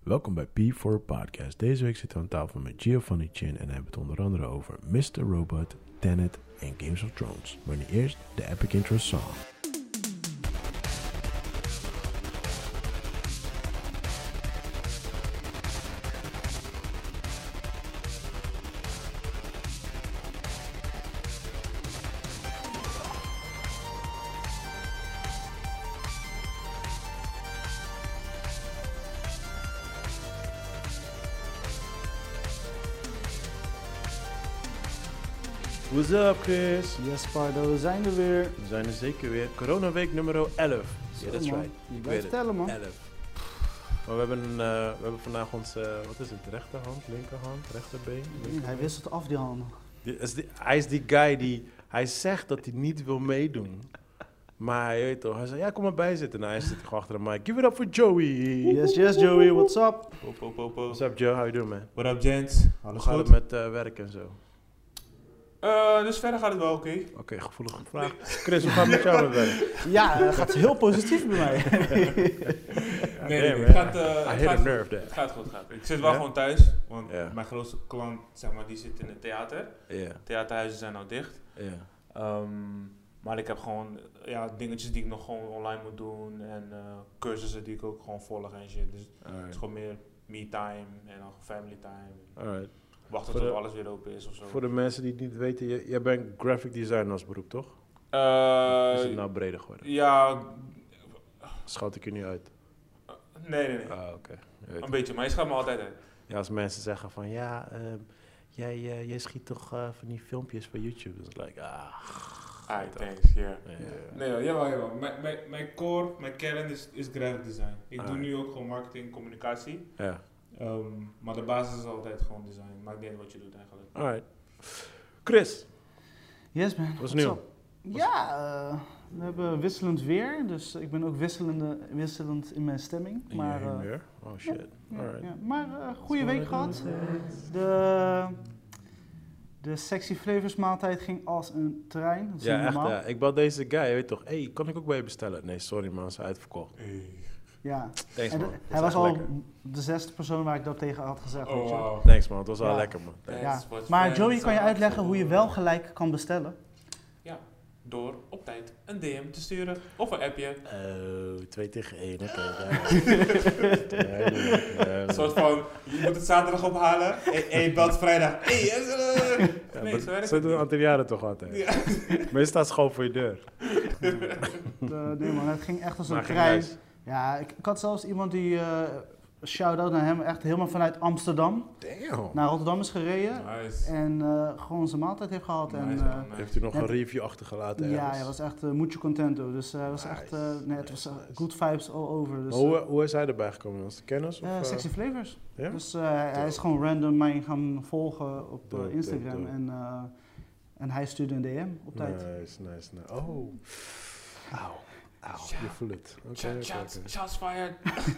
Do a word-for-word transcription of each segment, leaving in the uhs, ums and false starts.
Welkom bij P vier Podcast. Deze week zitten we aan tafel met Giovanni Chin en hebben het onder andere over mister Robot, Tenet en Games of Thrones. Maar nu eerst de epic intro song. What's up, Chris? Yes, Pardo, we zijn er weer. We zijn er zeker weer. Corona week nummer elf. Ja, dat is right. Je blijft tellen, man. elf. Maar we hebben, uh, we hebben vandaag ons, uh, wat is het, rechterhand, linkerhand, rechterbeen? Nee, hij wisselt af die handen. Die, is die, hij is die guy die, hij zegt dat hij niet wil meedoen. Maar je weet toch, hij zei, ja, kom maar bij zitten. Nou, hij zit gewoon achter de mic. Give it up for Joey. Yes, yes, Joey, what's up? Pop, pop, pop, pop. What's up, Joe? How you doing, man? What up, gents? Hoe Alles gaat goed? het met uh, werk en zo? Uh, dus verder gaat het wel oké. Oké, okay, gevoelige vraag. Chris, hoe gaat het met jou met werk? Ja, het gaat heel positief bij mij. nee, nee, nee, man. het gaat, uh, I het, hit gaat a nerve there. het gaat goed, het gaat goed. Ik zit wel Ja? gewoon thuis, want Ja. mijn grootste klant, zeg maar, die zit in het theater. Ja, Theaterhuizen zijn nou dicht. ja. Um, maar ik heb gewoon ja, dingetjes die ik nog gewoon online moet doen en uh, cursussen die ik ook gewoon volg en shit. Dus het is gewoon meer me-time en dan family time. Alright. Wachten Voor tot de- alles weer open is of zo. Voor de mensen die het niet weten, jij, jij bent graphic designer als beroep, toch? Uh, Is het nou breder geworden? Ja, Schoot ik je niet uit? nee, nee, nee. Ah, oké. Je weet Een het. beetje, maar je schat me altijd uit. Ja, als mensen zeggen van, ja, ehm, jij, eh, jij schiet toch uh, van die filmpjes voor YouTube? Dan is het like, ah. Ah, thanks, yeah. Ja, ja, ja. Nee, jawel, jawel. Mijn, mijn, mijn core, mijn kern is, is graphic design. Ik doe Ah. nu ook gewoon marketing, communicatie. Ja. Um, maar de basis is altijd gewoon design. Maakt niet uit wat je doet eigenlijk. Alright. Chris, Yes, man. wat is what's nieuw? up? Ja, uh, we hebben wisselend weer, dus ik ben ook wisselende, wisselend in mijn stemming. Maar, Hier en uh, weer? Oh shit. ja, Alright. ja, maar uh, goede week gehad. De, de Sexy Flavors maaltijd ging als een trein. Dat is Ja, niet echt. normaal. Ja. Ik bel deze guy, je weet toch, hey, kan ik ook bij je bestellen? Nee, sorry man, ze is uitverkocht. Ja. Thanks En man. de- Dat is hij was echt al lekker. de zesde persoon waar ik dat tegen had gezegd. weet Oh, je. wow. Thanks man, het was wel Ja. lekker man. Thanks, Ja. what's Maar friends Joey, kan je are uitleggen hoe je for- wel gelijk kan bestellen? Ja, door op tijd een D M te sturen of een appje. Oh, twee tegen één, oké. Okay, Een soort van, je moet het zaterdag ophalen en, en je belt vrijdag. Hey, uh, Ja, nee, maar zo werkt zo het doen niet. Antillianen toch altijd. Ja. Dus Meestal staat gewoon voor je deur. Uh, nee man, het ging echt als een Maar geen trein. reis. Ja, ik, ik had zelfs iemand die, uh, shout-out naar hem, echt helemaal vanuit Amsterdam Damn. naar Rotterdam is gereden. Nice. En uh, gewoon zijn maaltijd heeft gehad. En, Nice, uh, man, nice. Heeft u nog Ja, een review achtergelaten? ja, ergens? hij was echt uh, mucho contento. Dus uh, hij was Nice. echt, uh, nee, het was uh, Nice. good vibes all over. Dus, Maar hoe, hoe is hij erbij gekomen? Was het kennis? Of, uh, uh, Sexy Flavors. ja? Dus uh, hij- hij is gewoon random mij gaan volgen op uh, Dope, Instagram. dope, dope. En, uh, en hij stuurde een D M op tijd. Nice, nice, nice. Oh. Auw. Auw, Ja. je voelt het. Oké, Shot- oké, shots, oké. shots fired.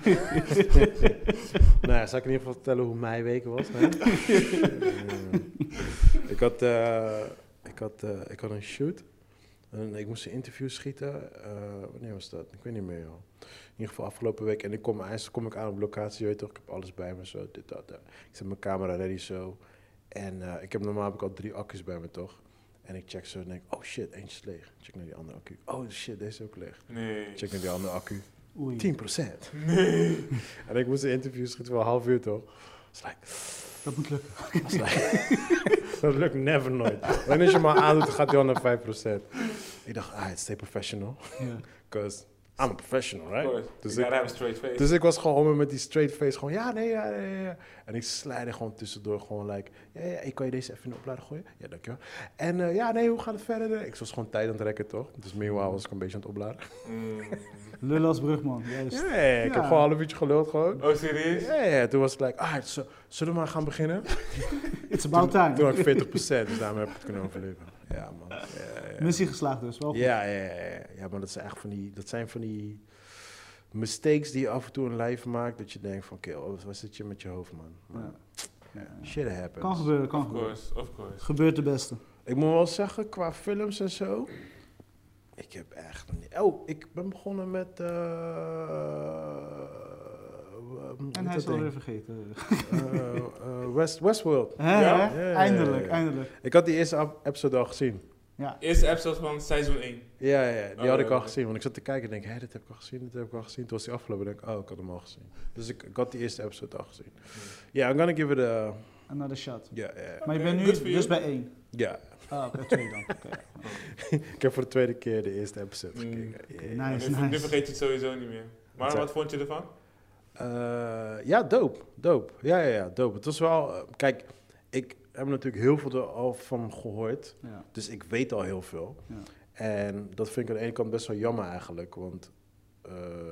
Nou ja, zal ik in ieder geval vertellen hoe mijn week was? Hè? Eh, ik, had, uh, ik, had, uh, ik had een shoot. En ik moest een interview schieten. Uh, wanneer was dat? Ik weet niet meer, joh. In ieder geval afgelopen week. En ik kom, eindelijk kom ik aan op locatie, je weet toch. Ik heb alles bij me, zo, dit, dat, dat. Ik zet mijn camera ready, zo. En uh, ik heb, normaal heb ik al drie accu's bij me, toch? En ik check zo en denk, oh shit, eentje is leeg. Check naar die andere accu. Oh shit, deze is ook leeg. Nee. Check naar die andere accu. Oei. tien procent. Nee. En ik moest een interview schieten voor een half uur, toch? It's like, Dat moet lukken. it's like, dat lukt never nooit. Wanneer als je maar aandoet, dan gaat hij al naar vijf procent. Ik dacht, ah, stay professional. Ja. Because I'm a professional, Of right? course. Dus You ik, gotta have a straight face. dus ik was gewoon met die straight face, gewoon, ja, nee, ja, nee, ja. En ik slijde gewoon tussendoor, gewoon like, ja, ja, ik kan je deze even in de oplader gooien? Ja, dankjewel. En uh, ja, nee, hoe gaat het verder? Ik was gewoon tijd aan het rekken, toch? Dus meanwhile was ik een beetje aan het opladen. Mm. Lullen als brugman, juist. Ja, ja, ik Ja. heb gewoon een half uurtje geluld, gewoon. Oh, serieus? Ja, ja, toen was het like, ah, zo, zullen we maar gaan beginnen? It's about Toen time. had ik veertig procent, dus daarom heb ik het kunnen overleven. Ja, man. Ja, ja. Missie geslaagd dus, wel goed. Ja, ja, ja, ja. Ja, maar dat zijn echt van die, dat zijn van die mistakes die je af en toe in live maakt, dat je denkt van, oké, okay, wat zit je met je hoofd, man? Maar Ja. Ja. shit happens. Kan gebeuren, kan Of gebeuren. course, of course. Gebeurt de beste. Ik moet wel zeggen, qua films en zo, ik heb echt niet... Oh, ik ben begonnen met uh, En hij is alweer vergeten. Uh, uh, West, Westworld. Hè, Ja? hè? Ja, ja, Eindelijk, ja, ja. eindelijk. Ik had die eerste ap- episode al gezien. Ja. Eerste episode van seizoen één. Ja, ja, ja, die Oh, had ik ja, al ja. gezien. Want ik zat te kijken en denk, hé, dit heb ik al gezien, dit heb ik al gezien. Toen was die afgelopen en denk ik, oh, ik had hem al gezien. Dus ik, ik had die eerste episode al gezien. Ja, yeah, I'm gonna give it a... Another shot. Ja, ja, ja. Maar je Oké, bent good nu for dus you. bij één. Ja. Ah, oké, twee dan. Oké. Ik heb voor de tweede keer de eerste episode Mm. gekeken. Yeah. Nice. Nu, ver- nu nice. vergeet je het sowieso niet meer. Maar Wat wat vond je ervan? Uh, ja, dope, dope. Ja, ja, ja, dope. Het was wel... uh, kijk, ik heb natuurlijk heel veel er al van gehoord. Ja. Dus ik weet al heel veel. Ja. En dat vind ik aan de ene kant best wel jammer eigenlijk. Want uh,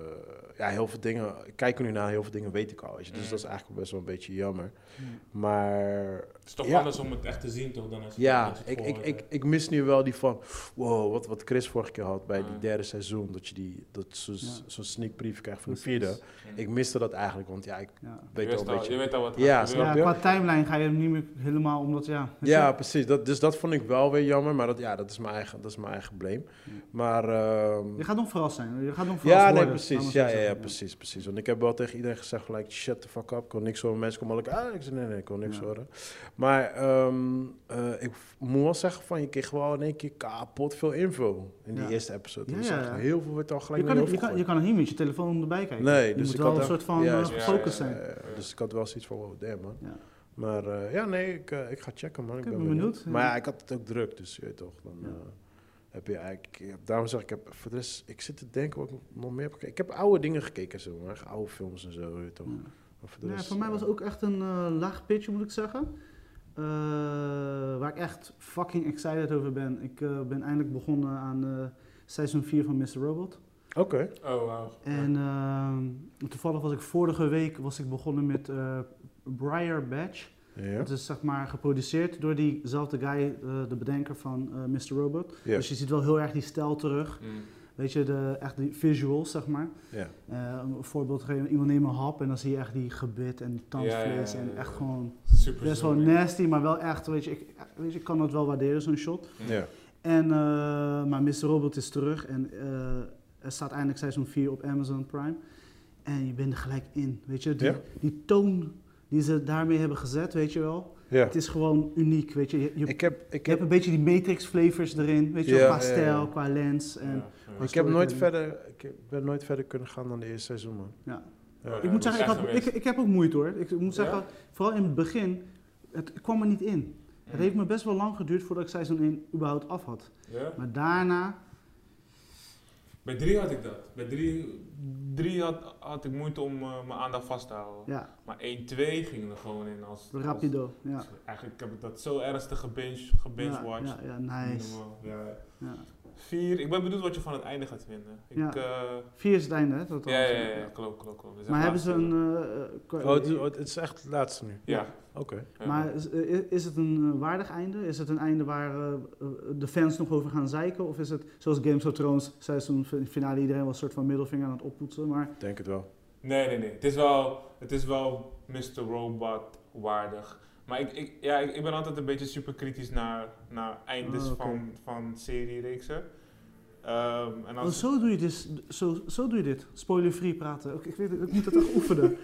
ja, heel veel dingen... Ik kijk er nu naar, heel veel dingen weet ik al. Weet je, dus Mm. dat is eigenlijk best wel een beetje jammer. Mm. Maar... Het is toch Ja. anders om het echt te zien toch dan als je Ja, als je het ik, ik, gehoord ik, hebt. ik mis nu wel die van... Wow, wat, wat Chris vorige keer had bij die Ah. derde seizoen. Dat je die, dat zo'n Ja. zo'n sneak preview krijgt van de Precies. vierde. Mm. Ik miste dat eigenlijk, want ja, ik Ja. weet je, al wist een al, beetje... je weet al wat er Ja, gaat snap gebeuren. Ja, je? qua timeline ga je hem niet meer helemaal omdat ja. weet Ja, je? precies. Dat, dus dat vond ik wel weer jammer, maar dat, ja, dat is mijn eigen, dat is mijn eigen blame. Ja. Maar... ehm, Je gaat nog verrast zijn. Je gaat nog verrast ja, nee, worden, precies. laten we Ja, zo ja, ja, zeggen. precies, precies. Want ik heb wel tegen iedereen gezegd, gelijk, shut the fuck up. Ik kon niks horen. Mensen komen al, ah, ik zei, nee, nee, ik kon niks Ja. horen. Maar ehm, uh, ik moet wel zeggen van, je kreeg wel in één keer kapot veel info in die Ja. eerste episode. Ja, Dus ja, echt ja. heel veel werd al Je gelijk kan, naar je, je kan, je kan er niet met je telefoon erbij kijken. Nee, je dus moet ik wel had een echt- soort van ja, uh, ja, gefocust ja, zijn. ja, ja. Dus ik had wel zoiets van, wow, damn man. Ja. Maar uh, ja, nee, ik, uh, ik ga checken man. Ik Ik ben ben benieuwd. benieuwd, ja. Maar ja, ik had het ook druk, dus je weet toch. Dan Ja. uh, heb je eigenlijk... ja, daarom zeg ik, ik heb, voor de rest, ik zit te denken wat ik nog meer heb gekeken. Ik heb oude dingen gekeken, zo, maar echt oude films en zo, weet je toch. Ja. Maar voor, de Ja, rest, voor mij was uh, het ook echt een uh, laag pitch, moet ik zeggen. Uh, waar ik echt fucking excited over ben. Ik uh, ben eindelijk begonnen aan uh, seizoen vier van mister Robot. Oké. Oh, wow. En uh, toevallig was ik vorige week was ik begonnen met uh, Briar Batch. Ja. Het is zeg maar geproduceerd door diezelfde guy, uh, de bedenker van uh, mister Robot. Ja. Dus je ziet wel heel erg die stijl terug. Mm. Weet je, de, echt die visuals, zeg maar. Ja. Uh, een voorbeeld geven, iemand neemt een hap en dan zie je echt die gebit en tandvlees Ja, ja, ja, ja, en ja. echt gewoon Super best wel super. nasty, maar wel echt, weet je, ik, weet je, ik kan dat wel waarderen, zo'n shot. Ja. En, uh, maar mister Robot is terug en uh, er staat eindelijk seizoen vier op Amazon Prime. En je bent er gelijk in, weet je. Die, Ja. die toon die ze daarmee hebben gezet, weet je wel. Ja. Het is gewoon uniek, weet je. Je, je, Ik heb, ik je heb, hebt een beetje die Matrix flavors erin, weet je Ja, wel, qua ja, stijl, ja. qua lens. En, Ja, ja. ik heb nooit storytelling. verder, ik heb- ben nooit verder kunnen gaan dan de eerste seizoen, man. Ja. Ja. Oh, Ik Ja, moet dat zeggen, ik, is had, echt ik, geweest. ik heb ook moeite hoor. Ik moet zeggen, Ja? vooral in het begin, het kwam er niet in. Het Mm. heeft me best wel lang geduurd voordat ik seizoen één überhaupt af had. Ja? Maar daarna, Bij drie had ik dat. Bij drie, drie had, had ik moeite om uh, mijn aandacht vast te houden. ja, Maar één, twee ging er gewoon in als... rapido. Ja, als- eigenlijk heb ik dat zo ernstig gebinge, gebinge-watched. ja, ja, Niet nice. normaal. Ja. Ja. Vier, ik ben benieuwd wat je van het einde gaat vinden. Ik, Ja. uh, Vier is het einde, hè? Dat ja, ja, ja, ja, klopt, klopt, klopt. Dus Maar echt hebben ze laatste- een... uh, uh, kwa- Oh, het, is- oh, het is echt het laatste nu. Ja. Oké. ja. maar is, uh, is het een uh, waardig einde? Is het een einde waar uh, uh, de fans nog over gaan zeiken? Of is het, zoals Games of Thrones, seizoen finale, iedereen was een soort van middelvinger aan het oppoetsen, maar... Ik denk het wel. Nee, nee, nee. Het is wel, het is wel mister Robot waardig. Maar ik, ik, ja, ik, ik ben altijd een beetje super kritisch naar, naar eindes Oh, oké. van, van seriereeksen. Um, en Oh, als, zo doe je dit, zo, zo doe je dit, spoiler-free praten. Ik, ik, weet, het, ik moet het echt oefenen.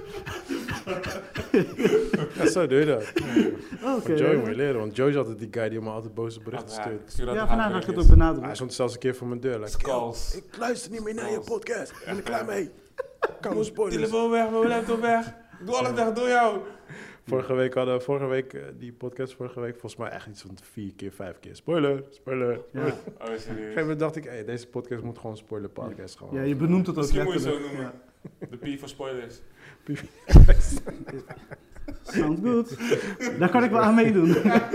Ja, zo doe je dat. Oh, Oké. Van Joey moet je leren, want Joey is altijd die guy die me altijd boze Ah, berichten ja, stuurt. ik stuur dat Ja, hard vandaag ga ik het berichtjes. ook Hij benadrukken. stond zelfs een keer voor mijn deur. Like, Skulls. "Yo, ik luister niet meer naar je Skulls. podcast. Ik ben er klaar mee. Kan me spoilers. Telefoon weg, mijn laptop weg. Doe alles weg, doe jou. Vorige week hadden we, vorige week, eh, die podcast vorige week, volgens mij echt iets van vier keer, vijf keer. Spoiler, spoiler. Ja. spoiler. Oh, Op een gegeven serieus. moment dacht ik, hey, deze podcast moet gewoon spoiler podcast gewoon. Ja, je benoemt het ook Misschien moet je het zo letterlijk. noemen. De P voor spoilers. Sounds good. Daar kan ik wel aan meedoen. Oh, man.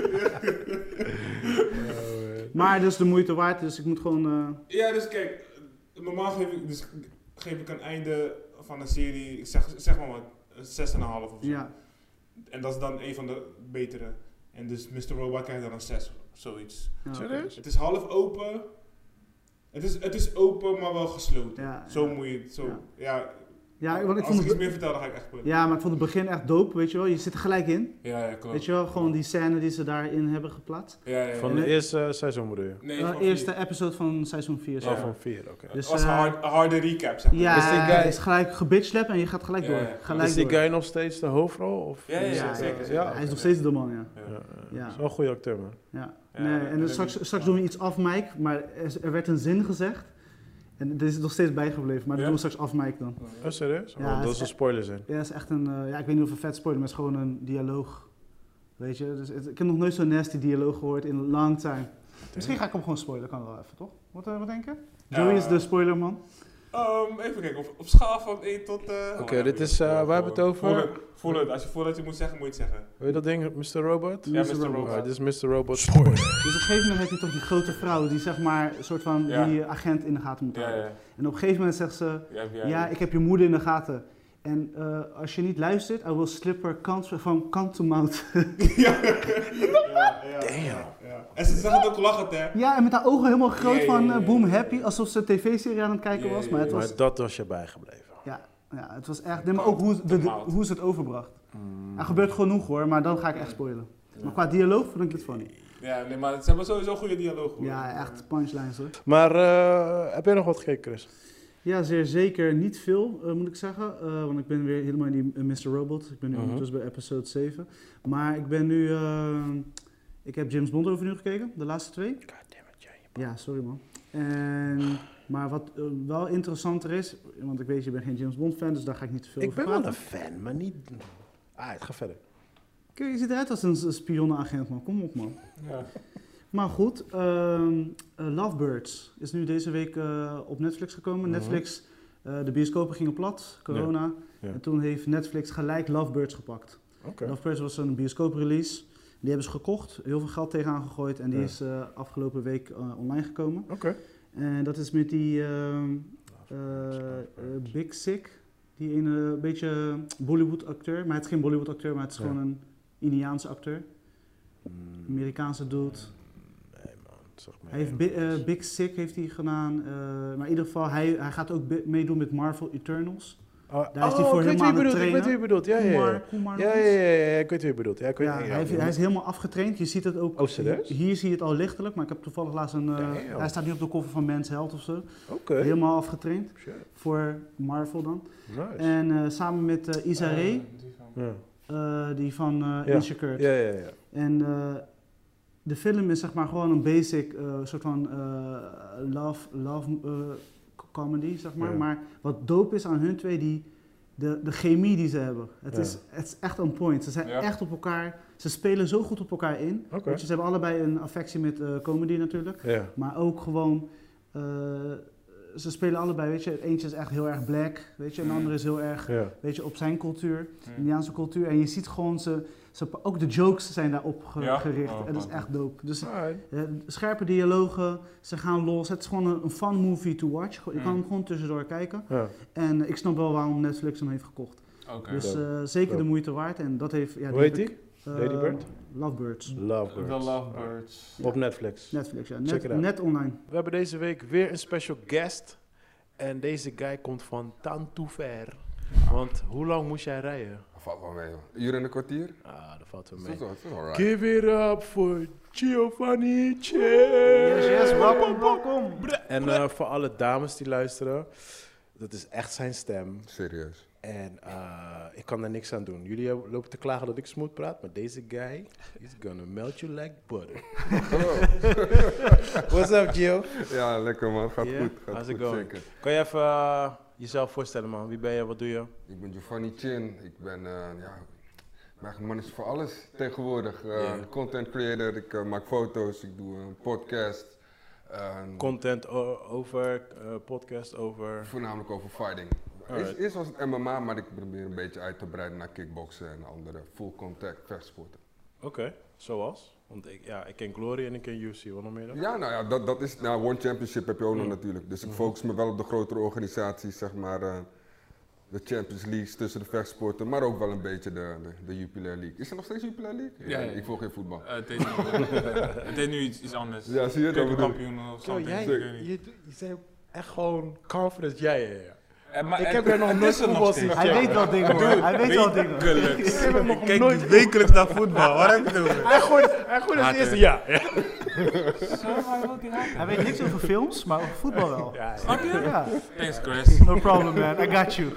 Maar dus de moeite waard, dus ik moet gewoon... eh, Ja, dus kijk, normaal geef ik, dus geef ik een einde van een serie, ik zeg, zeg maar wat, een zes komma vijf of zo. ja, En dat is dan een van de betere. En dus mister Robot krijgt dan een zes of zoiets. ja, oké. Serieus? Het is half open. Het is, het is open, maar wel gesloten. Ja, Zo ja. moet je het, zo. Ja. Ja. Ja, want ik Als vond ik het, iets meer vertel, dan ga ik echt spelen. ja, maar ik vond het begin echt dope, weet je wel. Je zit er gelijk in. Ja, ja, klopt. Weet je wel, gewoon die scène die ze daarin hebben geplaatst. Ja, ja, ja. Van de eerste seizoen bedoel je? Nee, De van eerste vier. episode van seizoen vier. Oh, zeg maar. van vier, oké. Het Dus, was een eh, hard, een harde recap, zeg maar. Ja, Is die guy- hij is gelijk gebitchlap en je gaat gelijk Ja, door. ja. Gelijk Is die door. guy nog steeds de hoofdrol? Of? Ja, ja, ja, Ja, zeker. ja, zeker. ja. Hij is nog steeds de man, ja. Ja. Ja, ja. Ja. Dat is wel een goede acteur, man. ja. Ja, Nee, en en dan straks, die- straks doen we iets af, Mike, maar er, er werd een zin gezegd. En er is nog steeds bijgebleven, maar dat Ja? doen we straks af, Mike dan. Oh, serieus? Ja, Oh, het dat is is een e- spoiler zijn. Ja, dat is echt een, uh, ja, ik weet niet of het vet spoiler, maar het is gewoon een dialoog. Weet je, dus het, ik heb nog nooit zo'n nasty dialoog gehoord in een long time. Misschien ga ik hem gewoon spoilen, kan wel even, toch? Wat, uh, wat denk je? Joey is de spoilerman. Um, even kijken, op, op schaal van één tot... Uh, Oké, dit is, uh, waar hebben we het over? Voel het, voel het. Als je voelt dat je moet zeggen, moet je het zeggen. Weet je dat ding, mister Robot? Ja, mister mister Robot. Robot. Ah, dit is mister Robot. Dus op een gegeven moment heeft hij toch die grote vrouw die zeg maar een soort van Ja. die op in de gaten moet Ja, houden. ja. En op een gegeven moment zegt ze, Ja, ja, ja, ik heb je moeder in de gaten. En uh, als je niet luistert, I will slip her kant, van kant to mouth. ja, ja, ja. Damn. Ja. En ze zeggen het ook lachend, hè? Ja, en met haar ogen helemaal groot Ja, ja, van ja, uh, ja, boom ja. happy, alsof ze een tv-serie aan het kijken Ja, was. ja, Maar het ja. was, Maar dat was je bijgebleven. ja, ja, het was echt, nee, maar ook hoe, de, de- hoe ze het overbracht. Mm. Er gebeurt genoeg hoor, maar dan ga ik echt spoilen. Maar qua dialoog vond ik het funny. Ja, nee, maar ze hebben sowieso goede dialoog. hoor. Ja, echt punchlines hoor. Maar uh, heb jij nog wat gekeken, Chris? Ja, zeer zeker. Niet veel, uh, moet ik zeggen. Uh, want ik ben weer helemaal in die uh, mister Robot. Ik ben nu Mhm. ondertussen bij episode zeven. Maar ik ben nu... Uh, ik heb James Bond overnieuw gekeken, de laatste twee. Goddammit, jij. Ja, sorry man. En, maar wat uh, wel interessanter is, want ik weet je bent geen James Bond fan, dus daar ga ik niet te veel Ik over ben wel praten. een fan, maar niet... Ah, het gaat verder. Kijk, je ziet eruit als een s- spionnenagent man, kom op man. Ja. Maar goed, um, uh, Lovebirds is nu deze week uh, op Netflix gekomen. Mhm. Netflix, uh, de bioscopen gingen plat, corona. Ja. En toen heeft Netflix gelijk Lovebirds gepakt. Oké. Lovebirds was een bioscooprelease. Die hebben ze gekocht, heel veel geld tegenaan gegooid en die Ja. is uh, afgelopen week uh, online gekomen. Oké. En dat is met die um, uh, uh, Big Sick, die een beetje Bollywood acteur. Maar het is geen Bollywood acteur, maar het is Ja. gewoon een Indiaanse acteur. Mm, Amerikaanse dude. Nee man, zeg maar. Hij heeft Bi- uh, Big Sick heeft hij gedaan, uh, maar in ieder geval hij, hij gaat ook be- meedoen met Marvel Eternals. Oh, Daar is hij oh, voor ik weet helemaal wie je aan het bedoelt, ik weet wie je bedoelt. Ja, ja, Kumar, ja. Kumar Ja, nog ja, iets? ja, ja, ik weet wie je bedoelt. Ja, ik weet, Ja, ja, hij, heeft- hij is helemaal afgetraind. Je ziet het ook. Oh, serieus? Hier zie je het al lichtelijk, maar ik heb toevallig laatst een. Uh, Damn. hij staat nu op de cover van Men's Health of zo. Oké. Helemaal afgetraind Shit. voor Marvel dan. Nice. En uh, samen met uh, Issa Rae, Eh, die van- Ja. uh, die van uh, Ja. Insecure. Ja, ja, ja. En uh, de film is zeg maar gewoon een basic uh, soort van uh, love, love uh, comedy, zeg maar. Ja. Maar wat dope is aan hun twee, die, de, de chemie die ze hebben. Het, Ja. is, het is echt on point. Ze zijn Ja. echt op elkaar, ze spelen zo goed op elkaar in. Oké. Want ze hebben allebei een affectie met uh, comedy natuurlijk. Ja. Maar ook gewoon, uh, ze spelen allebei, weet je. Het eentje is echt heel erg black, weet je. En de andere is heel erg, Ja. weet je, op zijn cultuur. Hmm. Indiaanse cultuur. En je ziet gewoon, ze, ze, ook de jokes zijn daarop ge- Ja? gericht. Oh, en dat is oh. echt dope. Dus Alright. eh, scherpe dialogen, ze gaan los. Het is gewoon een, een fun movie to watch. Je kan Mm. hem gewoon tussendoor kijken. Ja. En eh, ik snap wel waarom Netflix hem heeft gekocht. Oké. Dus Dope. eh, zeker Dope. de moeite waard. En dat heeft... Ja, Hoe heet heb die? ik, eh, Lady Bird? Lovebirds. Lovebirds. The Lovebirds. Ja. Op Netflix. Netflix, ja. Check Net, it out. net online. We hebben deze week weer een special guest. En deze guy komt van Tantoever. Want hoe lang moest jij rijden? Dat valt wel mee, joh. Uur en een kwartier? Ah, dat valt wel Dat mee. is wel, dat is wel alright. Give it up for Giovanni Che. Yes, yes, welkom, welkom. En eh, voor alle dames die luisteren, dat is echt zijn stem. Serieus. En uh, ik kan er niks aan doen. Jullie hebben- lopen te klagen dat ik smooth praat, maar deze guy is gonna melt you like butter. What's up, Gio? Ja, lekker man. Gaat Yeah? goed. Gaat How's goed, it going? zeker. Kan je even uh, jezelf voorstellen, man? Wie ben je? Wat doe je? Ik ben Giovanni Chin. Ik ben, uh, ja, ik ben eigenlijk manager voor alles tegenwoordig. Uh, Yeah. Content creator, ik uh, maak foto's, ik doe een podcast. Uh, Content o- over, uh, podcast over... voornamelijk over fighting. Alright. Eerst, eerst was het M M A, maar ik probeer een beetje uit te breiden naar kickboksen en andere full contact vechtsporten. Oké, zoals? Want ik, ja, ik ken Glory en ik ken U C. Wat nog meer dan? Ja, nou ja, dat, dat is, nou, One Championship heb je ook nog Mm. natuurlijk. Dus ik Mhm. focus me wel op de grotere organisaties, zeg maar, uh, de Champions Leagues tussen de vechtsporten, maar ook wel een beetje de, de, de Jupiler League. Is er nog steeds Jupiler League? Ja, ja. Ik volg geen voetbal. Eh, het, heet nu, het heet nu iets, iets anders. Ja, zie je dat bedoel ik. Keukenkampioen of Yo, something. jij, Ik weet niet. je, je bent echt gewoon confident. Ja, ja, ja. Eh, maar Ik het- heb er nog het nooit is er nog voetbal steeds. zien. Hij Check. weet wel dingen hoor. Hij weet wel dingen. Wekelijks. Ik heb hem nog Kijk nooit- wekelijks naar voetbal. Wat heb je doen? Hij gooit, hij gooit als Haat eerste hem. ja. ja. Hij weet niks over films, maar over voetbal wel. ja, Snap je? Ja. Thanks Chris. No problem man, I got you.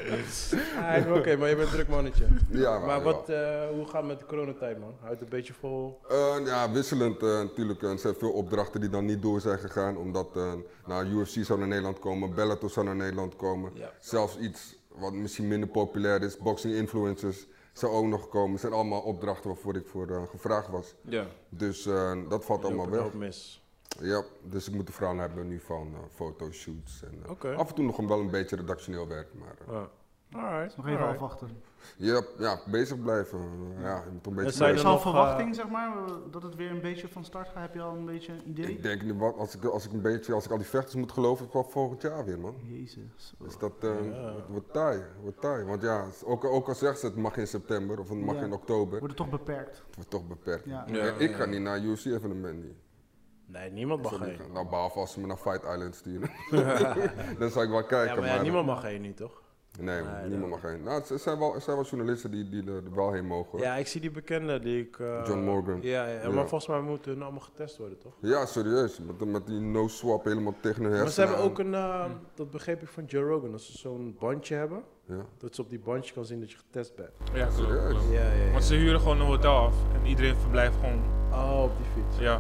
ja. Oké, maar je bent een druk mannetje. Ja, maar, Maar wel. wat, eh, hoe gaat het met de coronatijd, man? Houdt een beetje vol? Eh, ja, wisselend eh, natuurlijk. Er zijn veel opdrachten die dan niet door zijn gegaan, omdat uh, nou, U F C zou naar Nederland komen, Bellator zou naar Nederland komen. Ja. Zelfs iets wat misschien minder populair is, boxing influencers, zou ook nog komen. Het zijn allemaal opdrachten waarvoor ik voor uh, gevraagd was. Ja. Dus uh, dat valt allemaal weg. Hoop mis. Ja, dus ik moet de verhaal hebben nu van uh, fotoshoots en uh, Oké. af en toe nog wel een beetje redactioneel werk. Maar uh, Ja. Alright. Nog even alright. afwachten. ja, ja, bezig blijven. Uh, ja, je moet een beetje En zijn Is er er al nog, verwachting zeg maar, dat het weer een beetje van start gaat? Heb je al een beetje een idee? Ik denk, nu wat, als ik, als ik een beetje, als ik al die vechters moet geloven, het wel volgend jaar weer, man. Jezus. Dus dat uh, Ja. het wordt taai, het wordt taai. Want ja, ook, ook al zegt ze het mag in september of het mag Ja. in oktober, Wordt het toch beperkt? het wordt toch beperkt. Ja. Ja, En ik ja, ga ja. niet naar U F C-evenement niet. Nee, niemand mag Zou niet heen. gaan. Nou, behalve als ze me naar Fight Island sturen. Dan zou ik wel Ja, kijken. maar ja, maar, niemand mag heen niet, toch? Nee, Nee, niemand dat- mag heen. Nou, er zijn wel, er zijn wel journalisten die, die er wel heen mogen. Hoor. Ja, ik zie die bekende die ik... eh, John Morgan. Ja, ja, Ja. maar volgens mij moeten hun allemaal getest worden, toch? Ja, serieus. Met, met die no-swap helemaal tegen hun hersenen. Maar ze hebben aan. ook een, eh, dat begreep ik van Joe Rogan, dat ze zo'n bandje hebben, Ja. dat ze op die bandje kan zien dat je getest bent. Ja, klopt, Serieus? klopt. Ja, ja, ja. Want ze huren gewoon een hotel af en iedereen verblijft gewoon, Oh, op die fiets. ja,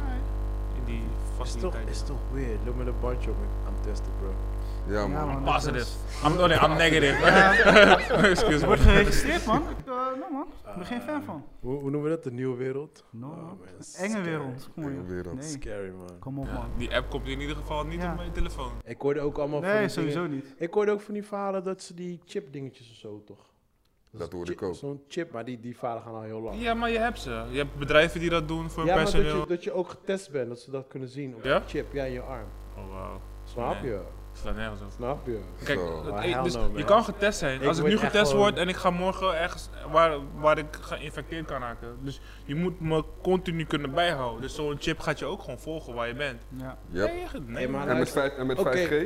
in die Is toch, faciliteiten. is toch weird. Loop met een bandje op. I'm tested, bro. Ja, man. Ja, man, dat Positive. is- I'm, oh nee, I'm negative. Excuse Het me. wordt geregistreerd man. Ik, uh, nou man, ik ben geen fan van. Hoe, hoe noemen we dat? De nieuwe wereld? No, Oh, man. man, dat is Enge scary. wereld. Kom Enge maar. wereld. Nee, Scary, man. kom op Ja, man. die app komt in ieder geval niet Ja. op mijn telefoon. Ik hoorde ook allemaal van Nee, die sowieso dingen- niet. Ik hoorde ook van die verhalen dat ze die chip dingetjes of zo, toch? Dat is hoorde chi- ik ook. Zo'n chip, maar die, die verhalen gaan al heel lang. Ja, maar je hebt ze. Je hebt bedrijven die dat doen voor Ja, maar dat personeel. je, dat je ook getest bent, dat ze dat kunnen zien op Ja? die chip, ja, in je arm. Oh wow. Snap Nee. je? Slaat nergens op. Snap je? Kijk, Zo. het- Maar ik- hell dus no, man. je kan getest zijn. Ik Als ik word nu echt getest gewoon- word en ik ga morgen ergens waar, waar ik geïnfecteerd kan raken. Dus je moet me continu kunnen bijhouden. Dus zo'n chip gaat je ook gewoon volgen waar je bent. Ja. Yep. Nee, nee, Hey, maar En met, luister- vijf, en met Oké. vijf G?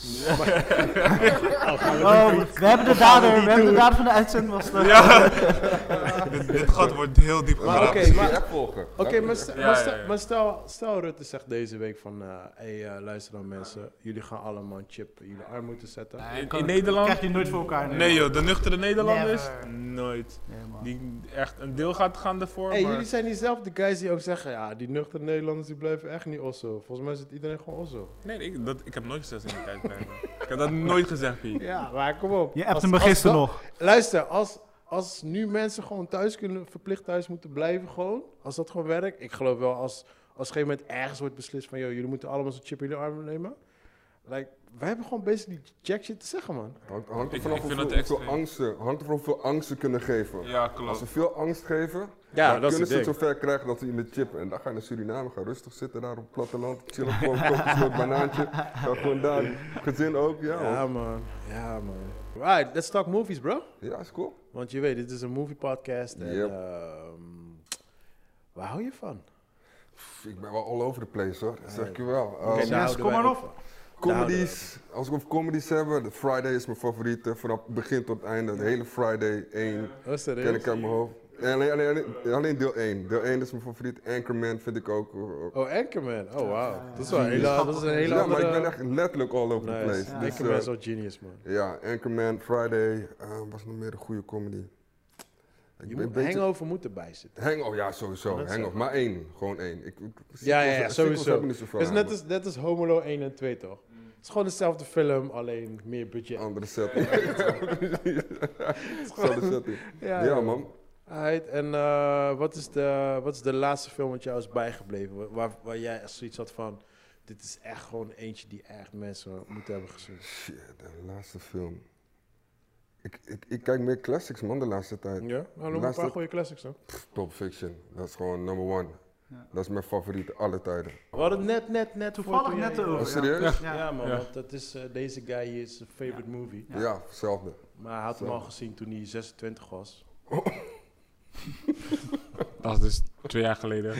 Oh, we hebben de dader, we hebben de dader van de uitzending was dat. Ja. dit, dit gat wordt heel diep Maar gegraven. oké, Die maar, app volgen. oké, maar, st- Ja, maar, ja, st- ja. maar stel, stel Rutte zegt deze week van, eh hey, eh, luister dan mensen, jullie gaan allemaal een chip in jullie arm moeten zetten. Nee, In- kan- in Nederland? krijg je nooit voor elkaar. Nee joh, de nuchtere Nederlanders? Never. Nooit. Nee, man. Die echt een deel gaat gaan ervoor. Hey, maar... jullie zijn diezelfde guys die ook zeggen, ja, die nuchtere Nederlanders die blijven echt niet osso. Volgens mij zit iedereen gewoon osso. Nee, ik, dat, ik heb nooit gezegd in die tijd. man. Ik heb dat nooit gezegd, Piet. Ja, maar kom op. Je appt Als- hem me als gisteren dat- nog. Luister, als, als nu mensen gewoon thuis kunnen, verplicht thuis moeten blijven gewoon, als dat gewoon werkt, ik geloof wel als, als op een gegeven moment ergens wordt beslist van, joh, jullie moeten allemaal zo'n chip in jullie arm nemen. Like, wij hebben gewoon basically jack shit te zeggen, man. Hangt, hangt er Ik- vanaf ik vind hoeveel, dat hoeveel extreem. angsten, hangt er vanaf hoeveel angsten kunnen geven. Ja, Als klopt. ze veel angst geven, Ja, dan dat is kunnen het ze het ding. zover krijgen dat ze in de chip. En dan ga je naar Suriname, ga rustig zitten daar op het platteland, chillen gewoon, koop een soort banaantje. Ga gewoon daar, gezin ook, ja. Ja, hoor. man. Ja, man. Right, let's talk movies, bro. Ja, is cool. Want je weet, dit is een movie podcast en Yep. ehm, waar hou je van? Pff, ik ben wel all over the place hoor, dat zeg ik je wel. Oké, Um, daar yes, houden kom wij maar ook op. van. comedies, als we over comedies hebben, de Friday is mijn favoriete. Vanaf het begin tot het einde, de hele Friday één Oh, serieus? ken ik uit mijn hoofd. En alleen, alleen, alleen, alleen deel één. Deel één is mijn favoriet. Anchorman vind ik ook. uh, Oh, Anchorman. Oh, wauw. ja, ja. Dat is wel een hele, dat is een hele ja, andere... maar ik ben echt letterlijk all over the Nice. place. Ja. Dus, Anchorman uh, is wel genius, man. ja, Anchorman, Friday, uh, was nog meer een goede comedy. Ik Je ben moet een beetje- Hangover moeten bijzitten. Hang, oh ja, sowieso. Dat is Hangover, zo. maar één. Gewoon één. Ik, ik, Ja, ja, ja, sequels- sequels sowieso. hebben niet zoveel Het is aan, net als, net als Home Alone één en twee, toch? Het is gewoon dezelfde film, alleen meer budget. maar andere setting. Zelfde setting. Ja, man. Alright, en eh, wat, is de, wat is de laatste film wat jou is bijgebleven? Waar- Waar, waar jij echt zoiets had van, dit is echt gewoon eentje die echt mensen moeten hebben gezien. Shit, de laatste film. Ik, ik, ik kijk meer classics, man, de laatste tijd. Ja? Nou, noem een Laatste- paar goede classics dan. Pulp Fiction, dat is gewoon number one. Ja. Dat is mijn favoriete alle tijden. We hadden het net, net, net Toevallig voor toen net jij- over. Oh, serieus? Ja. Ja, man, Ja. want dat is, eh, deze guy hier is een favorite movie. Ja. Ja, hetzelfde. Maar hij had hem Zo. al gezien toen hij zesentwintig was. Dat is dus twee jaar geleden.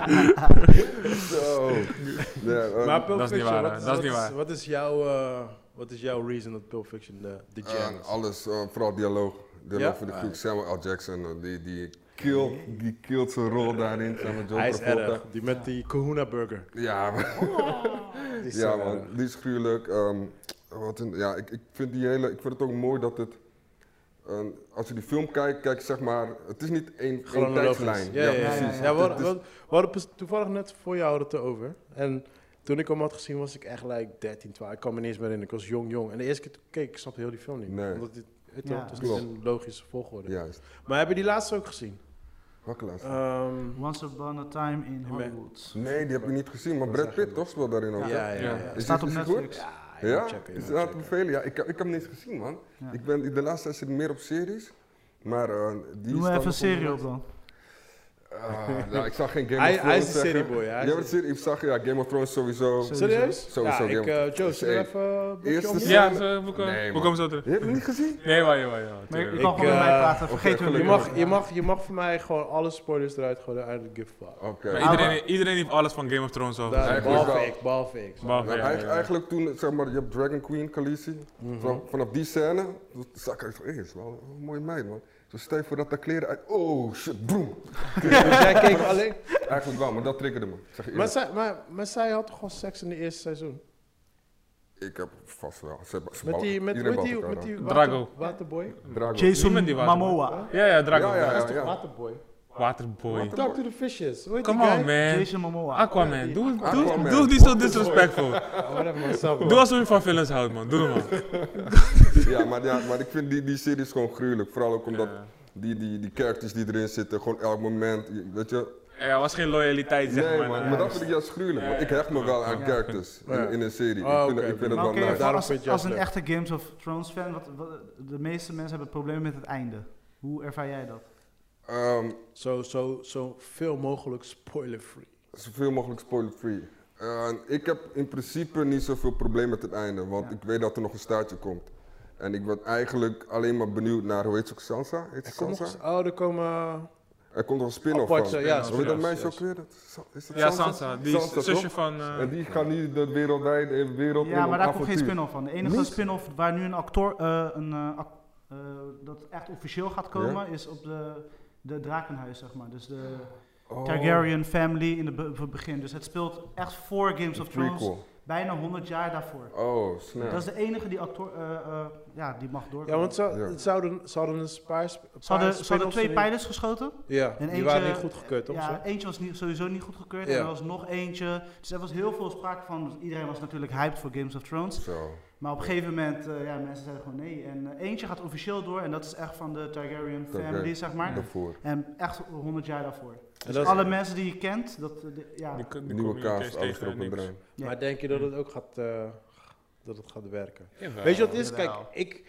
Zo. Ja, uh, Maar Pulp dat is niet Fiction, waar, wat hè? Dat is wat niet waar. Wat is jouw, eh, Wat is jouw reason dat Pulp Fiction de, de jam Uh, is? alles, uh, vooral dialoog. Dialoog Ja? voor de Ah, groep. ja. Samuel L. Jackson, uh, die, die, kill, die killt zijn rol daarin. Samen John Hij is Travolta. erg. Die met die Kahuna Burger. Ja, man. Die is Ja, zo man. erg. Die is gruwelijk. Um, wat een, ja, ik, ik, vind die hele, ik vind het ook mooi dat het... uh, als je die film kijkt, kijk zeg maar... Het is niet één, één Chronologisch. tijdslijn. Ja, ja, ja. precies. ja. ja we, hadden, Het is- we, we hadden pas- toevallig net voor jou hadden het erover. En toen ik hem had gezien was ik echt like dertien, twaalf. Ik kan me niet eens meer herinneren. Ik was jong, jong. En de eerste keer toen ik keek, ik snapte heel die film niet. Nee. Omdat dit, weet je Ja. wel, het is niet Klopt. een logische volgorde. Juist. Maar heb je die laatste ook gezien? Welke laatste? Ehm, Once Upon a Time in Ja, Hollywood. Nee, die heb ik niet gezien, maar Wat Brad zeg je? Pitt toch speelt daarin ook. ja, hè? ja, ja. Ja. ja. Het Is staat die- op is die goed? Netflix. Ja, je Ja? moet checken, je Is moet dat te checken. bevelen? Ja, ik, ik heb hem niet gezien, man. Ja. Ik ben, de laatste tijd zit ik meer op series. Maar uh, die Doe staat maar even een nog serie op op dan. Ah, nou, ik zag geen Game Hij- of Thrones hij is een zeggen. serieboy, ja, hij Ja, is maar serie, ik zag ja, Game of Thrones sowieso. Zo- Serieus? Sowieso Ja, ik, Game of uh, Joe, zullen we Hey, even een blokje eerste omdoen? scène- Ja, ze, we, komen- Nee, we man. komen zo terug. Je hebt het niet gezien? Nee, maar jawel, jawel. Maar je tuurlijk. kan Ik, gewoon met mij eh, praten, oké, vergeet gelukkig. Je jullie. mag, je, mag, je mag voor mij gewoon alle spoilers eruit gooien. I don't give a fuck. Oké. Maar Ah, iedereen, iedereen heeft alles van Game of Thrones over. Daar- eigenlijk Behalve wel. ik, behalve ik. Behalve- Nou, ja, eigenlijk, ja, ja. eigenlijk toen, zeg maar, je hebt Dragon Queen, Khaleesi. Mhm. Van, vanaf die scène, toen zag ik echt, hé, dat is wel een mooie meid, man. Zo stel je voor dat de kleren uit, oh shit, boom. Dus jij keek alleen... Eigenlijk wel, maar dat triggerde me. Ik zeg je Maar eerlijk. zij, maar, maar zij had toch gewoon seks in het eerste seizoen? Ik heb vast wel. Ze, ze Met ballen- die, met, iedereen met die, balt met die elkaar water, Drago. waterboy? aan. Drago. Jason Niemand die water- Momoa. Ja, ja, Dragon. Ja, ja, Dat ja. is toch waterboy? Waterboy. Talk to the fishes. Hoe heet die Come on, guy? man. Jason Momoa. Aquaman. Doe, doe, Aquaman. doe niet zo disrespectful. Oh, whatever, man. Stop, man. Doe alsof je van villains houdt, man. Doe het man. Ja, maar, ja, maar ik vind die, die serie is gewoon gruwelijk. Vooral ook omdat Ja. die, die, die characters die erin zitten, gewoon elk moment, je- weet je. Er was geen loyaliteit, zeg Nee maar. man, naar- maar dat vind ik juist gruwelijk. Want ik hecht me wel aan Ja. characters in, Ja. in een serie. Oh, ik vind, oké. ik vind het Maar wel oké, nice. voor Daarom als, vind je als het een leuk. echte Games of Thrones fan, wat, wat- de meeste mensen hebben problemen met het einde. Hoe ervaar jij dat? Ehm, Zo, zo, zo veel mogelijk spoiler-free. Zoveel mogelijk spoiler-free. Uh, ik heb in principe niet zoveel probleem met het einde, want Ja. ik weet dat er nog een staartje komt. En ik ben eigenlijk alleen maar benieuwd naar, hoe heet ze ook, Sansa? Heet ze Er komt nog Sansa? eens- oh, er komen... Er komt nog een spin-off Apart, van. ja, Hoe heet dat spin-offs, meisje yes. ook weer? Dat, Sa- is dat Ja, Sansa. Die is Sansa, zusje toch? van... eh, En die gaan nu de wereldwijd, de wereld in Ja, op maar daar komt geen avontuur. spin-off van. De enige Niet? spin-off waar nu een acteur, eh, een, eh, ac- eh, dat echt officieel gaat komen, is op de, de Drakenhuis, zeg maar. Dus de Oh, Targaryen family in het be- begin. Dus het speelt echt voor Games of Thrones, prequel. bijna honderd jaar daarvoor. Oh, snap. Dat is de enige die acteur, eh, eh, ja, die mag doorkomen. Ja, want ze, Ja. het zouden, ze hadden een paar, sp- een Ze hadden, paar ze hadden spin-offs twee erin. pilots geschoten. Ja, En die waren eentje- niet goedgekeurd, toch? Ja, zo? eentje was niet, sowieso niet goedgekeurd Ja. en er was nog eentje. Dus er was heel veel sprake van. Iedereen was natuurlijk hyped voor Games of Thrones. Zo. Maar op een gegeven moment, eh, ja, mensen zeiden gewoon nee. En eh, eentje gaat officieel door en dat is echt van de Targaryen Targaryen. family, zeg maar. Daarvoor. En echt honderd jaar daarvoor. En Dus dat is- alle mensen die je kent, dat, eh, de- ja. die, die De nieuwe kom je een kaas, keer alles tegen erop en niks. eraan. Ja. Maar denk je dat het ook gaat, eh, dat het gaat werken? Jawel. Weet je wat het is? Kijk, jawel. ik,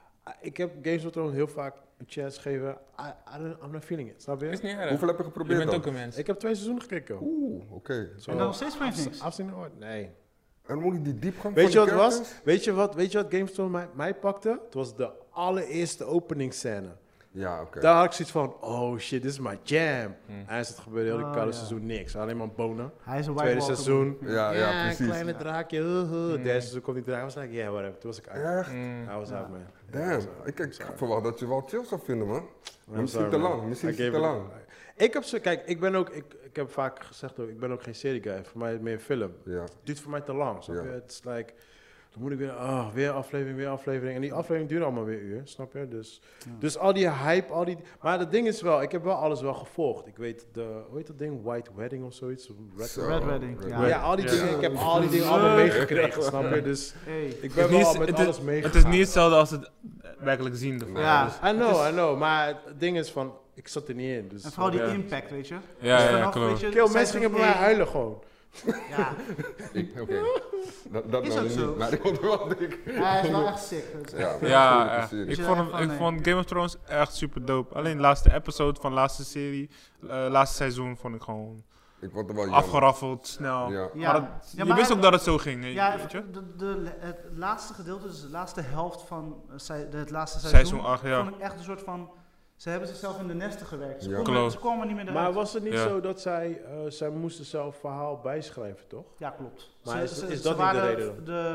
ik heb Games of Thrones heel vaak een chance gegeven. I, I don't, I'm not feeling it, snap je? Is niet erg. Hoeveel heb je Je geprobeerd bent dan? ook een mens. Ik heb twee seizoenen gekeken. Oeh, oké. Zo. En dan nog steeds vind je niks. Afzien ooit? Nee. En dan moet ik die diepgang Weet je van wat die het was? characters? Weet je wat, weet je wat Game of Thrones mij, mij pakte? Het was de allereerste openingsscène. Ja, oké. Daar had ik zoiets van, oh shit, dit is my jam. Hmm. En is het gebeurde heel Oh, het koude ja. seizoen niks. Alleen maar bonen. Hij is een White Tweede Walker. seizoen. Ja, ja, een precies. kleine Ja. draakje. Uh, uh. Mm. Derde seizoen komt die draak. I was like, yeah, whatever. Toen was ik uit. Echt? Mm. I was Ja. out, man. Damn. Ik, ik verwacht dat je wel chill zou vinden, man. I'm Misschien sorry, te man. lang, misschien I is het gave te it- lang. Ik heb zo, kijk, ik ben ook, ik, ik heb vaak gezegd ook, ik ben ook geen serie guy. Voor mij is het meer film. Ja. Het duurt voor mij te lang, snap Ja. je? Het is like, dan moet ik weer, oh, weer aflevering, weer aflevering. En die aflevering duurt allemaal weer een uur, snap je? Dus, Ja. dus al die hype, al die... Maar het ding is wel, ik heb wel alles wel gevolgd. Ik weet de, hoe heet dat ding? White Wedding of zoiets? Red Zo. Red Wedding, Red ja. Wedding. Ja, al die Ja. dingen, ik heb al die dingen allemaal meegekregen, snap je? Dus Hey. ik Het ben is wel niet- met het is- alles meegegaan. Het is niet hetzelfde als het werkelijk zien ervan. Ja. Dus- I know, Het is- I know, maar het ding is van, ik zat er niet in. Dus En vooral die Ja. impact, weet je. Ja, Dus ja, ja, vanaf, klopt. weet je, Kill, mensen seizoen gingen bij mij één- huilen gewoon. Ja, Ik- Oké. Dat, dat Is nou ook niet, zo. maar ik vond het wel dik. hij is wel echt sick. Dat is Ja, echt- maar Ja, goede echt. serie. ik, je vond daar hem, van, ik nee. vond Game of Thrones echt super dope. Alleen de laatste episode van de laatste serie, eh laatste seizoen, vond ik gewoon Ik vond het wel jammer. afgeraffeld, snel. Ja. Ja. Maar dat- Ja, je maar wist hij- ook dat het zo ging, Ja, weet je? de, de, het laatste gedeelte, dus de laatste helft van eh, se- de, het laatste seizoen, Seizoen acht, ja. vond ik echt een soort van... Ze hebben zichzelf in de nesten gewerkt. Ze, Ja. komen, Klopt. ze komen niet meer eruit. Maar was het niet Ja. zo dat zij, uh, zij moesten zelf verhaal bijschrijven, toch? Ja, klopt. Maar Ze- is- ze- is ze dat niet de waren reden dan? De,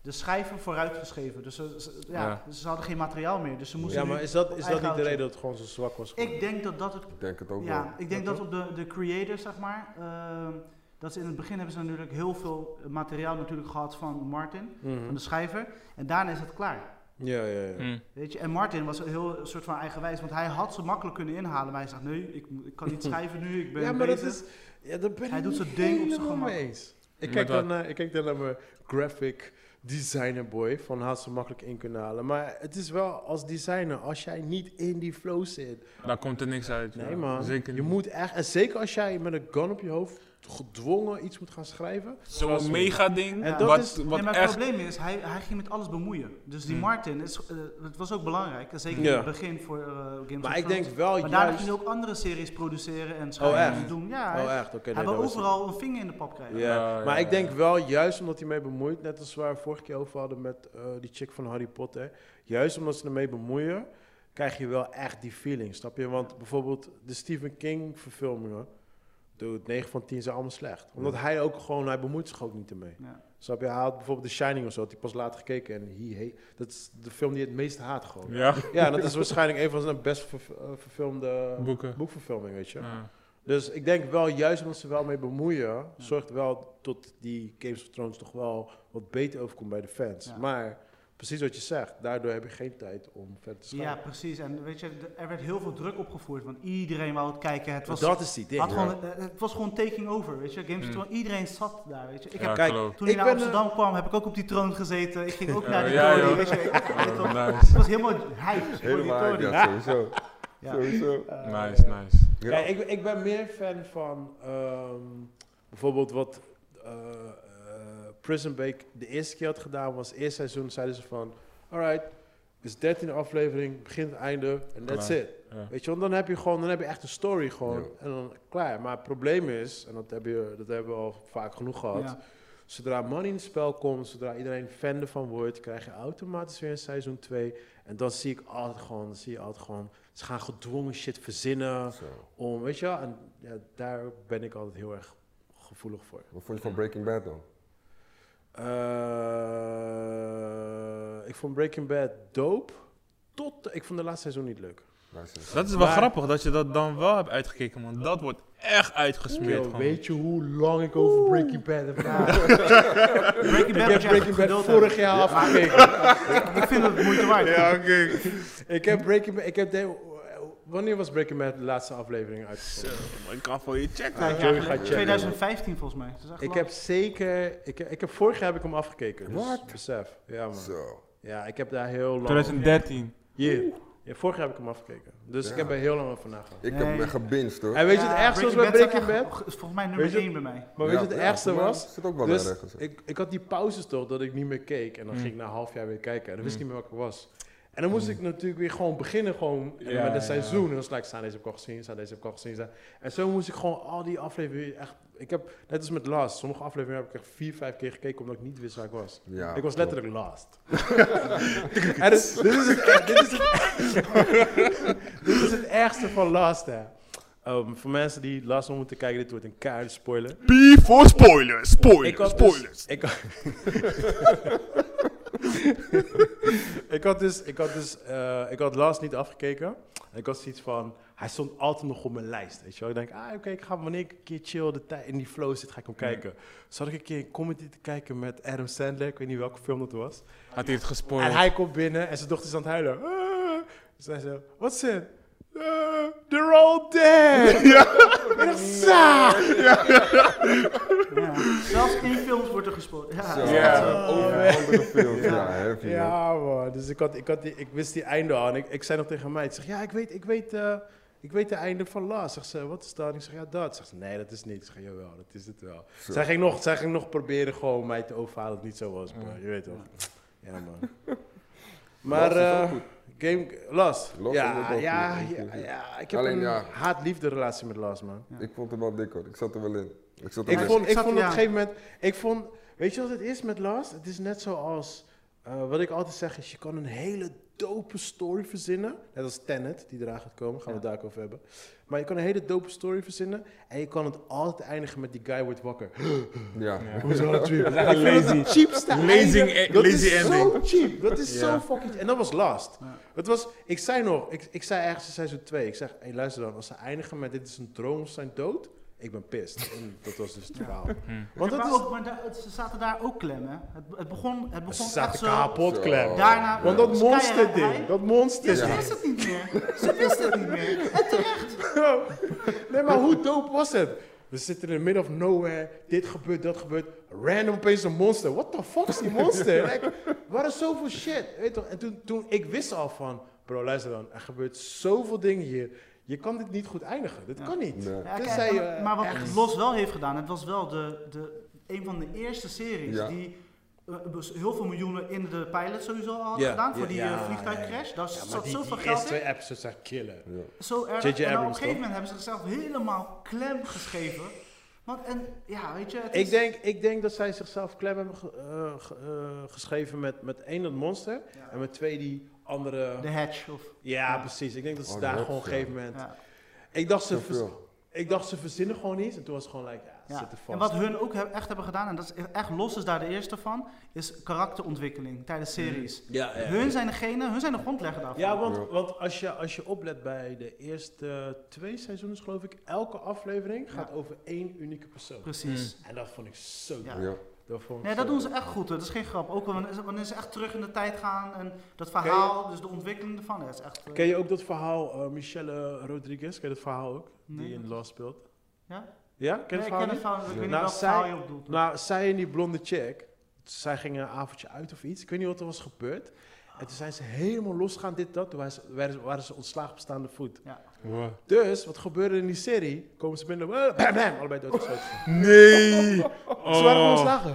de schijven vooruitgeschreven. Dus ze, ze- ja, Ja. dus ze hadden geen materiaal meer. Dus ze moesten Ja, nu maar is dat, op is dat eigen niet de houtje. reden dat het gewoon zo zwak was? Ik denk dat dat het... Ik denk het ook Ja, wel. ik denk Ja, dat op de, de creators, zeg maar... ehm, dat ze in het begin hebben ze natuurlijk heel veel materiaal natuurlijk gehad van Martin, Mhm. van de schrijver. En daarna is het klaar. Ja, ja, ja. Hm. Weet je? En Martin was heel een soort van eigenwijs, want hij had ze makkelijk kunnen inhalen. Maar hij zegt, nee, ik, ik kan niet schrijven nu, ik ben Ja, maar bezig. dat is... Ja, daar ben Hij ik doet niet zijn ding op zijn helemaal gemak. mee eens. Ik Met kijk, wat? dan, naar- ik kijk dan naar mijn graphic designer boy, van had ze makkelijk in kunnen halen. Maar het is wel als designer, als jij niet in die flow zit. Daar komt er niks uit. Nee ja. man, Zeker je niet. moet echt, en zeker als jij met een gun op je hoofd gedwongen iets moet gaan schrijven. Zo'n mega ding, En dat wat, is- wat Nee, maar het echt... probleem is, hij, hij ging met alles bemoeien. Dus die Hmm. Martin, is, eh, het was ook belangrijk. en Zeker Ja. in het begin voor eh Games Maar of ik Thrones. denk wel Maar daarna juist... ging hij ook andere series produceren en schrijven echt? en doen. Ja, hij, Oh echt, oké. hij nee, wil dat was- overal een vinger in de pap krijgen. Ja, Ja, maar ja, ik denk ja. wel, juist omdat hij mee bemoeit, net als waar we vorige keer over hadden met eh, die chick van Harry Potter, juist omdat ze ermee bemoeien, krijg je wel echt die feeling, snap je? Want bijvoorbeeld de Stephen King verfilmingen, dude, negen van tien zijn allemaal slecht. Omdat hij ook gewoon, hij bemoeit zich ook niet ermee. Ja. Snap je? Hij had bijvoorbeeld The Shining of zo, had hij pas later gekeken en he, he, dat is de film die het meest haat gewoon. Ja, Ja, en dat is waarschijnlijk een van zijn best ver- eh, verfilmde boeken. boekverfilmingen, weet je? Ja. Dus ik denk wel, juist omdat ze wel mee bemoeien, zorgt wel tot die Games of Thrones toch wel wat beter overkomt bij de fans. Ja. Maar precies wat je zegt, daardoor heb je geen tijd om verder te schrijven. Ja, precies. En weet je, de- er werd heel veel druk opgevoerd, want iedereen wou het kijken. Het was, dat is die ding. had Ja. gewoon, eh, het was gewoon taking over, weet je. Games of Mm. Thrones, iedereen zat daar, weet je. Ik Ja, heb, kijk, klopt. toen hij ik naar ben, Amsterdam kwam, heb ik ook op die troon gezeten. Ik ging ook naar die Ja, troon, joh. weet je. Ik, ik- weet toch, Nice. het was helemaal hype voor die Helemaal, troon. ja, sowieso. Ja. Sowieso. Eh, Nice, nice. Ja. Kijk, ik, ik ben meer fan van ehm, bijvoorbeeld wat eh, eh, Prison Break de eerste keer had gedaan, was het eerste seizoen, zeiden ze van, alright, het is dertiende aflevering, begin het einde, en that's Klaar. it. Ja. Weet je, want dan heb je gewoon, dan heb je echt een story gewoon, Ja. en dan klaar. Maar het probleem is, en dat, heb je, dat hebben we al vaak genoeg gehad, Ja. zodra money in het spel komt, zodra iedereen fan ervan wordt, krijg je automatisch weer een seizoen twee. En dan zie ik altijd gewoon, dan zie je altijd gewoon, ze gaan gedwongen shit verzinnen Zo. om, weet je wel, en ja, daar ben ik altijd heel erg gevoelig voor. Wat vond je van Breaking Bad dan? Eh, ik vond Breaking Bad dope, tot, ik vond de laatste seizoen niet leuk. Luister. Dat is wel Maar- grappig dat je dat dan wel hebt uitgekeken, man. Dat wordt echt uitgesmeerd Yo, gewoon. weet je hoe lang ik over Breaking Bad heb gedaan? Breaking Ik Bad heb moet je Breaking echt Bad geduld vorig jaar afgekeken. Ik vind het moeite waard. Ja, oké. Ik heb Breaking Bad, ik heb de, wanneer was Breaking Bad de laatste aflevering Zo, uitgezonden? man, ik kan voor je checken. Vijf Joey jaar gaat geleden. checken, twintig vijftien volgens mij. Dat is echt Ik lang. heb zeker, ik heb, ik heb vorig jaar heb ik hem afgekeken. Dus What? besef. Ja man. Zo. Ja, ik heb daar heel lang. twintig dertien. Yeah. Ja, vorig jaar heb ik hem afgekeken. Dus ik Ja. heb er heel lang over nagedacht. Ik Nee. heb hem gebinged hoor. En weet je Ja, het ergste was bij Bad is Breaking echt- Bad? is volgens mij nummer Weet je- één bij mij. Maar weet je wat het ergste voor mij was? Zit ook wel Dus daar ergens. ik, ik had die pauzes toch dat ik niet meer keek. En dan Mm. ging ik na een half jaar weer kijken. En dan wist ik Mm. niet meer wat ik was. En dan moest ik natuurlijk weer gewoon beginnen gewoon Ja, met ja, een ja. seizoen. En dan sla ik, staan deze heb ik al gezien, staan deze heb ik al gezien. staan- En zo moest ik gewoon al die afleveringen echt... Ik heb, net als met Last, sommige afleveringen heb ik echt vier, vijf keer gekeken omdat ik niet wist waar ik was. Ja, ik was klopt. letterlijk lost. En dit, dit, is het, dit, is het, dit is het ergste van Last, hè. Um, voor mensen die Last nog moeten kijken, dit wordt een keiharde spoiler. P voor spoilers, spoilers, Ik had spoilers. dus, ik, had- ik had dus, ik had dus, eh, ik had Last niet afgekeken. En ik had zoiets van, hij stond altijd nog op mijn lijst, weet je wel. Ik denk, ah oké, ik ga wanneer ik een keer chill de tijd in die flow zit, ga ik hem kijken. Zat ik een keer een comedy te kijken met Adam Sandler, ik weet niet welke film dat was. Had hij het gespoord? En hij komt binnen en zijn dochter is aan het huilen. Ah. Dus hij zo, what's it? Uh, they're all dead! Ja. Ik dacht, "Sa." Ja. Zelfs in films wordt er gespoord. Ja. Zo, Ja. over andere films. Ja, heavy, man. Ja, man. Dus ik, had, ik, had die, ik wist die einde al. En ik, ik zei nog tegen mij, ik zeg, ja, ik weet, ik weet, eh, ik weet de einde van Last. Zeg ze, wat is dat? Ik zeg, ja, dat. Zeg ze, nee, dat is niet. Ik zeg, jawel, dat is het wel. Zo. Zij ging, nog, zij ging nog proberen gewoon mij te overhalen dat het niet zo was. Maar je weet toch. Ja, man. Maar, Last is ook eh goed. Game, Last. Last ja, is ook ja, goed. ja, ja, ik heb Alleen, een ja. haat-liefde relatie met Last, man. Ja. Ik vond hem wel dik hoor. Ik zat er wel in. Ik zat er Ik Ja, wel vond, ik ik zat- vond op ja. een gegeven moment, ik vond, weet je wat het is met Last? Het is net zoals Uh, wat ik altijd zeg is, je kan een hele dope story verzinnen. Net als Tenet, die eraan gaat komen, gaan we Ja. het daar over hebben. Maar je kan een hele dope story verzinnen en je kan het altijd eindigen met die guy wordt wakker. Ja. Hoezo dat cheap? Dat is echt Ik vind het lazy. het cheapste Lazy einde. e- Dat lazy is ending. zo cheap. Dat is Ja. zo fucking... En dat was Last. Ja. Het was... Ik zei nog... Ik, ik zei ergens in seizoen twee. Ik zeg, hey, luister dan. Als ze eindigen met dit is een droom of zijn dood... Ik ben pissed. En dat was dus het verhaal. Hmm. Want Ja, dat maar is... ook, maar daar- het- ze zaten daar ook klem, hè. Het, het begon, het Ze begon echt zaten zo... kapot klem. Zo. Daarna... Want dat Sky monster High- ding. Dat monster Ja, ze ding. wist het niet meer. Ze wist het niet meer. En terecht. Nee, maar hoe dope was het? We zitten in the middle of nowhere. Dit gebeurt, dat gebeurt. Random opeens een monster. What the fuck is die monster? Like, er waren zoveel shit. Weet je toch? En toen, toen, ik wist al van... Bro, luister dan. Er gebeurt zoveel dingen hier. Je kan dit niet goed eindigen. Dit Ja. kan niet. Nee. Ja, Tenzij kijk, je, maar, eh, maar wat echt- Los wel heeft gedaan, het was wel de, de, een van de eerste series Ja. die uh, dus heel veel miljoenen in de pilot sowieso al had Ja, gedaan, voor ja, die ja, uh, vliegtuigcrash. ja, Daar Ja, maar zat die, zoveel die geld eerste in. twee episodes zijn killen. Ja. Zo erg. J J En dan op een Abrams, gegeven toch? moment hebben ze zichzelf helemaal klem geschreven. Want en ja, weet je, het Ik is- denk, ik denk dat zij zichzelf klem hebben ge- eh, ge- eh, geschreven met, met één dat monster. Ja. En met twee die andere... de Hedge of... Ja, Ja. precies. Ik denk dat ze Oh, daar dat, gewoon op een ja. gegeven moment... Ja. Ik dacht, ze vers- Zoveel. ik dacht ze verzinnen gewoon iets. En toen was het gewoon like, ja, ze Ja. zitten vast. En wat hun ook he- echt hebben gedaan, en dat is echt Los is daar de eerste van, is karakterontwikkeling tijdens series. Ja, ja, ja. Hun zijn degene, hun zijn de grondlegger daarvan. Ja, want, Ja. want als, je, als je oplet bij de eerste twee seizoenen, geloof ik, elke aflevering Ja. gaat over één unieke persoon. Precies. En dat vond ik zo Ja. dope. Ja. Dat vond ik Nee, zo dat doen ze dope. echt goed. Hoor. Dat is geen grap. Ook wanneer ze, wanneer ze echt terug in de tijd gaan en dat verhaal, dus de ontwikkeling ervan, dat is echt... eh, Ken je ook dat verhaal, uh, Michelle Rodriguez, ken je dat verhaal ook? Nee. Die in Lost speelt. Ja? Ja, ken je Nee, het ik verhaal ken het niet? verhaal, ik weet niet Nou, welk zij- verhaal je op doelt. Nou, zij en die blonde chick, zij gingen een avondje uit of iets. Ik weet niet wat er was gebeurd. En toen zijn ze helemaal losgegaan, dit, dat. Toen waren ze, waren, waren ze ontslagen op staande voet. Ja. Wow. Dus, wat gebeurde in die serie? Komen ze binnen, bam, bam, bam, allebei doodgeschoten. Nee! Ze waren gewoon ontslagen.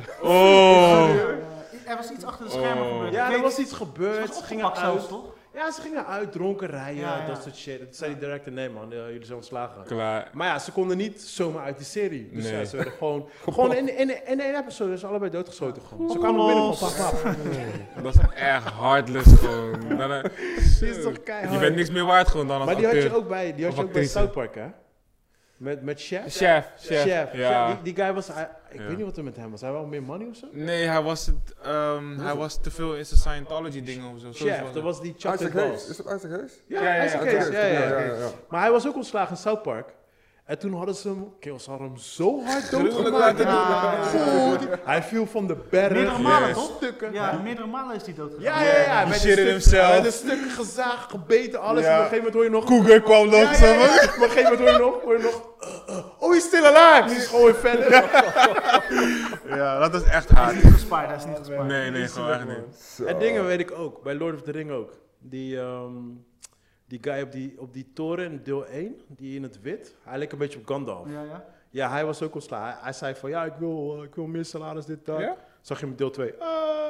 Oh! Eh, er was iets achter de schermen Oh. gebeurd. Ja, Ik er weet- was iets Ze gebeurd. was Ze gingen opgepakt zelfs, uit. toch? Ja, ze gingen uit, dronken rijden, Ja, ja. dat soort shit. Toen zei die director, nee man, eh, jullie zijn ontslagen. Klaar. Maar ja, ze konden niet zomaar uit die serie. Dus Nee. ja, ze werden gewoon... gewoon in, in, in één episode is ze allebei doodgeschoten. Gewoon. Ze kwamen binnen gewoon, pap, pap. Dat is echt heartless gewoon. Dan, eh, Die is toch keihard. je bent niks meer waard gewoon dan als Maar die had je acteur. ook bij, die had Of je ook bij actrice. South Park, hè? Met, met Chef. Chef, chef. Chef. Ja. Die, die guy was... hij- ik Ja. weet niet wat er met hem was. Hij had wel meer money of zo? Nee, hij was, het, ehm, hij was te veel in zijn Scientology dingen of zo. Zoiets Chef, was dat het. was die Chuck Isaac Balls. Hayes. Is het Isaac Hayes? Ja, Ja, ja, Isaac ja, Hayes, Isaac ja, ja, Hayes, ja. ja, ja, ja. Maar hij was ook ontslagen in South Park. En toen hadden ze hem... Kills hadden hem zo hard Gruwelijk doodgemaakt. laten Ja. doen. Goed. Hij viel van de berg. Meerdere malen, in toch? Stukken. Ja, meerdere malen is die dood gegaan. Ja, ja, ja. Die Met shit de in stukken- hemzelf. met de stukken gezaagd, gebeten, alles. Ja. En op een gegeven moment hoor je nog... Cougar kwam Ja, nog ja, zo. ja, ja. Maar op een gegeven moment hoor je nog... Hoor je nog uh, uh, oh, he's still alive. Die is gewoon weer verder. Ja, dat is echt Hij hard. is niet gespaard, hij is niet gespaard. Nee, nee, gewoon echt niet. Zo. En dingen weet ik ook. Bij Lord of the Ring ook. Die, ehm, die guy op die, op die toren in deel één, die in het wit. Hij leek een beetje op Gandalf. Ja, ja. Ja, hij was ook ontslagen. Hij, hij zei van, ja, ik wil, uh, ik wil meer salaris, dit, dat. Ja? Zag je hem in deel twee.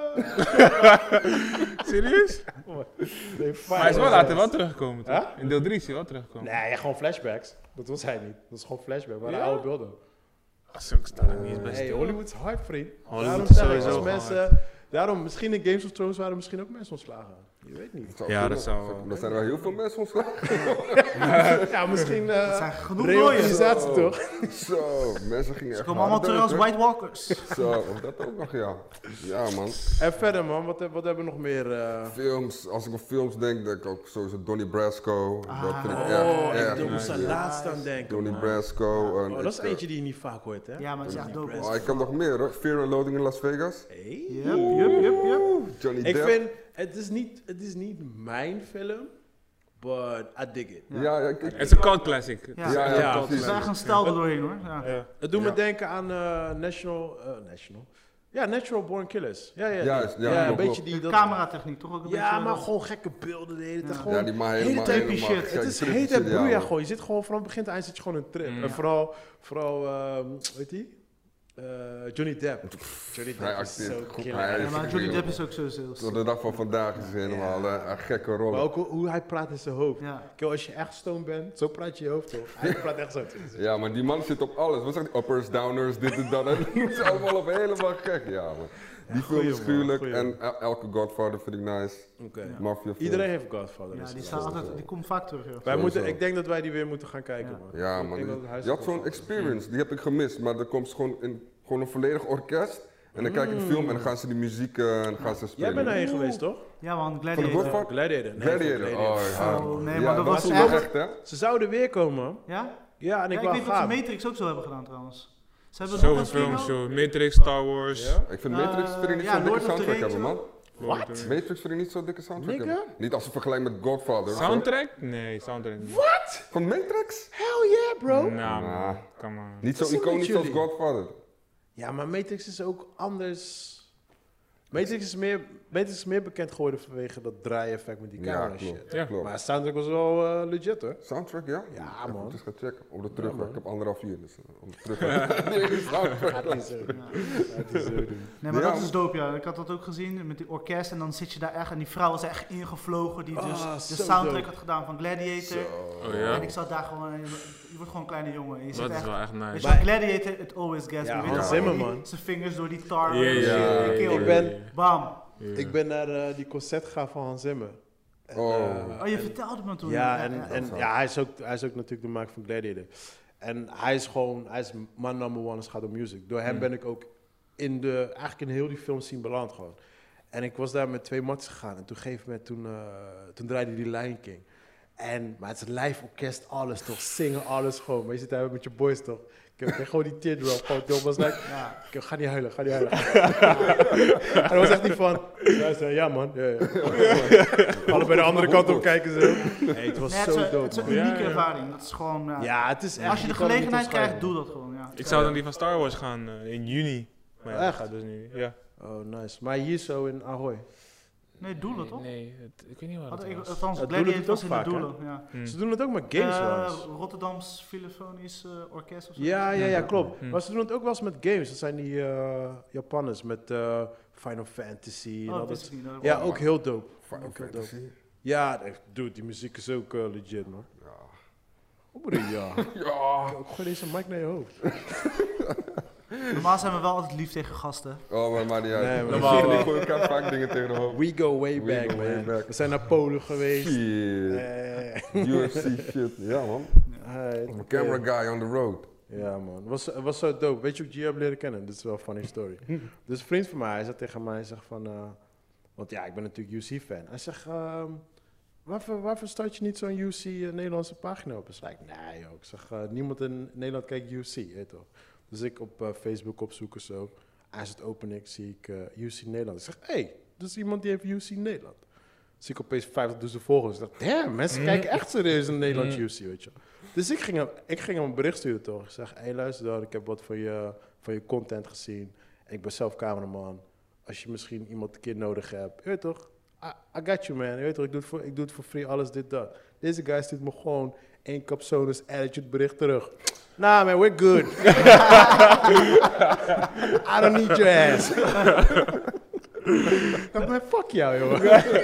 Serieus? Nee, Maar hij is wel later wel teruggekomen, toch? Huh? In deel drie is hij wel teruggekomen. Nee, ja, gewoon flashbacks. Dat was hij niet. Dat is gewoon flashback. Maar Ja? oude beelden. Zo, ik sta er niet eens bij Hey, stil. Hollywood is hard, vriend. Hollywood daarom is zeg ik, sowieso als gewoon mensen... Daarom, misschien in Games of Thrones waren misschien ook mensen ontslagen. Je weet niet. Zou Ja, kunnen. dat zou wel. Er zijn wel heel veel mensen ontslagen. Ja, misschien... eh, Dat zijn genoeg mooie. reorganisatie, Zo. toch? Zo, mensen gingen Ze echt komen allemaal terug als harder, White Walkers. hè? Zo, of dat ook nog, ja. Ja, man. En verder, man. Wat, wat hebben we nog meer? eh? Films, als ik op films denk, denk ik ook sowieso Donnie Brasco. Ah. Dat vind ik Oh, echt, ik echt moest goed. er laatst aan denken, Donnie man. Brasco. en Oh, dat is ik, eh, eentje die je niet vaak hoort, hè? Ja, maar het is echt dope. Brasco. Oh, ik heb nog meer hoor. Fear and Loathing in Las Vegas. Hey. Yep, yep, yep, yep. Johnny Ik Depp. vind, het is, niet, het is niet mijn film, but I dig it. Ja. Ja, ja, ik, ik- Het is een cult classic. Ja, ja, ja, Ja, Er precies. is echt een stijl er doorheen hoor. Ja. Ja. Het doet me Ja. denken aan eh, National, eh, National, ja, Natural Born Killers. Ja, ja, Juist, die- ja, ja, een klopt, beetje klopt. die... De Dat, cameratechniek toch ook een beetje... ja, maar dat- gewoon gekke beelden de hele tijd. Ja. Gewoon, Ja, die maar hele helemaal, type helemaal shit. het gek, is trippy heet het shit, ja, broeia man. gewoon. Je zit gewoon vanaf begin tot eind zit je gewoon in een trip. Mm. En vooral, vooral ehm, hoe heet die? Eh, Johnny Depp. Johnny Hij Depp is acteert zo goed, killer. hij Ja, is maar Johnny heel- Depp is ook sowieso... Tot de dag van vandaag is hij helemaal eh, een gekke rol. Maar ook hoe, hoe hij praat in zijn hoofd. Ja. Kijk, als je echt stoned bent, zo praat je in je hoofd toch? Hij praat echt zo. Ja, maar die man zit op alles. Wat zeg je? Uppers, downers, dit en dat. En dat is allemaal op helemaal gek. Ja, man. Die film goeie, is man, gruwelijk goeie. en el- elke Godfather vind ik nice. Oké. Ja. Mafia film. Iedereen heeft Godfather. Ja, is die, het staat wel. altijd, die komt vaak terug, joh. Wij Sowieso. moeten, ik denk dat wij die weer moeten gaan kijken, Ja. man. Ja Ik man, denk dat die- het huis je had ook zo'n wel- experience, die heb ik gemist, maar er komt gewoon, in, gewoon een volledig orkest. En dan kijk ik de film en dan gaan ze die muziek eh, en dan gaan ze spelen. Jij bent daarheen geweest, toch? Ja man, Van de Gladiator. Godfather? Gladiator. Nee, Gladiator, van oh ja. Oh, nee, ja, maar dat was toen echt- wel echt hè? Ze zouden weer komen. Ja? Ja, en Ja, ik ik wou weet dat ze gaan. Matrix ook zo hebben gedaan trouwens. Ze hebben Zoveel nog een films, spin-off. joh. Matrix, Star Wars. Ja? Ik vind Eh, Matrix vind ik niet ja, zo'n dikke Lord of the soundtrack Rings hebben man. Wat? Matrix vind ik niet zo'n dikke soundtrack Nigga? hebben. Niet als je vergelijkt met Godfather. of zo. Soundtrack? Nee, soundtrack niet. Van Matrix? Hell yeah, bro. Nou, Nah. man. Come on. Niet zo Wat is er met iconisch als jullie? Godfather. Ja, maar Matrix is ook anders. Matrix is meer, Matrix is meer bekend geworden vanwege dat draai-effect met die Ja, camera klopt. shit. Ja. klopt. Maar soundtrack was wel eh, legit, hoor. Soundtrack, ja? Ja, Even man. Dus gaan checken. Op de terugweg. man. Ik heb anderhalf uur, dus eh, op de terugweg. Nee, die soundtrack. Gaat niet zo doen. Gaat niet zo doen. Nee, maar Ja. dat is dope, ja. Ik had dat ook gezien met die orkest en dan zit je daar echt en die vrouw was echt ingevlogen die dus Ah, de zo soundtrack dope. had gedaan van Gladiator. Oh ja? En ik zat daar gewoon, je je wordt gewoon een kleine jongen. En je zit Dat is echt, wel echt weet nice. je wel, Gladiator, it always gets Ja, me. Weet Hans je wel, Zimmer, die- man. Zijn vingers door die tar. Ja, en shit ja, in je ja, keel. Ik ben- Bam. Ja. Ik ben naar eh, die concert gegaan van Hans Zimmer. En, Oh. eh, Oh, je en- vertelde me toen. Ja, en, ja. en ja, hij, is ook, hij is ook natuurlijk de maker van Gladiator. En hij is gewoon, hij is man number one als het gaat om music. Door hem Mm. ben ik ook in de, eigenlijk in heel die film zien beland gewoon. En ik was daar met twee matjes gegaan en toen gegeven moment, toen, uh, toen draaide die Lion King. En, maar het is een live orkest, alles toch, zingen, alles gewoon. Maar je zit daar met je boys toch. Ik heb echt gewoon die teardrop, gewoon Tom was like, Ja. ik ga niet huilen, ga niet huilen. En dan was echt niet van, luister, ja man, ja, ja. Alle bij de andere kant op kijken zo. Hey, het was Nee, het zo is een- dope, het is een man. Ja, unieke ja. ervaring. Dat is gewoon, ja. Ja, het is echt. Als je de kan het niet gelegenheid krijgt, omschrijven. doe dat gewoon. Ja. Ik zou dan die van Star Wars gaan eh, in juni. Maar ja, dat Echt? gaat dus niet. Ja. Oh, nice. Maar hier zo in Ahoy. Nee, doelen toch? Nee, het, ik weet niet wat Had het ik, was. althans, Ja, Doelen Gladiator doet was ook in de vaak, hè? doelen. Ja. Hm. Ze doen het ook met games Eh, wel eens. Rotterdams Filharmonisch eh, Orkest of zo. Ja, ja, ja, klopt. Hm. Maar ze doen het ook wel eens met games. Dat zijn die eh Japanners met eh, Final Fantasy en Oh, al dat dat wist ik niet. Ja, ook heel dope. Final Ook heel Fantasy. dope. Ja, echt, dude, die muziek is ook eh, legit, man. Ja. Hoe bedoel je ja? Ja. Ik gooi deze mic naar je hoofd. Normaal zijn we wel altijd lief tegen gasten. Oh, maar maakt niet uit. Nee, maar- Normaal gooi ik gooi elkaar vaak dingen tegen de hoofd. We go way We back, go way man. back. We zijn naar Polen geweest. Shit. Eh, U F C shit. Ja man. Alright, I'm a oké. camera guy on the road. Ja, man. Het was, het was zo dope. Weet je hoe ik G heb leren kennen? Dit is wel een funny story. Dus een vriend van mij, hij zat tegen mij, hij zegt van... eh, want ja, ik ben natuurlijk U C-fan. Hij zegt, ehm, waarvoor, waarvoor start je niet zo'n U C eh, Nederlandse pagina op? Dus ik, nee joh. Ik zeg, eh, niemand in Nederland kijkt U C, weet toch? Dus ik op eh, Facebook opzoeken zo. Als het open ik, zie ik eh, U C Nederland. Ik zeg, hé, hey, dat is iemand die heeft U C Nederland. Zie ik opeens vijftigduizend volgers. Ik dacht, damn, mensen kijken echt serieus naar Nederlands U C, weet je. Dus ik ging, hem, ik ging hem een bericht sturen toch. Ik zeg, hé hey, luister dan, ik heb wat van je, van je content gezien. En ik ben zelf cameraman. Als je misschien iemand een keer nodig hebt, je weet toch? I, I got you man, je weet toch? Ik doe, het voor, ik doe het voor free, alles dit, dat. Deze guy stuurt me gewoon één Capsonus attitude bericht terug. Nah man, we're good. I don't need your ass. Ik ben fuck jou, jongen.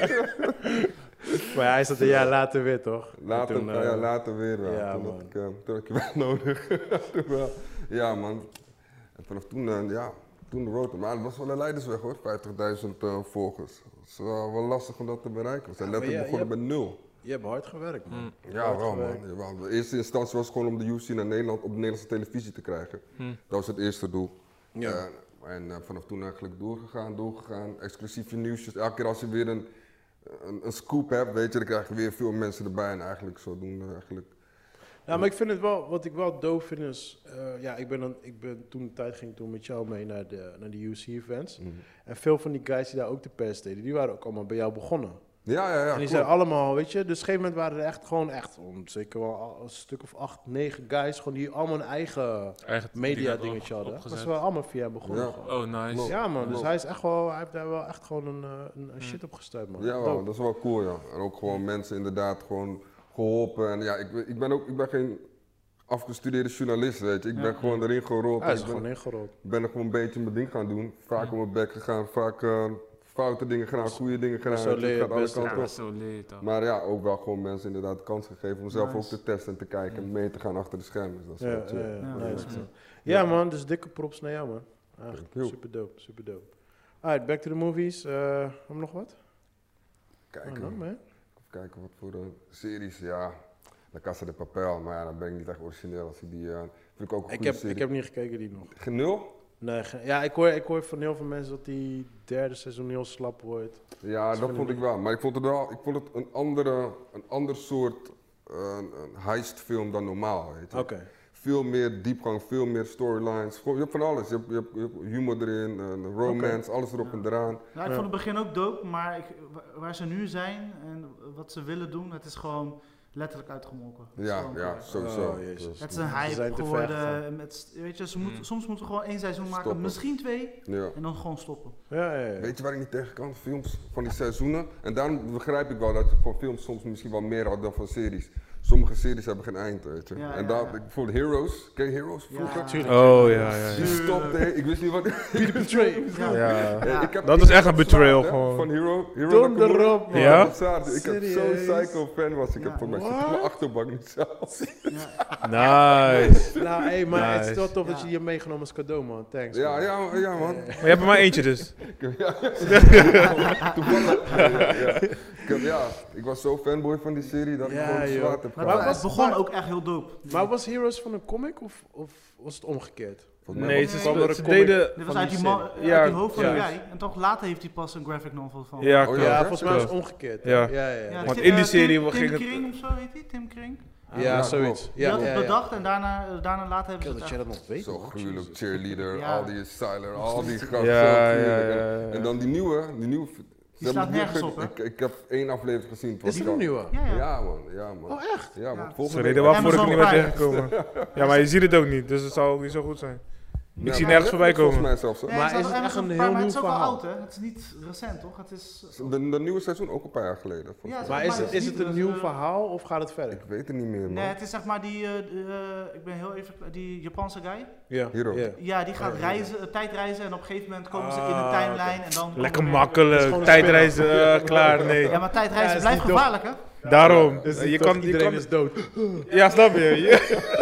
Maar hij zat een jaar later weer, toch? Later, En toen, een paar jaar eh, later weer wel. ja, toen, man. had ik, eh, toen had ik je wel nodig. Toen wel. Ja man. En vanaf toen, eh, ja, toen de road. Maar het was wel een leidersweg hoor, vijftigduizend uh, volgers. Het is wel, wel lastig om dat te bereiken. We zijn Ja, maar letterlijk je- begonnen met nul. Je hebt hard gewerkt, man. Mm. Ja, Hard wel gewerkt. man. Jawel. De eerste instantie was gewoon om de U C naar Nederland op de Nederlandse televisie te krijgen. Hm. Dat was het eerste doel. Ja. Eh, en eh, vanaf toen eigenlijk doorgegaan, doorgegaan. Exclusieve nieuwsjes. Elke keer als je weer een, een, een scoop hebt, weet je, dan krijg je weer veel mensen erbij. En eigenlijk zodoende eigenlijk. Ja, maar ik vind het wel, wat ik wel doof vind is, eh, ja, ik ben, dan, ik ben toen de tijd ging ik toen met jou mee naar de, naar de U C-events. En veel van die guys die daar ook de pers deden, die waren ook allemaal bij jou begonnen. Ja, ja, ja. en die klopt. zijn allemaal, weet je, dus op een gegeven moment waren er echt gewoon echt, om, zeker wel al een stuk of acht, negen guys, gewoon die allemaal een eigen Eigen media ding dingetje hadden. opgezet. Dat is wel allemaal via hem begonnen. Ja. gewoon. Oh, nice. Klopt. Ja man, dus Klopt. hij is echt wel, hij heeft daar wel echt gewoon een, eh, een, een shit op gestuurd man. Ja, Dope. wel, dat is wel cool, ja. En ook gewoon mensen inderdaad gewoon geholpen. En ja, ik, ben- ik ben ook, ik ben geen afgestudeerde journalist, weet je. Ik ben gewoon erin gerold. Hij is ik er ben, gewoon ingerold. ben er gewoon een beetje mijn ding gaan doen. Vaak om mijn bek gegaan, vaak eh, foute dingen gedaan, goede dingen gedaan. zo weet je. leer je Het gaat het alle beste. kanten Ja, op. zo leer je toch. Maar ja, ook wel gewoon mensen inderdaad de kans gegeven om zelf Nice. ook te testen en te kijken en mee te gaan achter de schermen. Dus dat is Ja, wel ja, chill. ja, Ja, nice, ja. man. Ja man, dus dikke props naar jou man. Echt Thank you. super dope, super dope. Alright, back to the movies. Uh, Hebben we nog wat? Kijken, Oh, no, man. even kijken wat voor de series, ja. La Casa de Papel, maar ja, dan ben ik niet echt origineel als ik die... Uh, vind ik ook een Ik goede heb, serie. ik heb niet gekeken die nog. Geen nul? Nee, ge- ja, ik hoor, ik hoor van heel veel mensen dat die derde seizoen heel slap wordt. Ja, Dat dat vind vond ik ik wel. Maar ik vond het wel, ik vond het een andere, een ander soort uh, een heistfilm dan normaal, weet je. Oké. Veel meer diepgang, veel meer storylines. Gewoon, je hebt van alles. Je hebt, je hebt, je hebt humor erin, uh, romance, alles erop Ja. en eraan. Ja, ik Ja. vond het begin ook dope, maar ik, wa- waar ze nu zijn en wat ze willen doen, het is gewoon letterlijk uitgemolken. Het is Ja, gewoon ja, klaar. sowieso. Oh, jezus. Dus, Het is een Ze zijn hype te ver geworden. gegaan. Met, weet je, ze moeten, Mm. soms moeten we gewoon één seizoen maken, Stoppen. misschien twee, ja. en dan gewoon stoppen. Ja, ja, ja. Weet je waar ik niet tegen kan? Films van die seizoenen. En daarom begrijp ik wel dat je van films soms misschien wel meer had dan van series. Sommige series hebben geen eind, weet je. Ja, en ja, daar, ja. bijvoorbeeld Heroes, ken je Heroes vroeger? Ja. Tuurlijk. Oh ja, ja, Die ja. stopte, ik wist niet wat... Peter Betrayed. Ja. Ja. Eh, ik heb- Dat ik is heb echt een het betrayal slaat, hè, gewoon. Van Hero. Hero Donder Nakamura. op, man. Ja? dat staat. Ik heb zo'n Serieus? psycho fan was. Ik Ja. heb voor mij zit op What? mijn achterbank niet zelfs. Ja. Nice. Nou, hey, maar het is Nice. wel tof dat Ja. je die hebt meegenomen als cadeau, man. Thanks. Ja, man. ja, ja man. Maar je hebt er maar eentje dus. Toevallig. Ja, ja. Ik, heb, ja, ik was zo fanboy van die serie dat Ja, ik gewoon joh. zwaard heb Maar Maar gehad. het was- begon maar- ook echt heel dope. Maar was Heroes van een comic of, of was het omgekeerd? Volgens mij Nee, was- ze, kwam door een ze comic. deden... Dit was van uit die die, man, serie. uit Ja, die hoofd van ja. jij. En toch later heeft hij pas een graphic novel van. Ja, Oh, klopt. ja, Ja, hè? volgens mij was het Klopt. omgekeerd. Ja. ja, ja. ja. Ja, Want Tim- in die eh, serie Tim, ging Tim het- Kring of zo heet hij? Tim Kring? Ja, Ja, zoiets. klopt. Die Ja, had ja, het ja. bedacht en daarna, daarna later hebben Kill ze dat het jij dat nog weet. Zo man. gruwelijk, Jesus. cheerleader, Ja. al die styler, al die gasten. Ja, zo ja, gruwelijk. ja, En- ja. En dan die nieuwe, die nieuwe. ze hebben slaat het weer nergens ge- op, hè? Ik, ik heb één aflevering gezien. het was Is die al- een nieuwe? Ja, ja. Ja man, ja man. Oh, echt? Ja, Ja. man. Ze Volgende reden week- wel voor ik er niet Amazon meer Prime. tegenkomen. Ja, maar je ziet het ook niet, dus het zal niet zo goed zijn. Ja, zie maar nergens Netflix voorbij komen. Volgens mij zelfs. hè? Nee, Maar het is is het echt Amazon een Prime, heel maar nieuw het is ook wel verhaal? oud, hè? Het is niet recent, toch? Het is... De, de nieuwe seizoen ook een paar jaar geleden. volgens Ja, mij. Maar Maar is het het, is is niet het een dus, nieuw eh, verhaal of gaat het verder? Ik weet het niet meer man. Nee, het is zeg maar die, eh, eh, ik ben heel even, die Japanse guy. Ja. Hero. Ja. Ja, die gaat Ja. reizen, eh, tijdreizen en op een gegeven moment komen ze in Ah, de timeline en dan... komen Lekker er- Het is makkelijk, gewoon een tijdreizen, eh, klaar, nee. Ja, maar tijdreizen Ja, is blijft niet dom. gevaarlijk, hè? Daarom, Dus je kan, je iedereen kan, is dood. ja snap je? Ja.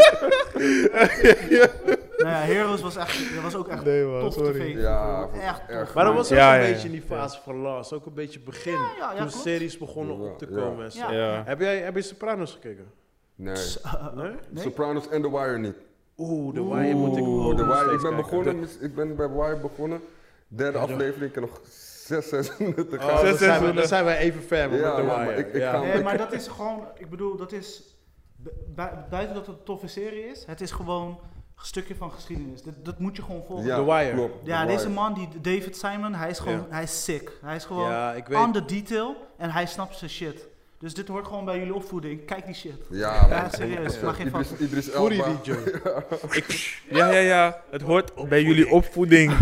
Nou ja, Heroes was, echt, dat was ook echt Nee, man, tof sorry. tv. Ja, echt erg tof. Maar dat was ook Ja, een ja, ja. beetje in die fase van Last. Ook een beetje begin. Ja, ja, ja, toen klopt. series begonnen Ja, op te ja. komen en zo. Ja. Ja. Heb, jij, heb je Sopranos gekeken? Nee. Nee? Nee? Sopranos en The Wire niet. Oeh, The Wire moet ik Oeh, ook The nog Wire. Ik steeds ben kijken. begonnen, mis- ik ben bij The Wire begonnen. Derde Ja, de- aflevering, ik heb nog zes seizoenen te Oh, gaan. dan, Zes zijn we, seizoenen. dan zijn wij even fan met Ja, The maar- Wire. maar ik- ik ja. ga- Nee, maar dat is gewoon, ik bedoel, dat is, bu- bu- buiten dat het een toffe serie is, het is gewoon een stukje van geschiedenis. Dat, dat moet je gewoon volgen. Ja, The Wire. klopt. Ja, The deze Wire. man, die David Simon, hij is gewoon, Ja. hij is sick. Hij is gewoon Ja, ik weet. on the detail en hij snapt zijn shit. Dus dit hoort gewoon bij jullie opvoeding. Kijk die shit. Ja, Ja, man. serieus, mag geen Idris, vast. Idris Voel je Elba. die, Joe? Ik, ja, ja, ja, het hoort bij jullie opvoeding.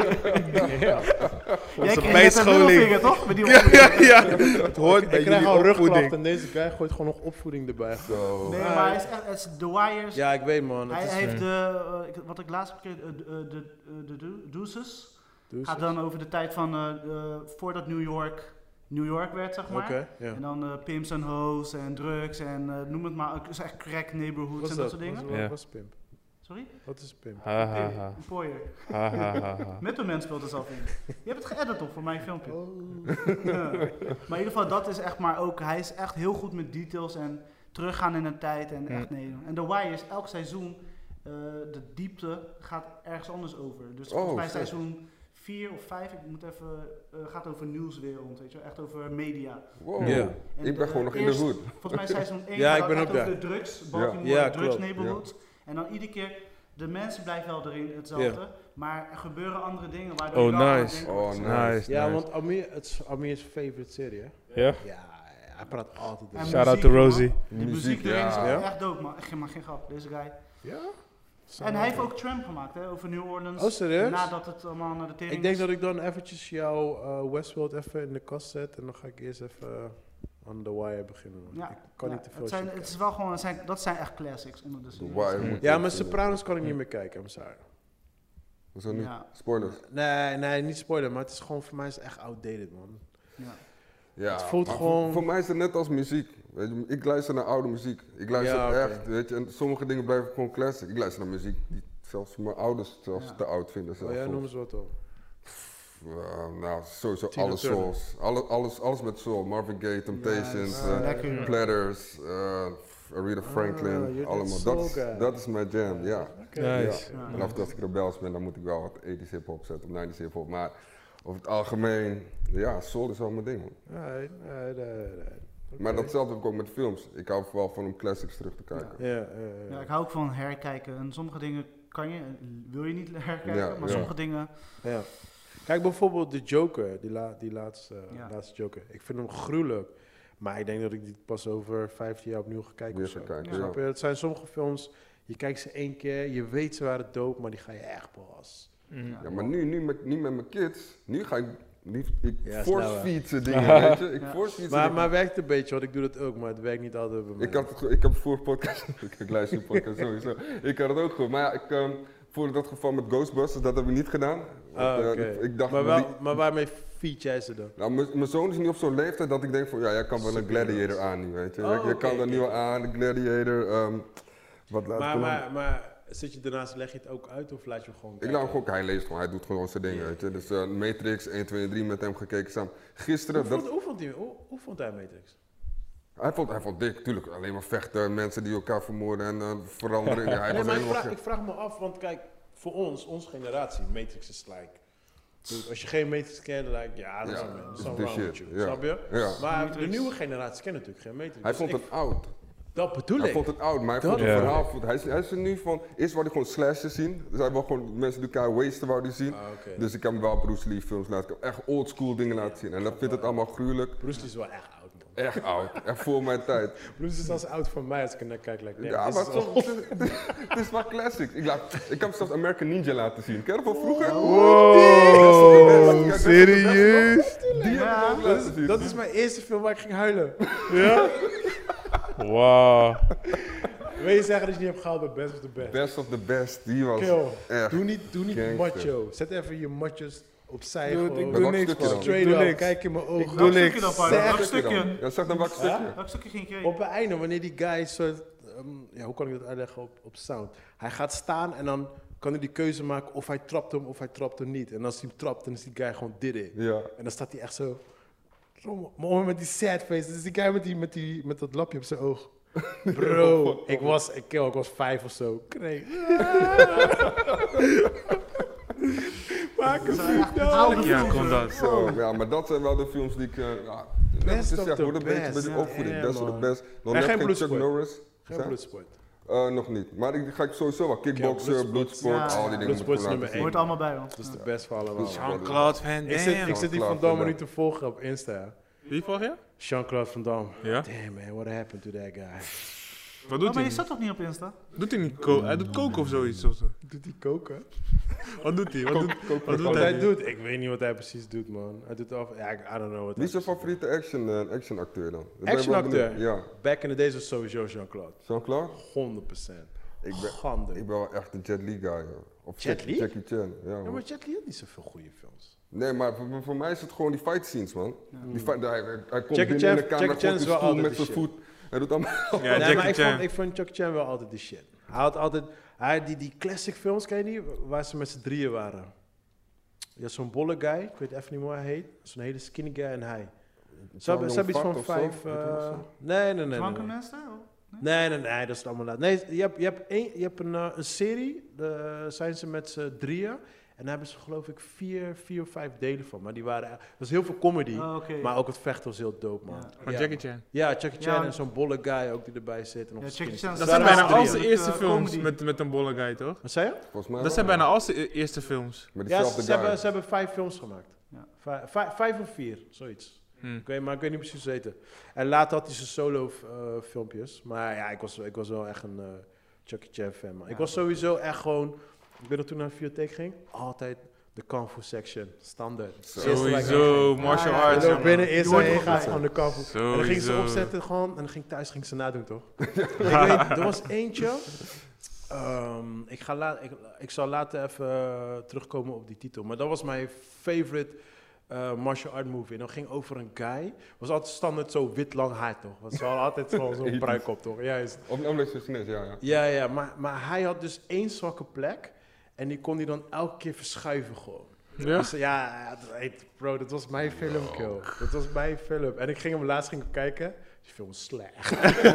Jij Onze kreeg net een bijscholing. middelvinger, toch? Met die Ja, opvoeding. ja, ja, het hoort bij Ik krijg al jullie rugklachten opvoeding. en deze guy gooit gewoon nog opvoeding erbij. Zo. Nee, maar hij is echt, het is The Wires. Ja, ik weet man. Hij Het is, heeft de, eh, ik- wat ik laatst heb gekeken, eh, de, de, de, de Deuces. Dus- Gaat dan over de tijd van, eh, eh, voordat New York New York werd, zeg maar. Oké, ja. En dan eh, pimps en hoes en drugs en eh, noem het maar. Het is echt crack neighborhoods Wat en is dat dat? soort dingen. Wat is- Ja. Wat is pimp? Sorry? Wat is pimp? Ha, ha, ha. Een pooier. Ha, ha, ha, ha. Met een mens speelt er zelf in. Je hebt het geëdit op voor mijn filmpje. Oh. Ja. Maar in ieder geval, dat is echt maar ook, hij is echt heel goed met details en teruggaan in de tijd en echt nee. En The Wire is elk seizoen, eh, de diepte gaat ergens anders over. Dus volgens Oh, mij vet. seizoen vier of vijf, ik moet even, eh, gaat over nieuwswereld, weet je wel, echt over media. Wow. Ja. En Ik ben de gewoon nog in de eerste- hood. Volgens mij seizoen één Ja, gaat ik ben echt ook over daar. de drugs, Baltimore Ja, drugs klopt. neighborhood. En dan iedere keer, de mensen blijven wel erin hetzelfde, maar er gebeuren andere dingen waardoor Oh, je wel aan nice. denkt, Oh, wat is er- nice. Nice, Ja, nice. want Amir, het is Amir's favorite serie, hè? Ja? Ja, hij praat altijd En over. Shout out muziek, to Rosie. man. De Muziek, muziek erin is ja. echt dope, man. Echt, maar geen grap, deze guy. Ja? En hij heeft ook Tramp gemaakt, hè, over New Orleans. Oh, serieus? Nadat het allemaal naar de tering Ik denk is. dat ik dan eventjes jouw uh, Westworld even in de kast zet en dan ga ik eerst even uh, on The Wire beginnen. Man. Ja, Ik kan ja, niet te veel het, zijn, shit het is kijken. wel gewoon, het zijn, dat zijn echt classics onder de The series. Wire Mm. moet Ja, je maar zien. Sopranos kan ik niet meer kijken, I'm sorry. Hoezo niet? Ja. Spoilers. Nee, nee, niet spoilen, maar het is gewoon, voor mij is het echt outdated, man. Ja. Ja, Het voelt maar gewoon- Voor, voor mij is het net als muziek. Weet je, ik luister naar oude muziek. Ik luister Ja, oké. echt, weet je, en sommige dingen blijven gewoon classic. Ik luister naar muziek die zelfs mijn ouders zelfs Ja. te oud vinden. Oh Zelfs ja, soms. noem eens wat op. Uh, nou, sowieso Tina alle Turner. souls. Alle, alles, alles met soul. Marvin Gaye, Temptations, Ja, uh, lekker. Platters, uh, Aretha Franklin, Ah, you're that allemaal. soul Dat is, guy. dat is mijn jam, ja. Oké. Nice. Ja. Ja. En af en toe als ik rebels ben, dan moet ik wel wat eighties hip-hop zetten, of nineties hip-hop. Maar over het algemeen, ja, soul is wel mijn ding, man. Nee, nee, nee, nee. Oké. Maar datzelfde heb ik ook met films. Ik hou vooral van om classics terug te kijken. Ja, ja, ja. Ja, ik hou ook van herkijken. En sommige dingen kan je, wil je niet herkijken, Ja, maar ja. sommige dingen... Ja. Kijk bijvoorbeeld de Joker, die, la, die laatste, Ja. laatste Joker. Ik vind hem gruwelijk. Maar ik denk dat ik die pas over vijftien jaar opnieuw ga kijken Weer of zo. gaan kijken, Ja. Snap je? Het zijn sommige films, je kijkt ze één keer, je weet ze waren dope, maar die ga je echt pas. Mhm. Ja, maar nu, nu, met, nu met mijn kids, nu ga ik, niet, ik Ja, force-feed ze dingen, weet je. Ik Ja. force-feed ze Maar, dingen. maar werkt het een beetje, want ik doe dat ook, maar het werkt niet altijd bij mij. Ik, had het, ge- ik heb voor podcast, ik luister de podcast sowieso, ik had het ook goed. Maar ja, ik, um, voor dat geval met Ghostbusters, dat heb ik niet gedaan. Want, Ah, eh, oké. ik, ik dacht, maar, maar wel, maar waarmee feed jij ze dan? nou, mijn- mijn zoon is nu op zo'n leeftijd dat ik denk van, ja, jij kan wel een Superheroes. Gladiator aan nu, weet je. Oh, je je oké, kan er nu oké. wel aan, een Gladiator, ehm wat laat ik Maar, dan? maar, maar zit je daarnaast, leg je het ook uit of laat je hem gewoon Ik kijken? laat hem gewoon, hij leest gewoon, hij doet gewoon zijn dingen, weet je. Dus eh, Matrix één, twee en drie met hem gekeken samen. Gisteren, Hoe dat, vond, hoe, vond hij, hoe, hoe vond hij Matrix? hij, vond, hij vond dik, tuurlijk. Alleen maar vechten, mensen die elkaar vermoorden en eh, veranderen. Ja, hij Nee, was maar ik helemaal vraag, gek. ik vraag me af, want kijk, voor ons, onze generatie, Matrix is like... Dude, als je geen Matrix kent, dan like, ja, dat is Ja, een is something de wrong shit, with you, ja. snap je? Ja. Maar Matrix. de nieuwe generatie kent natuurlijk geen Matrix. Hij Dus vond ik- het oud. Dat bedoel Hij ik. vond het oud, maar hij Dat- vond het Ja. verhaal. Vond, hij, is, hij is er nu van, eerst wou hij gewoon slashes zien. Dus hij wil gewoon mensen die elkaar wasten wou hij zien. Ah, oké. Dus ik heb hem wel Bruce Lee films laten kijken. Echt old school dingen laten zien. En dat vindt het allemaal gruwelijk. Bruce Lee is wel echt oud, man. Echt oud. Echt voor mijn tijd. Bruce Lee is als oud van mij als ik er naar kijk. Like, nee, Ja, dit maar is het al- is, het is wel classic. Ik, laat, ik heb hem zelfs American Ninja laten zien. Ken je dat van vroeger? Wow, Kijk, serieus? Die heb ik ook dat, laten zien. is, dat is mijn eerste film waar ik ging huilen. Ja? Wauw. Wil je zeggen dat je niet hebt gehaald bij Best of the Best? Best of the best. Die was Kill. echt. Doe niet, doe niet Gangster. macho. Zet even je matjes opzij. Doe- gewoon. ik Met doe welk niks, stukje man. dan? Straight Ik doe up, niks. kijk in mijn ogen. Ik doe Welk niks. stukje dan, Paul? Zeg Welk het stukje? Ja, zeg dan welk stukje. Welk stukje ging je Op het einde, wanneer die guy soort, ehm, ja, hoe kan ik dat uitleggen op, op sound? Hij gaat staan en dan kan hij die keuze maken of hij trapt hem of hij trapt hem niet. En als hij hem trapt, dan is die guy gewoon dit in. Ja. En dan staat hij echt zo, zo maar met die sad face. Dus die guy met, die, met, die, met dat lapje op zijn oog. Bro, ik was, ik, ik was vijf of zo. Kreeg. Maak hem niet oude Ja, films, komt hè? dat. Zo, ja, maar dat zijn wel de films die ik. Uh, ja, Best net of gezegd, the wordt een beetje, best. beetje Ja, opvoeding. ja, Best of the man. best. Nog En net geen geen Chuck bloedsport. Norris. Geen Zijn? bloedsport. Eh, nog niet. Maar ik ga ik sowieso wel. Kickboxer, Bloodsport. bloedsport, Ja, al die dingen Bloodsport moet is ik nummer laten één. Hoort allemaal bij ons. Dat is de Ja. best van allemaal. Dus- Jean-Claude Van Ik zit, ik Damme. zit die Jean-Claude Van Damme Van nu te volgen op Insta. Wie volg je? Jean-Claude Van Damme. Ja? Damn man, what happened to that guy? Wat Oh, doet maar hij? je zat toch niet op Insta? Doet hij niet ko- Hij doet koken of zoiets? Of zo. Doet hij koken? Wat doet hij? Wat doet, wat doet Wat hij? hij doet? Ik weet niet wat hij precies doet, man. Hij doet af... Ja, ik- I don't know what Wie is hij je favoriete action, uh, action acteur dan? Ik ben wel Actionacteur? benieuwd. Ja. Back in the days was sowieso Jean-Claude. Jean-Claude? honderd procent. Ik ben, Gande. ik ben wel echt een Jet Li guy. Ja. Of Jet Jackie- Li? Jackie Chan. Ja, Ja, man. maar Jet Li had niet zoveel goede films. Nee, maar voor, voor mij is het gewoon die fight scenes, man. Die fight, hij, hij, hij komt Jackie binnen Chan- in de kamer, Jackie Chan gooit is die wel stoel altijd met de zijn shit. voet. Hij doet allemaal... Ja, nee, maar Jackie ik vond, Chan. ik vond Jackie Chan wel altijd de shit. Hij had altijd... Hij, die, die classic films, ken je die? Waar ze met z'n drieën waren. Ja, zo'n bolle guy. Ik weet even niet hoe hij heet. Zo'n hele skinny guy en hij. Ze hebben, ze hebben iets van vijf... eh, nee, nee, nee. nee, Franke nee. mensen? Oh. Nee, nee, nee, dat is allemaal laat. Nee, je hebt, je hebt, een, je hebt een, eh, een serie, daar zijn ze met z'n drieën. En daar hebben ze geloof ik vier, vier of vijf delen van. Maar die waren, dat was heel veel comedy. Oh, oké. Maar ook het vechten was heel dope, man. Ja. Van Ja, Jackie man. Chan. Ja, Jackie Chan Ja. en zo'n bolle guy ook die erbij zit. En op Ja, skinny Jackie Chan zit. Dat is zijn waren bijna ze al drieën. zijn eerste Eh, films comedy. met, met een bolle guy, toch? Wat zei je? Volgens mij Dat zijn wel. bijna al zijn e- eerste films. Met Ja, diezelfde ze, ze, hebben, guy. ze hebben vijf films gemaakt. Ja. Vijf, vijf, vijf of vier, zoiets. Hm. Ik weet, maar ik weet niet precies hoe ze heten. En later had hij zijn solo eh, filmpjes. Maar ja, ik was, ik was wel echt een uh, Jackie Chan fan, man. Ik Ja, was sowieso echt gewoon... Ik weet nog toen ik naar de bibliotheek ging, altijd de kung fu section, standaard. Eerste waar ik heen Sowieso, ging. martial Ja, ja, arts. Je loopt jongen. binnen, eerst Je waar hoort je heen toch gaat, wel. gewoon de kung fu. En dan ging ze Sowieso. opzetten gewoon, en dan ging ik thuis ging ze nadoen, toch? ik weet, er was eentje... Ehm, ik, ga la- ik, ik zal later even eh, terugkomen op die titel. Maar dat was mijn favorite eh, martial art movie. En dat ging over een guy. Was altijd standaard zo wit lang haar, toch? Was wel altijd gewoon zo'n pruik op, toch? Juist. Op omdat ze Chinees, ja, ja. Ja, ja, maar, maar hij had dus één zwakke plek. En die kon hij dan elke keer verschuiven gewoon. Ja? Dus, ja, dat- hey, bro, dat was mijn film, kill. Dat was mijn film. En ik ging hem laatst ging ik kijken. Die film is slecht.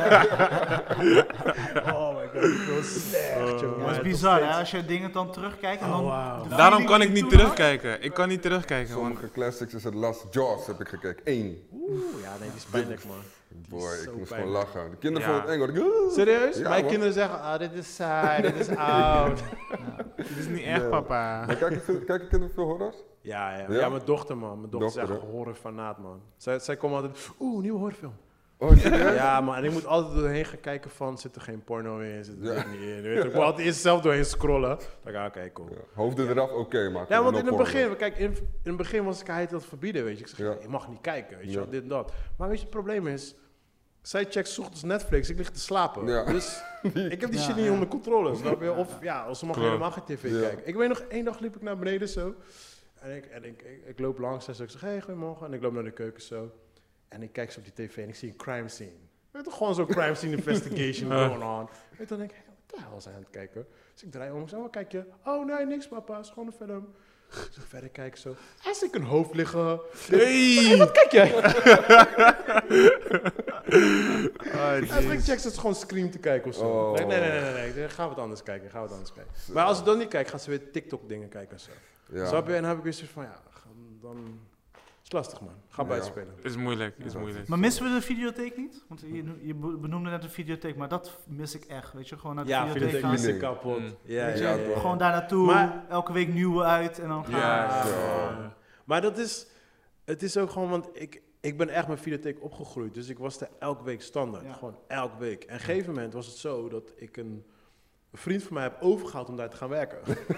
Oh my god, die film is slecht, jongen. Ja, dat is Nog bizar, steeds. hè? Als je dingen dan terugkijkt en dan... Oh, wow. de Daarom feeling kan die ik niet toen had. terugkijken. Ik kan niet terugkijken, man. Sommige classics is het Last Jaws, heb ik gekeken. Eén. Oeh, ja, nee, die is pijnlijk, man. Die Boy, is ik zo moest pijnlijk. gewoon lachen. De kinderen Ja. vonden het eng, hoor. Ik, Serieus? Ja, Mijn man. kinderen zeggen, ah, dit is saai, dit is oud. Dit is niet echt, Nee. papa. Maar kijken, veel- kijken kinderen veel horrors? Ja, ja, Ja? ja, mijn dochter, man. Mijn dochter, Dochter, is echt hè? een horrorfanaat, man. Zij, zij komt altijd, oeh, nieuwe horrorfilm. Oh, serieus? Ja, man. En ik moet altijd doorheen gaan kijken van, zit er geen porno in, zit er Ja. dit niet in. Weet je, ik moet altijd eerst zelf doorheen scrollen. Dan denk ik, ah, oké, cool. Ja. Hoofden eraf, oké, maar. Ja, want no in het porno. begin, kijk, in, in het begin was ik hij dat verbieden, weet je. Ik zeg, Ja. je mag niet kijken, weet je Ja. wel, dit en dat. Maar weet je, het probleem is, zij checkt 's ochtends Netflix, ik lig te slapen. Ja. Dus ik heb die Ja, shit niet ja. onder controle, snap je? Of ja, als ze mag Klopt. helemaal geen tv Ja. kijken. Ik weet nog, één dag liep ik naar beneden zo. En ik, en ik, ik, ik loop langs en zo, ik zeg, hey, goedemorgen. En ik loop naar de keuken zo. En ik kijk zo op die tv en ik zie een crime scene. Weet je, gewoon zo'n crime scene investigation going on. Weet je, dan denk ik, hey, wat de hel is hij aan het kijken? Dus ik draai om, zo, wat kijk je? Oh nee, niks papa, het is gewoon een film. Zo verder kijken zo. Hij zie ik een hoofd liggen. Hey, wat kijk jij? Hij ging checks het is gewoon Scream te kijken of zo. Oh. Nee, nee, nee, nee, nee, nee. Gaan we het anders kijken, gaan we het anders kijken. Maar als ik dan niet kijk, gaan ze weer TikTok dingen kijken en zo. Ja. Snap je? En dan heb ik weer zoiets van, ja, dan is lastig man. Ga Ja. buiten spelen. Is moeilijk, is moeilijk. Maar missen we de videotheek niet? Want je, je benoemde net de videotheek, maar dat mis ik echt, weet je. Gewoon naar de Ja, videotheek videotheek gaan. mis ik Nee. kapot. Mm. Ja, Weet je, ja, ja, ja. Gewoon daar naartoe, Maar- elke week nieuwe uit en dan gaan Ja, we. ja. Maar dat is, het is ook gewoon, want ik, ik ben echt met videotheek opgegroeid. Dus ik was er elke week standaard. Ja. Gewoon elke week. En op een gegeven moment was het zo dat ik een, een vriend van mij heb overgehaald om daar te gaan werken.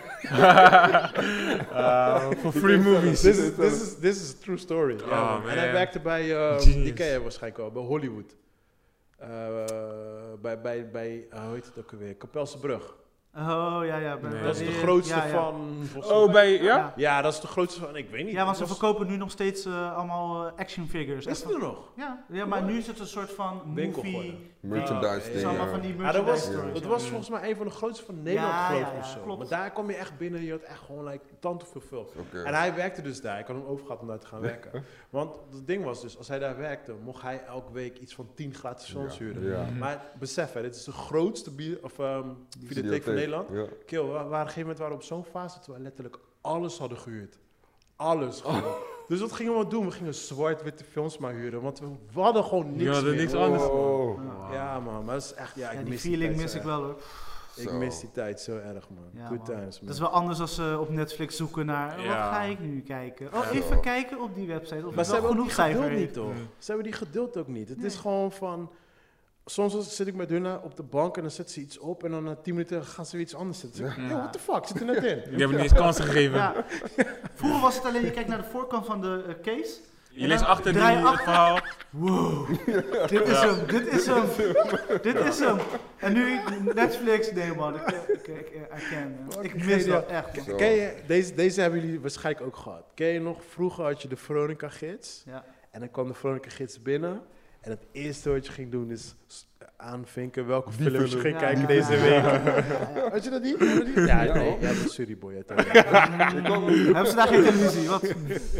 Voor free movies. This is, this is, this is a true story. Ja, Oh, man. En hij man. werkte bij, uh, Genius. die ken je waarschijnlijk al, bij Hollywood. Uh, bij, bij, bij uh, hoe heet het ook alweer? Kapelse Brug. Oh, ja, ja. bij- Nee. bij Dat is de die- grootste ja, ja. van... volgens Oh, mij- bij, ja? Ja. Ja, dat is de grootste van, ik weet niet. Ja, want ze Dat was- verkopen nu nog steeds eh, allemaal eh, action figures. Is Echt het er van- nog? Ja, ja, maar nu is het een soort van Winkel movie. geworden. Merchandise Ja, Het is dingen. allemaal van die Ja, dat was, merchandise Ja. stores, dat ja. was volgens mij een van de grootste van Nederland, Ja, geloof ja, ik, ja, of zo. klopt. Maar daar kom je echt binnen, je had echt gewoon like, tand hoeveel film. Oké. En hij werkte dus daar, ik had hem overgehad om daar te gaan werken. Want het ding was dus, als hij daar werkte, mocht hij elke week iets van tien gratis films Ja. huren. Ja. Maar besef, hè, dit is de grootste bi- of, um, videotheek van Nederland. Ja. Kill, we waren op een gegeven moment waren we op zo'n fase dat we letterlijk alles hadden gehuurd. Alles gewoon. Dus wat gingen we doen? We gingen zwart-witte films maar huren, want we, we hadden gewoon niks Ja, hadden meer. niks anders. Oh. Ja man, maar dat is echt, ja, ik Ja, die mis feeling tijd mis zo ik erg. wel hoor. Ik Zo. mis die tijd zo erg, man. Ja, Good man. times, man. Dat is wel anders als ze op Netflix zoeken naar, oh, Ja. wat ga ik nu kijken? Oh, Ja. even kijken op die website of Maar ik ze wel hebben ook genoeg die cijfer geduld niet, heeft. toch? Mm. Ze hebben die geduld ook niet. Het is Nee. gewoon van... Soms zit ik met Dunna op de bank en dan zet ze iets op en dan na tien minuten gaan ze weer iets anders zetten. Dus ik, Ja. yo, what the fuck, zit er net in? Ik heb hem niet eens kansen gegeven. Ja. Vroeger was het alleen, je kijkt naar de voorkant van de uh, case. Je leest achter die, Draai het achter. verhaal. Wow, dit is hem, dit is hem, dit is hem. En nu Netflix, nee man, ik, ik, ik, ik, I can, man. Ik mis dat echt. Man. Zo. Ken je, deze, deze hebben jullie waarschijnlijk ook gehad. Ken je nog, vroeger had je de Veronica-gids. Ja. En dan kwam de Veronica-gids binnen. En het eerste wat je ging doen is s- aanvinken welke Die films je film. ging Ja, kijken ja, deze ja, week. ja, ja, ja. Had je dat niet? Had je dat niet? Ja, Ja, nee. hoor. Ja, dat is Surrey Boy uiteindelijk. Hebben ze daar geen televisie? Wat?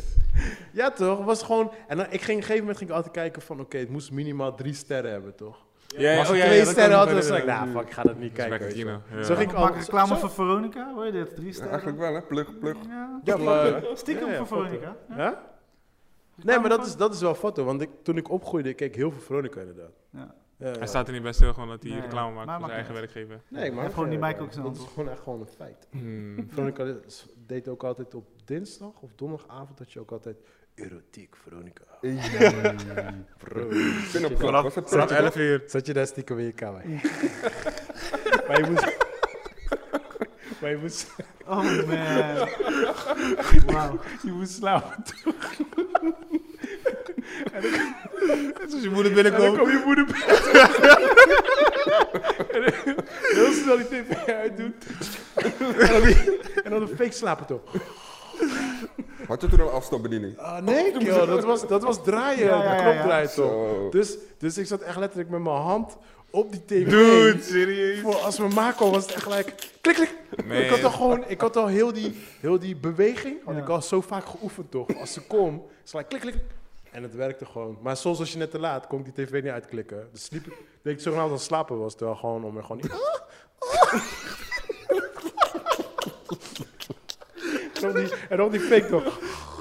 Ja, toch? Het was gewoon... En dan, ik ging, op een gegeven moment ging ik altijd kijken van... Oké, het moest minimaal drie sterren hebben, toch? Ja, Maar als oh, het ja, twee ja, dat sterren kan had, ik dan me was ik... Nou, herinneren. fuck, ik ga dat niet Dat is kijken. bij weet je wel. Kino, ja. Zo ging ik Maak al... reclame zo- voor Veronica, hoor je dit? Drie Ja, sterren? eigenlijk wel, hè? Plug, plug. Ja, Ja, stiekem, maar- stiekem Ja, ja, voor Veronica. Ja. Ja? Nee, maar dat is, dat is wel foto. Want ik, toen ik opgroeide, ik keek heel veel Veronica inderdaad. Ja. Ja, ja. Hij staat er niet bij stil gewoon dat hij Nee, reclame maakt maar voor zijn maakt eigen niet werkgever. Nee, maar Hij heeft gewoon die mic ook in zijn Dat hand. is gewoon echt gewoon een feit. Hmm. Veronica is- deed ook altijd op dinsdag of donderdagavond dat je ook altijd erotiek Veronica. Bro. Pin op Vanaf, was het vanaf pin op elf uur. Zat je daar stiekem in je kamer? maar je moest... maar je moest, Oh man. Wauw. je moest slapen. Dus als je moeder En dan binnenkomt. kwam je moeder binnen. En dan heel snel die tv uitdoen. En dan, die, en dan een fake slapen toch. Had je toen al afstandsbediening? Ah nee, joh, dat was, dat was draaien, Ja, ja, de ja, knop ja. draait toch. Zo. Dus, dus ik zat echt letterlijk met mijn hand op die tv. Dude, serieus? Voor als we maken was het echt gelijk klik klik. Nee. Ik had al gewoon, ik had al heel die, heel die beweging, had Ja. ik al zo vaak geoefend toch. Als ze kom, is het gelijk klik klik. En het werkte gewoon. Maar soms als je net te laat, kon ik die tv niet uitklikken. Dus sliep ik, denk ik zogenaamd aan het slapen was, terwijl gewoon om er gewoon niet. en dan die, en dan die fake toch.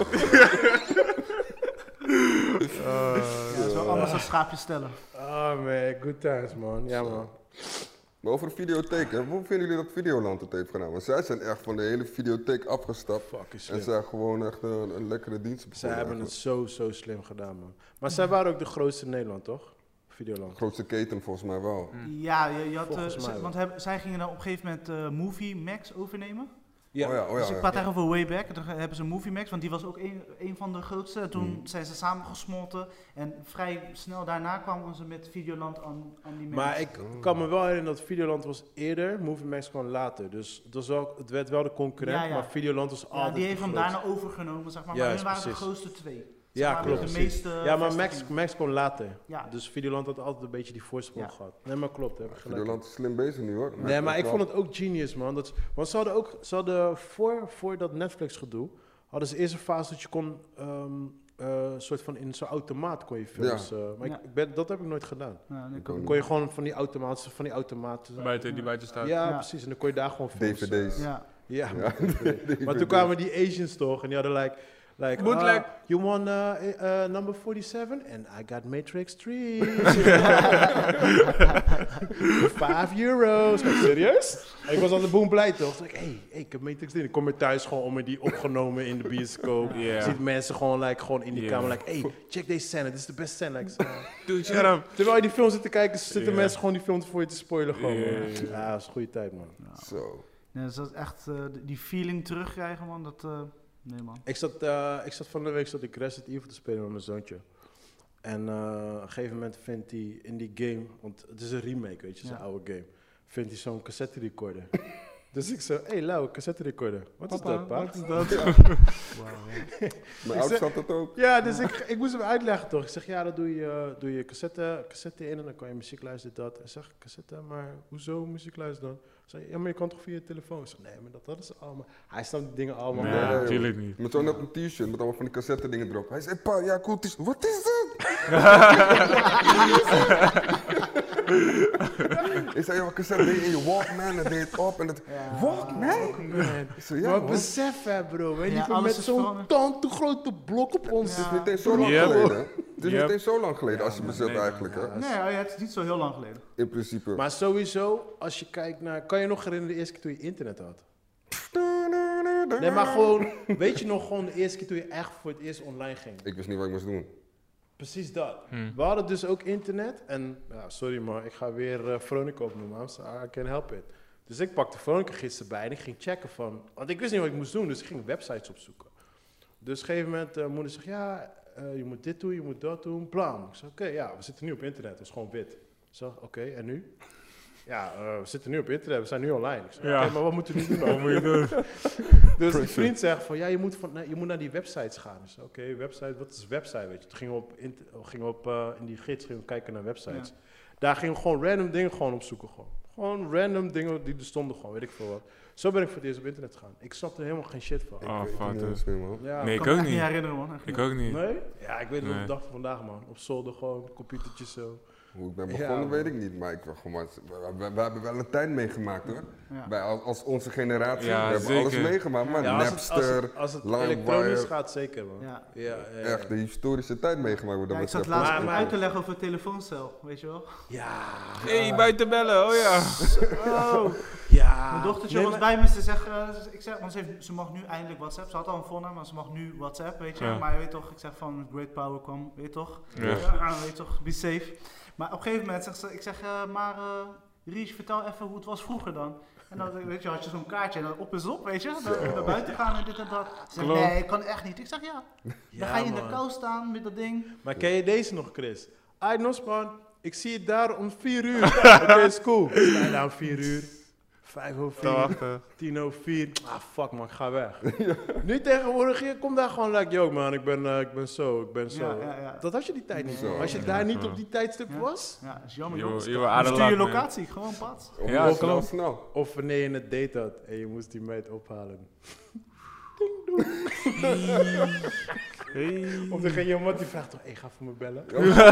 Ja, dat is wel anders dan schaapjes stellen. Ah man, good times man. Ja man. Maar over de videotheek, hè, hoe vinden jullie dat Videoland het heeft gedaan? Want zij zijn echt van de hele videotheek afgestapt. Fucking En slim. zijn gewoon echt een, een lekkere dienst Zij begonnen hebben het eigenlijk. zo, zo slim gedaan man. Maar zij waren ook de grootste in Nederland toch? Videoland. Grootste keten volgens mij wel. Ja, je, je had, eh, Volgens mij ze- wel. want heb- zij gingen dan op een gegeven moment eh, Movie Max overnemen. Ja. Oh ja, oh ja. Dus ik ja. praat echt over way back. Toen hebben ze Movie Max, want die was ook een, een van de grootste. En toen Hmm. zijn ze samengesmolten. En vrij snel daarna kwamen ze met Videoland aan, aan die Maar ik kan me wel herinneren dat Videoland was eerder, Movie Max kwam later. Dus het, was wel, het werd wel de concurrent, Ja, ja. maar Videoland was Ja, altijd die heeft de hem grootste. daarna overgenomen, zeg maar. Ja, Maar is hun waren de precies. grootste twee. Ja, Zeg maar, klopt. met de precies. meeste Ja, maar Max, vestigingen. Max kwam later. Ja. Dus Videoland had altijd een beetje die voorsprong Ja. gehad. Nee, maar klopt, heb ik gelijk. Videoland is slim bezig nu hoor. Nee, maar ik vond het ook genius, man. Dat, want ze hadden ook, ze hadden voor, voor dat Netflix-gedoe, hadden ze eerst een fase dat je kon, ehm eh, soort van in zo'n automaat kon je films. eh, maar Ja. ik, ik ben, dat heb ik nooit gedaan. Ja, en ik Ik ook. ook Dan kon je gewoon van die automaten, van die automaten. Buiten, die buiten staat. Ja, Ja. precies. En dan kon je daar gewoon films. D V D's. eh, Ja. Ja, Ja, maar- maar toen kwamen die Asians toch en die hadden like, like Bootleg. uh, you want uh, uh, number forty-seven? And I got Matrix three. Five euros. Ik, serieus? En ik was aan de boom blij toch? Toen dacht ik, hey, hey, ik heb Matrix drie. Ik kom weer thuis gewoon om me die opgenomen in de bioscoop. Ja. Je ziet mensen gewoon, like, gewoon in die Ja. kamer, like, hey, check deze scène, dit is de beste scène. Like, zo. Dude, shut up. Terwijl je die film zit te kijken, zitten Ja. mensen gewoon die film voor je te spoilen. Gewoon, Ja, man. ja, ja. Ja, dat is een goede tijd, man. Zo. Ja, dus dat is echt eh, die feeling terugkrijgen, man. Dat, eh, nee, man. Ik zat, eh, ik zat van de week zat ik Resident Evil te spelen met mijn zoontje. En eh, op een gegeven moment vindt hij in die game, want het is een remake, weet je, het is Ja. een oude game, vindt hij zo'n cassette recorder. Dus ik zei, hé hey, Lau, cassette recorder. Wat is dat, pa? Wat is dat? Mijn ouders had dat ook. Ja, dus ik, ik moest hem uitleggen toch. Ik zeg, ja, dan doe je, eh, doe je cassette, cassette in en dan kan je muziek luisteren, dat. Hij zegt, cassette, maar hoezo muziek luisteren dan? Ik zei, ja, maar je kan toch via je telefoon? Ik zeg, nee, maar dat hadden ze allemaal. Hij snapt die dingen allemaal. Nee, wel. joh. natuurlijk niet. Met zo'n net een t-shirt met allemaal van die cassette dingen erop. Hij zei, pa, ja, cool t-shirt. Wat is dat? Ik zei, ja, cassette deed je in je Walkman en deed het op en het... Ja. Walkman? Man. Ik zei, ja, Maar man. besef hè bro, weet je, Ja, niet alles met is zo'n veranderd. tand te grote blok op ons. Ja. Het is niet eens zo lang Yep. geleden. hè? Het is Yep. niet eens zo lang geleden als je Ja, bezet nee, eigenlijk, hè? ja. Nee, ja, het is niet zo heel lang geleden. In principe. Maar sowieso, als je kijkt naar, kan je nog herinneren de eerste keer toen je internet had? Nee, maar gewoon, weet je nog gewoon de eerste keer toen je echt voor het eerst online ging? Ik wist niet wat ik moest doen. Precies dat. Hm. We hadden dus ook internet en, ja, sorry maar, ik ga weer uh, Veronica opnoemen, I'm sorry, I can't help it. Dus ik pakte Veronica gids erbij en ik ging checken van, want ik wist niet wat ik moest doen, dus ik ging websites opzoeken. Dus op een gegeven moment, uh, moeder zegt, ja, uh, je moet dit doen, je moet dat doen, plan. Ik zei, oké, ja, we zitten nu op internet, het is gewoon wit. Ik zeg, oké, en nu? Ja, uh, we zitten nu op internet, we zijn nu online. Ik zeg, Ja. oké, maar wat moeten we nu doen dan? Wat moet je doen? Dus die vriend zegt van, ja, je moet, van, je moet naar die websites gaan. Dus oké, website, wat is website, weet je? Toen gingen we op, in, gingen we op uh, in die gids gingen we kijken naar websites. Ja. Daar gingen we gewoon random dingen gewoon opzoeken. Gewoon. gewoon random dingen die er stonden, gewoon, weet ik veel wat. Zo ben ik voor het eerst op internet gegaan. Ik snapte er helemaal geen shit van. Ik Oh, weet het fuck niet this. eens meer, man. Ja. Nee, Ik ik kan me ook echt niet niet. herinneren, man. Echt Ik niet. ook niet. Nee? Ja, ik weet het op Nee. de dag van vandaag, man. Op zolder gewoon, computertjes zo. Hoe ik ben Ja, begonnen man. weet ik niet, maar ik wil gewoon, we, we, we hebben wel een tijd meegemaakt hoor. Ja. Bij, als, als onze generatie, Ja, we hebben zeker. alles meegemaakt, man. Ja, als het, als Napster, het, als het LimeWire. elektronisch gaat, zeker, man. Ja. Ja, ja, ja. echt de historische tijd meegemaakt. Wat dat Ja, ik zat betreft. laatst Maar- maar- uit te leggen over het telefooncel, weet je wel? Ja. Hé, hey, buiten bellen, oh ja. Oh. Ja. Mijn dochtertje Nee, was maar- bij me, ze zegt, uh, ik zeg, want ze, heeft, ze mag nu eindelijk WhatsApp. Ze had al een voornaam, maar ze mag nu WhatsApp, weet je. Ja. Maar je weet toch, ik zeg van great power kwam, weet je toch? Ja. Ja, weet je toch, be safe. Maar op een gegeven moment zegt ze, ik zeg, uh, maar uh, Ries, vertel even hoe het was vroeger dan. En dan weet je, had je zo'n kaartje en dan op is op, weet je. Naar, naar buiten gaan en dit en dat. Ze zegt, Klopt. nee, ik kan echt niet. Ik zeg, ja. Dan Ja, ga je in de man. kou staan met dat ding. Maar ken je deze nog, Chris? Ai, Nosman, ik zie je daar om vier uur. Oké, is cool. Sta je daar om vier uur? vijf over Te vier, wachten. tien over vier. Ah, fuck man, ik ga weg. Nu tegenwoordig, je komt daar gewoon like, yo man, ik ben, uh, ik ben zo, ik ben zo. Ja, ja, ja. Dat had je die tijd niet. Zo. Als je daar niet op die tijdstip Ja. was, Ja, is jammer. You- jongens. you were out of Stuur je luck, man. locatie, gewoon pad. Of Ja, ja, snel, klopt. snel. of wanneer je een date had en je moest die meid ophalen. Hey. Of dan ging je man die vraagt toch, hey, ga voor me bellen.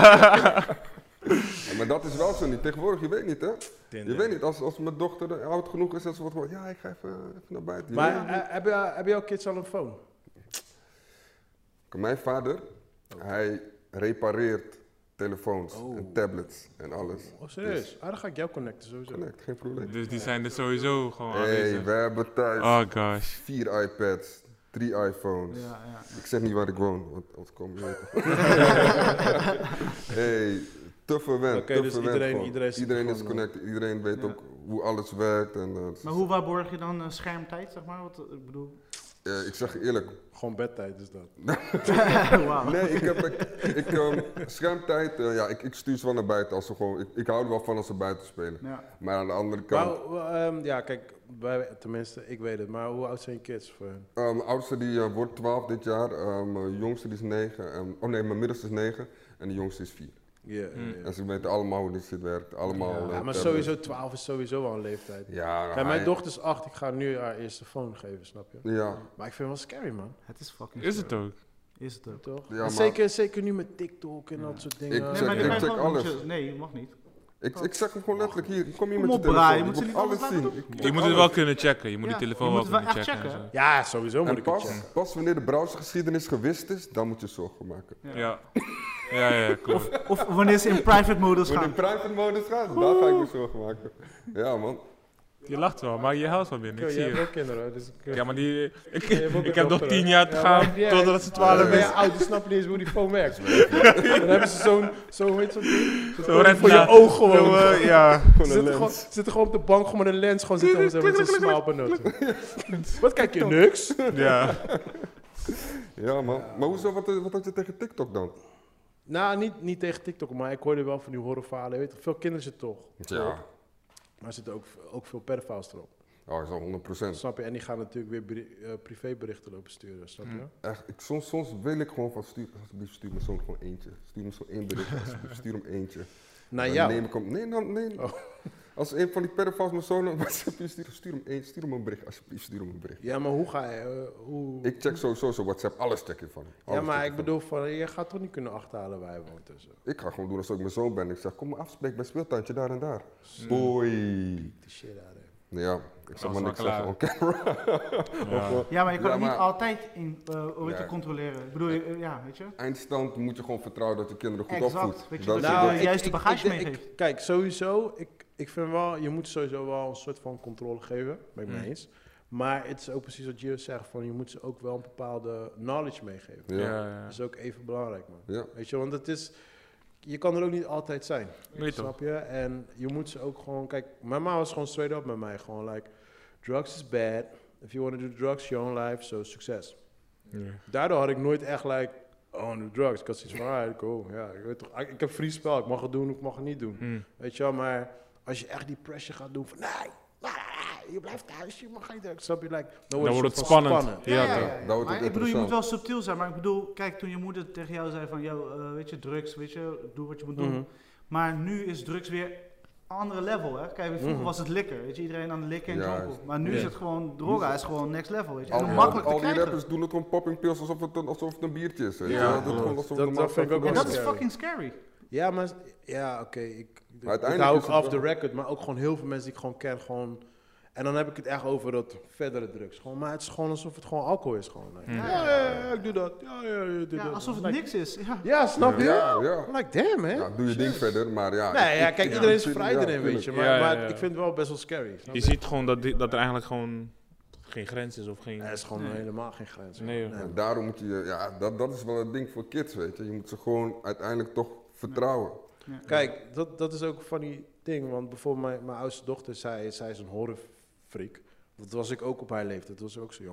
Ja, maar dat is wel zo niet. Tegenwoordig, je weet niet hè. Tinder. Je weet niet, als, als mijn dochter oud genoeg is en ze wordt gewoon, ja, ik ga even, even naar buiten. Je Maar weet het uh, heb, je, heb jouw kids al een phone? niet. Mijn vader, hij repareert telefoons Oh. en tablets en alles. Oh, serieus? Ah, dan ga ik jou connecten sowieso. Connect, geen probleem. Dus die zijn er sowieso gewoon Hey, aanwezig. we hebben thuis Oh gosh. vier iPads, drie iPhones. Ja, ja. Ik zeg niet waar ik woon, want anders kom je weten. Hey, te verwend, Oké, te dus verwend iedereen- gewoon. iedereen zit Iedereen er is gewoon, connected, iedereen weet Ja. ook hoe alles werkt. En, uh, Maar hoe waarborg je dan uh, schermtijd, zeg maar? Wat, uh, ik bedoel... eh, ik zeg je eerlijk, Gewoon bedtijd is dat. Wauw. nee, ik heb ik, ik, um, schermtijd, uh, ja, ik, ik stuur ze wel naar buiten als ze gewoon, ik, ik hou er wel van als ze buiten spelen. Ja. Maar aan de andere Maar, kant, ehm, ja, kijk, wij, tenminste, ik weet het, maar hoe oud zijn je kids voor hen? uh, mijn oudste die uh, wordt twaalf dit jaar, uh, mijn jongste die is negen, en, oh nee, mijn middelste is negen en de jongste is vier. Ja, Hmm. ja, ja. En ze weten allemaal hoe dit shit werkt, allemaal. Ja, uh, maar tablets. sowieso twaalf is sowieso wel een leeftijd. Ja, Kijk, mijn hij- dochter is acht, ik ga nu haar eerste phone geven, snap je? Ja, Maar ik vind het wel scary, man. Het is fucking Is het scary. ook? Is het ook. Toch? Ja, En maar- zeker, zeker nu met TikTok en Ja. dat soort dingen. Ik Nee, check- maar ik je kan check gewoon- alles. moet je- Nee, mag niet. ik, ik zeg hem gewoon letterlijk hier, kom hier Kom met op, je Brian, telefoon, moet je je niet moet alles alles laten zien. doen? Ik Je moet het wel kunnen checken. Je moet Ja, die telefoon je wel moet het kunnen wel echt checken. en checken. Ja, sowieso moet En ik het pas, checken. pas wanneer de browsergeschiedenis gewist is, dan moet je zorgen maken. zo. Ja. Ja, ja, klopt. Of wanneer ze in private modus Wanneer gaan. in private modus gaat, daar ga ik me zorgen maken. Ja man. Je lacht wel, maar je houdt van binnen. Ik Yo, zie jij hebt je. ook kinderen, dus ik... Ja, maar die... Ik, Je hebt ook ik een heb nog dochter, tien hè? jaar te Ja, gaan, maar ja, totdat ze Dan twaalf ben je is. oud, dan snap je niet eens hoe die phone werkt. Dan hebben ze zo'n, zo, hoe heet zo'n ding? Zo'n Zo phone retina. voor je oog gewoon. Zo, eh, ja. Ze zitten gewoon, ze zitten gewoon op de bank, gewoon met een lens, gewoon zitten met zo'n smile op een noot. Wat kijk je, niks? Ja. Ja man. Maar hoezo, wat, wat had je tegen TikTok dan? Nou, niet, niet tegen TikTok, maar ik hoorde wel van die horrorverhalen. Je weet toch, veel kinderen zitten toch. Ja. Maar er zitten ook, ook veel pedophiles erop. Oh, is al honderd procent. Snap je? En die gaan natuurlijk weer beri- eh, privéberichten lopen sturen, snap je? Echt, ik, soms, soms wil ik gewoon van stuur, alsjeblieft stuur me zo'n gewoon eentje. Stuur me zo één bericht, alsjeblieft, stuur hem eentje. Naar Dan jou. Neem ik hem, nee, dan, nee. Oh. Als een van die pedophiles me zo'n WhatsApp stuurt, stuur hem één, stuur hem een bericht, alsjeblieft, stuur hem een bericht. Ja, maar hoe ga je... eh, hoe... Ik check sowieso zijn WhatsApp, alles check je van hem. ja, Alles maar check ik je van bedoel, van, je gaat toch niet kunnen achterhalen waar je woont en zo. hem. Ik ga gewoon doen alsof ik mijn zoon ben. Ik zeg, kom maar afspreken bij speeltuintje daar en daar. Boy. Die shit uit, hè. Ja, ik zeg Dat maar is niks wel zeggen on camera. Ja. Ja, maar je kan Ja, het niet maar- altijd in, uh, hoe heet Ja. het, controleren. Ik bedoel, eh, ja, weet je? Eindstand moet je gewoon vertrouwen dat je kinderen goed Exact. opvoedt. Weet je, Dat dat is je het de ding. juiste bagage ik- ik- meegeeft. Kijk, sowieso, ik, ik vind wel, je moet sowieso wel een soort van controle geven, ben ik mee Mm. eens. Maar het is ook precies wat Gio zegt, van je moet ze ook wel een bepaalde knowledge meegeven. Ja. Ja, ja. Dat is ook even belangrijk, man. Ja. Weet je, want het is, je kan er ook niet altijd zijn. Weet toch? Snap je? En je moet ze ook gewoon, kijk, mijn ma was gewoon straight up met mij, gewoon like, drugs is bad. If you want to do drugs, your own life, so succes. Ja. Daardoor had ik nooit echt like, oh, no drugs. Ik had zoiets van, alright, cool. Ja, ik, weet toch, ik, ik heb free spel, ik mag het doen, ik mag het niet doen. Hm. Weet je wel, maar als je echt die pressure gaat doen van, nee, nee, nee, je blijft thuis, je mag geen drugs. Snap je? Like, dan Dan wordt het soort spannend. van Ja, ja, toch. ja, ja. Dat wordt Maar het ik bedoel, je moet interessant. wel subtiel zijn. Maar ik bedoel, kijk, toen je moeder tegen jou zei van, yo, eh, weet je, drugs, weet je, doe wat je moet doen. Mhm. Maar nu is drugs weer een andere level, hè. Kijk, vroeger Mhm. was het likker, weet je, iedereen aan de likken en Juist. jonken. Maar nu Ja. is het gewoon, droga is gewoon next level, weet je. En Al, hoe al, makkelijk te al die krijgen. rappers doen het gewoon popping pills alsof het, een- alsof het een biertje is. Weet je. Ja, wel. Dat, klopt. gewoon alsof het Dat- normaal dat vind ik ook En wel dat is scary. fucking scary. Ja, maar, ja, oké, ik, ik, ik uiteindelijk hou is ook het off wel- the record, maar ook gewoon heel veel mensen die ik gewoon ken, gewoon... En dan heb ik het echt over dat verdere drugs. Gewoon, maar het is gewoon alsof het gewoon alcohol is. Gewoon, like, Hm. ja, ja, ja, ik doe dat. Ja, ja, ja, ik doe Ja, dat. alsof het Like, niks is. Ja. Ja, snap je? Ja, ja. I'm like, damn, man. Ja, doe je ding verder, maar ja. Nee, ik- ja, ik- kijk, ja, iedereen is ik- vrij ja, erin, weet je. tuurlijk. Maar, Ja, ja, maar ja. ik vind het wel best wel scary. Snap Je ziet gewoon dat, die- dat er eigenlijk gewoon geen grens is of geen... Er is gewoon Nee. helemaal geen grens. Nee, joh. Ja, daarom moet je, ja, dat, dat is wel het ding voor kids, weet je. Je moet ze gewoon uiteindelijk toch vertrouwen. Ja. Kijk, dat, dat is ook een funny ding. Want bijvoorbeeld mijn, mijn oudste dochter, zij, zij is een horrorfreak. Dat was ik ook op haar leeftijd, dat was ik ook zo jong.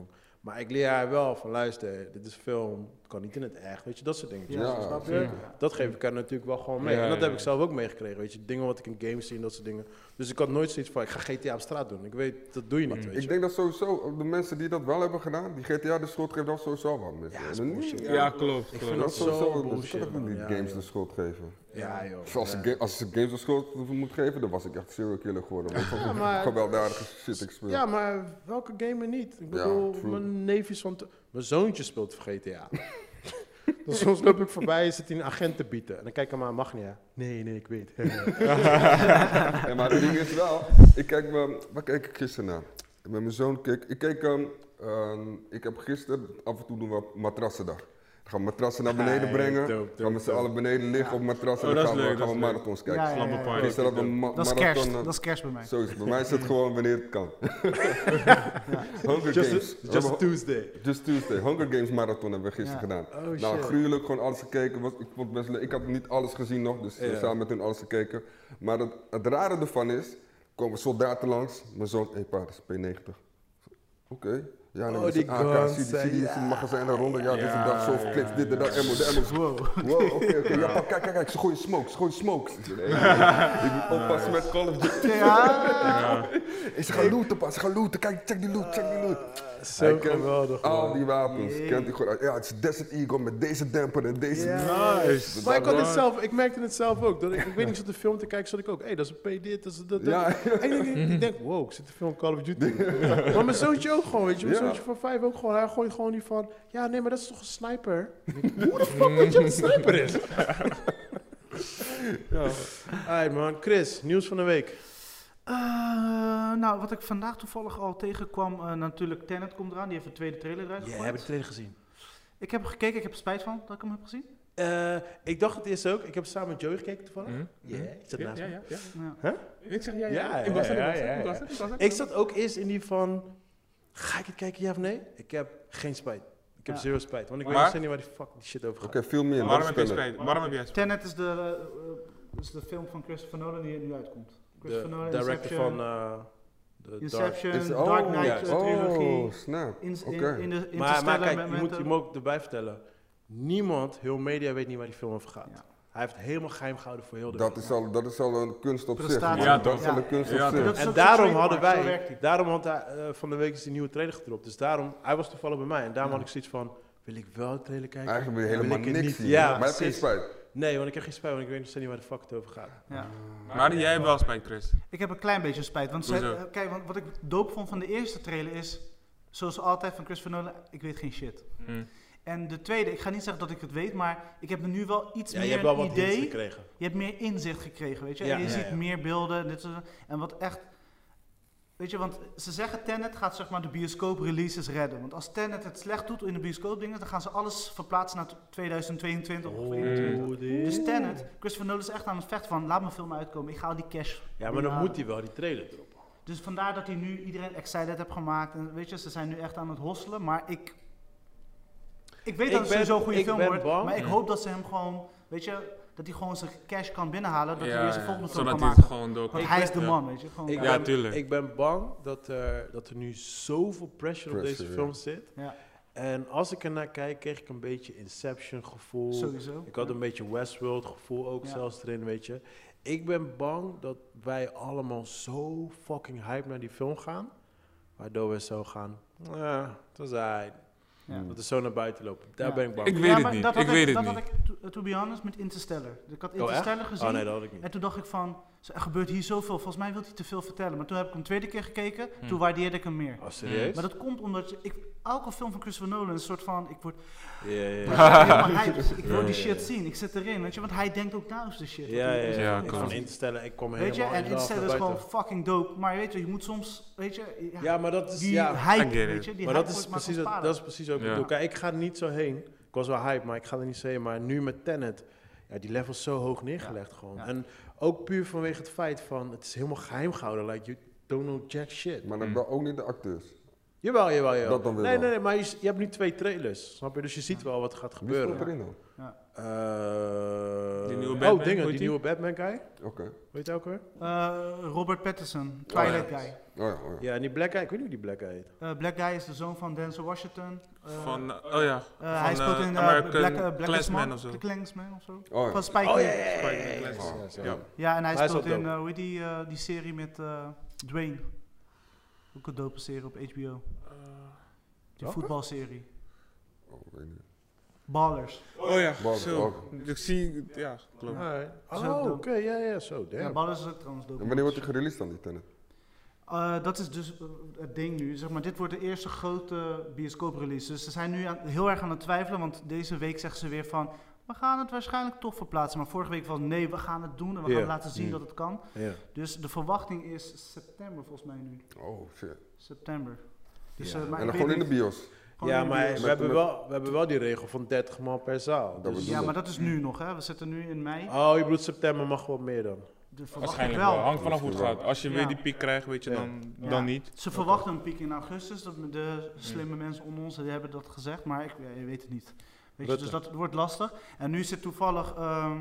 Maar ik leer haar wel van, luister, dit is film, het kan niet in het echt, weet je, dat soort dingen. Ja, snap je? zeker. Dat geef ik haar natuurlijk wel gewoon mee. Ja, en dat ja, heb ja. ik zelf ook meegekregen, weet je. Dingen wat ik in games zie en dat soort dingen. Dus ik had nooit zoiets van, ik ga G T A op straat doen. Ik weet, dat doe je niet, Mm. weet je. Ik denk dat sowieso de mensen die dat wel hebben gedaan, die G T A de schuld geven, dat sowieso wel mensen. Ja, dat is En bullshit. niet- Ja, klopt. Ik klopt. vind Dat is dat zo sowieso, bullshit, ik kan ook man. niet Ja, games joh. de schuld geven. Ja, joh. Als, Ja. ze ga- als ze games de schuld moet geven, dan was ik echt serial killer geworden. Want ik Ja, vond maar- gewelddadige shit ik speel. Ja, maar welke gamer niet? Ik Ja, bedoel, true. mijn neefjes van... t- Mijn zoontje speelt voor G T A. Dus soms loop ik voorbij en zit hij een agent te bieden. En dan kijk ik hem aan, mag niet, hè? Nee, nee, ik weet. Ja, maar het ding is wel, ik kijk me, waar keek ik gisteren naar? Met mijn zoon keek, ik keek, um, um, ik heb gisteren, af en toe doen we matrassendag. Dan gaan we matrassen naar beneden Hey, brengen, dope, dope, gaan we met z'n dope. allen beneden liggen op matrassen Oh, en dan dat gaan is we, leuk, gaan dat we is leuk. marathons kijken. Ja, ja, ja, ja. Slumber Gisteren hadden we een ma- Dat is marathon. kerst, eh, dat is kerst bij mij. Zo is het, bij mij is het gewoon wanneer het kan. Hunger Just, Games. a, We just a hebben- Tuesday. Just Tuesday, Hunger Games marathon hebben we gisteren Ja. gedaan. Oh, Nou, shit. gruwelijk, gewoon alles gekeken. Was, ik vond het best leuk. Ik had niet alles gezien nog, dus eh, Ja. samen met hun alles gekeken. Maar het, het rare ervan is, komen soldaten langs. Mijn zoon, hé hey, pa, dat is P negentig. Oké. Ja, Oh, nee, dat is die een A K. guns Zie die- zijn- zie die ja. zie die magazijn daaronder? Ja, dit is een dag, zoveel ja, clips, dit en ja. dat, ammo, de ammo. Wow. Wow, oké, oké. Ja, pa, kijk, kijk, kijk, ze gooien smokes, ze gooien smokes. Ik zeg, hey, ik moet oppassen met Call of Duty. Ja. Hey, ze gaan looten, pa, ze gaan looten. Kijk, check die loot, check die loot. Zo Hij kent geweldig, al man. die wapens, Jee. kent hij gewoon. Ja, het is Desert Eagle met deze demper en deze. Ja. Nice. Maar ik, had het Man. zelf, ik merkte het zelf ook. Dat ik, ik weet niet, ik zat de film te kijken, zat ik ook, hé, hey, dat is een P dit, dat is dat. dat. Ja. En ik, denk- ik denk, wow, ik zit de film Call of Duty. Maar mijn zoontje ook gewoon, weet je, mijn Ja. zoontje van vijf ook gewoon, hij gooit gewoon die van, ja, nee, maar dat is toch een sniper? Ik denk, hoe de fuck weet je wat een sniper is? Ja. Alright man, Chris, nieuws van de week. Eh, nou, wat ik vandaag toevallig al tegenkwam, eh, natuurlijk Tenet komt eraan, die heeft een tweede trailer eruit Ja, gegooid. heb ik de trailer gezien. Ik heb gekeken, ik heb er spijt van dat ik hem heb gezien. Eh, ik dacht het eerst ook, ik heb samen met Joey gekeken toevallig. Hm? Ja, ik zat Ja, naast ja, me. ja, ja. Ja. Ik zeg ja, Ja, ja. ja, Ik was er, ik ja, was er, ja, ik was ja. er, ik was er. Ik zat ook eerst in die van, ga ik het kijken ja of nee? Ik heb geen spijt. Ik heb Ja. zero spijt, want ik Maar- weet nog steeds niet waar die fuck die shit over gaat. Oké, veel meer. Waarom dat heb je is Tenet. spijt? Waarom heb jij spijt? Tenet is de, eh, is de film van Christopher Nolan die nu uitkomt. Christopher De Nolan, director Inception, van uh, de Dark. Inception, Is- Dark oh, Knight ja. eh, trilogie. Oh, snap. In, in, Oké. in de Maar, Interstellar maar kijk, met- je met, moet, eh, je moet ook erbij vertellen, niemand, heel media weet niet waar die film over gaat. Ja. Hij heeft helemaal geheim gehouden voor heel de Dat wereld. is, al, dat is al een kunst op zich. Prestatie. man. Ja, dat toch? is al Ja. een kunst Ja, op toch? zich. Dat is En ook daarom zo hadden trademark, zo wij, werkt hij. daarom had hij, eh, van de week is die nieuwe trailer gedropt. Dus daarom, hij was toevallig bij mij en daarom Ja. had ik zoiets van, wil ik wel de trailer kijken? Eigenlijk wil je Wil helemaal ik het niks niet? zien. Ja, maar je hebt geen precies. spijt. Nee, want ik heb geen spijt, want ik weet nog steeds niet waar de fuck het over gaat. Ja. Maar jij hebt wel spijt, Chris. Ik heb een klein beetje spijt. Want zij, Hoezo? eh, kijk, want wat ik dope vond van de eerste trailer is, zoals altijd van Christopher Nolan, ik weet geen shit. Hm. En de tweede, ik ga niet zeggen dat ik het weet, maar ik heb er nu wel iets Ja, je meer hebt wel een wat hints idee. gekregen. Je hebt meer inzicht gekregen, weet je. Ja. En je Ja, ziet ja. meer beelden. Dit, soort- en wat echt, weet je, want ze zeggen Tenet gaat zeg maar de bioscoop releases redden. Want als Tenet het slecht doet in de bioscoop dingen, dan gaan ze alles verplaatsen naar tweeduizend tweeëntwintig of eenentwintig. Dus Tenet, Christopher Nolan is echt aan het vechten van, laat mijn film uitkomen, ik ga al die cash Ja, maar dan binnenhalen. moet hij wel die trailer droppen. Dus vandaar dat hij nu iedereen excited heeft gemaakt. En weet je, ze zijn nu echt aan het hosselen. Maar ik... Ik weet Ik dat het ben- sowieso een goede ik film ben wordt. bang. Maar ik Mm. hoop dat ze hem gewoon... Weet je, dat hij gewoon zijn cash kan binnenhalen. Dat Ja, hij weer zijn ja. volgende film Zodat kan hij het maken. gewoon door kan. Want hij is de Ja. man, weet je. Gewoon, Ik, Ja, ben, tuurlijk. ik ben bang dat er, dat er nu zoveel pressure, op Pressure, deze ja. film zit. Ja, En als ik ernaar kijk, kreeg ik een beetje Inception gevoel. sowieso. Ik had een beetje Westworld gevoel ook Ja. zelfs erin, weet je. Ik ben bang dat wij allemaal zo fucking hype naar die film gaan. Waardoor we zo gaan, eh, het was aight. Ja. Dat we zo naar buiten lopen. Daar Ja. ben ik bang Ik voor. weet Ja, het maar niet. dat had Ik weet het dat niet. had ik, to, to be honest, met Interstellar. Ik had Oh, echt? Interstellar gezien. Oh nee, dat had ik niet. En toen dacht ik van, er gebeurt hier zoveel. Volgens mij wil hij te veel vertellen. Maar toen heb ik hem tweede keer gekeken. Hm. Toen waardeerde ik hem meer. Oh, serieus? Maar dat komt omdat je, ik, elke film van Christopher Nolan is een soort van, ik word Ja, ja, ik ja. word helemaal hyped. Ik wil Ja, die ja, shit ja. zien. Ik zit erin, weet je, want hij denkt ook na over de shit. Ja, ja, ja. Ja, Ik klopt. vond Interstellar, ik kom Weet je, helemaal en in love Interstellar naar is gewoon buiten. fucking dope. Maar weet je, je moet soms, weet je, ja, Ja, maar dat is, die ja, hype, I get weet it. je, die maar hype dat is, wordt maar precies, van het- dat is precies ook Ja. het doel. Kijk, ik ga er niet zo heen. Ik was wel hype, maar ik ga er niet zo heen. Maar nu met Tenet, ja, die level is zo hoog neergelegd gewoon. Ja. En ook puur vanwege het feit van, het is helemaal geheim gehouden. Like, you don't know jack shit. Maar dan Mm. wel ook niet de acteurs. Jawel, jawel, jawel. Dat dan weer nee, wel. nee, nee, maar je, je hebt nu twee trailers, snap je? Dus je ziet wel wat er gaat Wie speelt gebeuren. erin dan? Uh, Die nieuwe oh, Batman, dingen, hoe die heet nieuwe Batman guy. Oké. Weet je ook weer? Uh, Robert Pattinson, Twilight ja. Guy. Oh ja, oh ja. Ja, en die black guy, ik weet niet hoe die black guy heet. Uh, Black Guy is de zoon van Denzel Washington. Uh, Van, uh, oh ja. uh, van, hij speelt uh, in uh, American Black, uh, Black Klansman of zo. The Klansman of zo. Oh ja. Van Spike Oh ja, Lee. ja, ja, ja, Spike ja, Lee. ja, ja, ja. Ja. Ja, en hij Maar hij is speelt wel in, dope. uh, hoe heet die, uh, die serie met uh, Dwayne. Ook een dope serie op H B O. Uh, Die welke? voetbalserie. Oh, ik weet niet. Ballers. oh ja, Bal- zo. oh. Ik zie, ja, klopt. Alright. Zo Oh, oké, dope. ja, ja, zo, Ja, damn. Ballers is ook trouwens dope. En wanneer wordt hij gereleased dan, die Tenet? Uh, dat is dus uh, het ding nu. Zeg maar, dit wordt de eerste grote bioscooprelease. Dus ze zijn nu aan, heel erg aan het twijfelen, want deze week zeggen ze weer van... We gaan het waarschijnlijk toch verplaatsen. Maar vorige week was nee, we gaan het doen en we Ja. gaan laten zien Mm. dat het kan. Ja. Dus de verwachting is september volgens mij nu. Oh, shit. September. Dus, Ja. uh, maar En ik dan gewoon in weet de niet. bios. Gewoon Ja, in de maar bios. we hebben, wel, we hebben wel die regel van dertig man per zaal. Dat Dus, bedoel Ja, ik. maar dat is nu nog, hè. We zitten nu in mei. oh, je bedoelt september mag wel meer dan. De verwachting Waarschijnlijk wel. wel. Hangt vanaf hoe het gaat. Als je Ja. weer die piek krijgt, weet je, Ja. dan, Ja. dan niet. Ze verwachten een piek in augustus. Dat de slimme mensen onder ons die hebben dat gezegd, maar ik ja, je weet het niet. Weet je, Rutte. dus dat wordt lastig. En nu zit toevallig ehm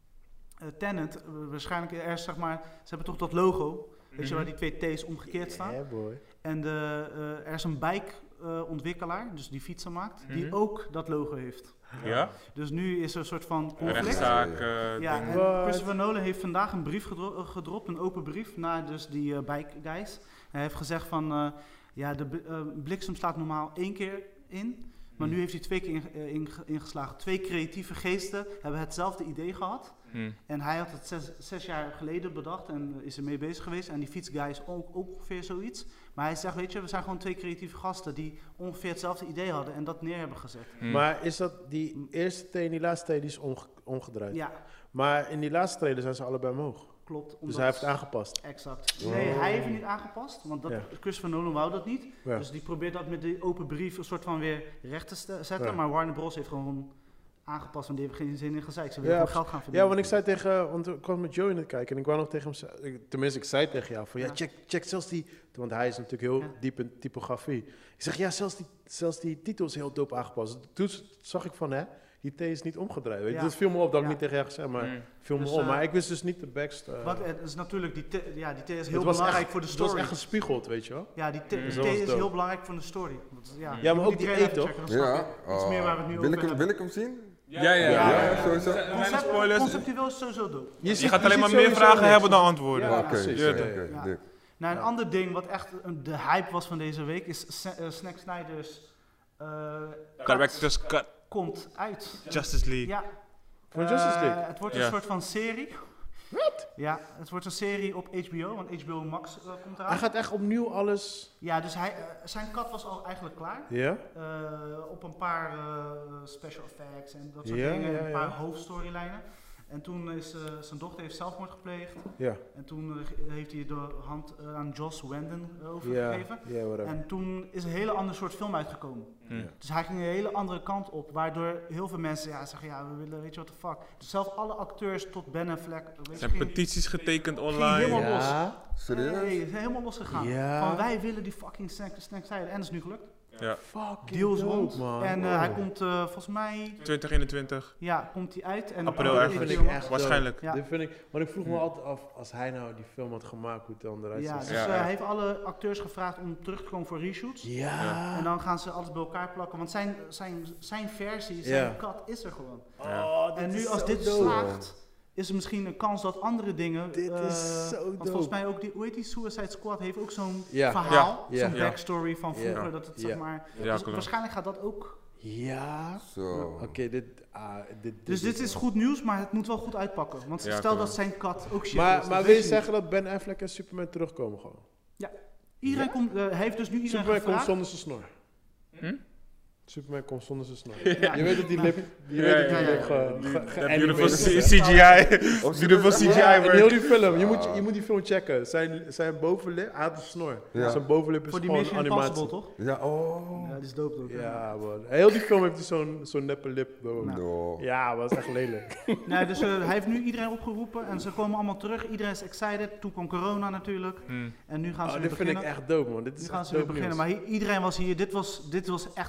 uh, Tenet, uh, waarschijnlijk ergens zeg maar, ze hebben toch dat logo, weet je, waar die twee T's omgekeerd staan. Yeah, boy. En de, uh, er is een bike uh, ontwikkelaar, dus die fietsen maakt, die Mhm. ook dat logo heeft. Ja? Dus nu is er een soort van conflict. Rechtszaak, uh, Ja, ding. en What? Christopher Nolan heeft vandaag een brief gedro- uh, gedropt, een open brief naar dus die uh, bike guys. Hij heeft gezegd van, uh, ja, de b- uh, bliksem slaat normaal één keer in, maar nu heeft hij twee keer inge- uh, inge- ingeslagen. Twee creatieve geesten hebben hetzelfde idee gehad. Hm. En hij had het zes, zes jaar geleden bedacht en uh, is er mee bezig geweest. En die fietsguys ook, ook ongeveer zoiets. Maar hij zegt, weet je, we zijn gewoon twee creatieve gasten die ongeveer hetzelfde idee hadden en dat neer hebben gezet. Hm. Maar is dat die eerste T en die laatste T die is omge- omgedraaid? Ja, Maar in die laatste trailer zijn ze allebei omhoog. klopt. Dus omdat- hij heeft het aangepast. Exact. Oh. Nee, hij heeft het niet aangepast, want dat, Ja. Christopher Nolan wou dat niet. Ja. Dus die probeert dat met die open brief een soort van weer recht te st- zetten. Ja. Maar Warner Bros. heeft gewoon aangepast, want die hebben geen zin in gezeik. Ze willen Ja, gewoon geld gaan verdienen. Ja, want ik zei tegen, want ik kwam met Joey in het kijken en ik wou nog tegen hem, ze- ik- tenminste ik zei tegen jou van ja, Ja. check, check zelfs die, want hij is natuurlijk heel Ja. diep in typografie. Ik zeg ja, zelfs die, zelfs die titel is heel dope aangepast. Toen zag ik van hè, die T is niet omgedraaid. Weet je. Ja. Dat viel me op dat ik Ja. niet tegen jou gezegd, maar Hm. viel me Dus, op. eh, Maar ik wist dus niet de backstory. Wat, het is natuurlijk, die T, ja, die T is Het heel was belangrijk echt- voor de Het was story. echt gespiegeld, weet je wel. Ja, die T, Mm. die Dat T was is dope. heel belangrijk voor de story. Want, ja, Ja, je maar moet ook die trailer E, even toch? checken, dan snap Ja. je iets meer waar we het nu wil, ik over hem, hebben. wil ik hem zien? Ja, ja, ja. Ja, ja. ja, sowieso. Er zijn Concept- spoilers. Conceptueel is sowieso dope. Je ziet- gaat alleen maar ziet meer sowieso vragen niks. hebben dan antwoorden. Ja, Oké, precies. oké, Ja. oké, Ja. dik. Nou, een Ja. ander ding wat echt een- de hype was van deze week is Sa- uh, Zack Snyder's uh, Director's Cut, komt uit. Justice League. Ja. Van Justice Eh, League? Het wordt een Ja. soort van serie. Wat? Ja, het wordt een serie op H B O, want H B O Max uh, komt eraan. Hij gaat echt opnieuw alles... Ja, dus hij, uh, zijn kat was al eigenlijk klaar. Ja? Uh, op een paar uh, special effects en dat soort Ja, dingen, ja, een paar ja. hoofdstorylijnen. En toen is uh, zijn dochter heeft zelfmoord gepleegd. Ja. En toen uh, ge- heeft hij de hand uh, aan Joss Whedon uh, Ja, overgegeven. ja, whatever. En toen is een hele ander soort film uitgekomen. Hm. Dus hij ging een hele andere kant op, waardoor heel veel mensen ja, zeggen, ja, we willen, weet je wat de fuck. Dus zelfs alle acteurs tot Ben Affleck, weet Er je, zijn ging- petities getekend ging online. helemaal los. Ja? Serieus? Nee, het is helemaal losgegaan. Ja. Van wij willen die fucking Snack Snack Snyder. En dat is nu gelukt. Ja. Fucking Deal is dope, rond. man. En uh, Oh. hij komt uh, volgens mij, twintig eenentwintig. ja, komt hij uit. En April uh, ergens. vind H B ik O echt Max. Waarschijnlijk. Ja. Dit vind ik, want ik vroeg me altijd af, als hij nou die film had gemaakt, hoe het dan eruit Ja, zou dus zien. Ja, uh, echt. hij heeft alle acteurs gevraagd om terug te komen voor reshoots. Ja. En dan gaan ze alles bij elkaar plakken, want zijn, zijn, zijn versie, zijn Ja. cut is er gewoon. Oh, dit En nu is als zo dit dope. slaagt, is er misschien een kans dat andere dingen... Dit uh, is zo Want dope. volgens mij ook, die, hoe heet die, Suicide Squad heeft ook zo'n Ja. verhaal, Ja. zo'n Ja. backstory van vroeger, Ja. dat het Ja. zeg maar... Ja, dus klopt. waarschijnlijk gaat dat ook... Ja. Zo. Oké, dit, ah, dit, Dus dit is goed nieuws, maar het moet wel goed uitpakken. Want Ja, stel klopt. dat zijn kat ook shit is. Maar, dat maar weet wil je niet. zeggen dat Ben Affleck en Superman terugkomen gewoon? Iedereen komt, uh, hij heeft dus nu iedereen Superman komt gevraagd. zonder zijn snor. Hm? Superman komt zonder zijn snor. Ja. Je weet dat die lip, je Ja, weet dat ja, die ja, lip ja. ge- Die- ge- Dat geanimeerd beautiful is. C G I. Oh, Beautiful C G Ja, I in work. heel die film. Je moet, Ah. je moet die film checken. Zijn, zijn bovenlip, hij had een snor. Ja. Zijn bovenlip is Voor die gewoon Mission animatie. Impossible, toch? Ja, oh. Ja, die is dope ook. Ja, man. Heel die film heeft hij zo'n zo'n neppe lip. Bro. Nou. No. Ja, maar dat is echt lelijk. Nee, dus uh, hij heeft nu iedereen opgeroepen en ze komen allemaal terug. Iedereen is excited. Toen kwam corona natuurlijk. Hm. En nu gaan ze Oh, weer dit vind ik beginnen. echt dope, man. Dit is Nu gaan echt ze weer dope beginnen. nieuws. Maar hi- iedereen was hier. Dit was, dit was echt het nieuws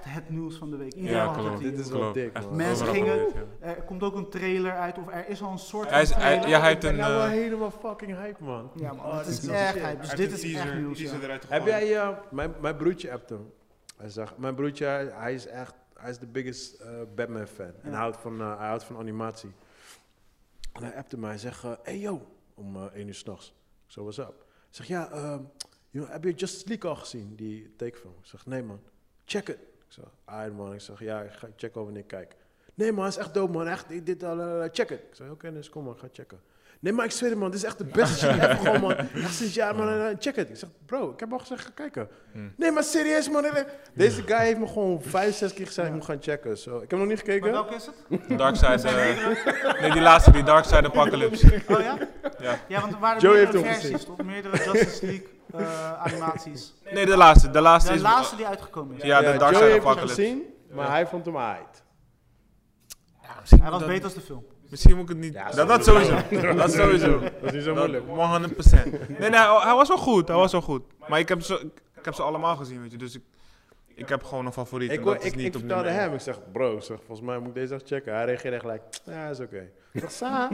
nieuws van de week. Iedereen Ja, had klopt. het hier. Dit is wel Klopt. dik, Echt man. Mensen overal gingen- gebeurd, ja. Er komt ook een trailer uit, of er is al een soort Hij is- van hij- trailer. ja, hij Ik heeft ben een... nou wel eh, helemaal fucking hype, man. Ja, man, Oh, het dit is wel echt shit. hype. Dus hij dit heeft is een echt teaser- nieuws. teaser Ja. eruit Heb gegooid. jij, uh, mijn, mijn broertje appte hem. Hij zegt, mijn broertje, hij, hij is echt, hij is de biggest uh, Batman fan. En Ja. hij houdt, van, uh, hij houdt van animatie. En hij appte mij, hij zegt, uh, hey yo, om uh, één uur s'nachts. Ik zo, what's up? Ik zeg, ja, uh, you know, heb je Justice League al gezien, die takefilm? Ik zeg, nee man, check it. Ik zeg, alright man, ik zeg, ja, ik ga checken wanneer ik kijk. Nee man, hij is echt dope man, echt, dit, dit, uh, check it. Ik zeg, oké, okay, dus kom man, ga checken. Nee, maar ik zweer het man, dit is echt de beste shit ever gewoon man. Echt sinds jaar man, uh, check it. Ik zeg, bro, ik heb al gezegd, ga kijken. Hmm. Nee, maar serieus man, deze guy heeft me gewoon vijf, zes keer gezegd, ik moet gaan checken. So, ik heb nog niet Maar gekeken. welke is het? Darkseid... eh, nee, die laatste, die Darkseid Apocalypse. Oh ja? Ja. Ja, want er waren Joey meerdere heeft hem versies, toch? Meerdere Justice League uh, animaties. Nee, de laatste. De laatste De is... laatste die uitgekomen is. Ja, de Joey Darkseid heeft hem Apocalypse. gezien, maar Ja. hij vond hem aight. Misschien Hij moet was dat- beter als de film. Misschien moet ik het niet... Ja, dat, dat sowieso. Dat sowieso. Dat is niet zo Dat- moeilijk. honderd procent. Nee, nee, hij, hij was wel goed. Hij was wel goed. Maar ik heb ze, ik heb ze allemaal gezien, weet je. Dus ik, ik heb gewoon een favoriet. Ik, en hoor- dat is ik, niet ik op vertelde nummer hem, ik zeg, bro, ik zeg, volgens mij moet ik deze echt checken. Hij reageerde gelijk, ja, is oké. Ik zeg, Sa?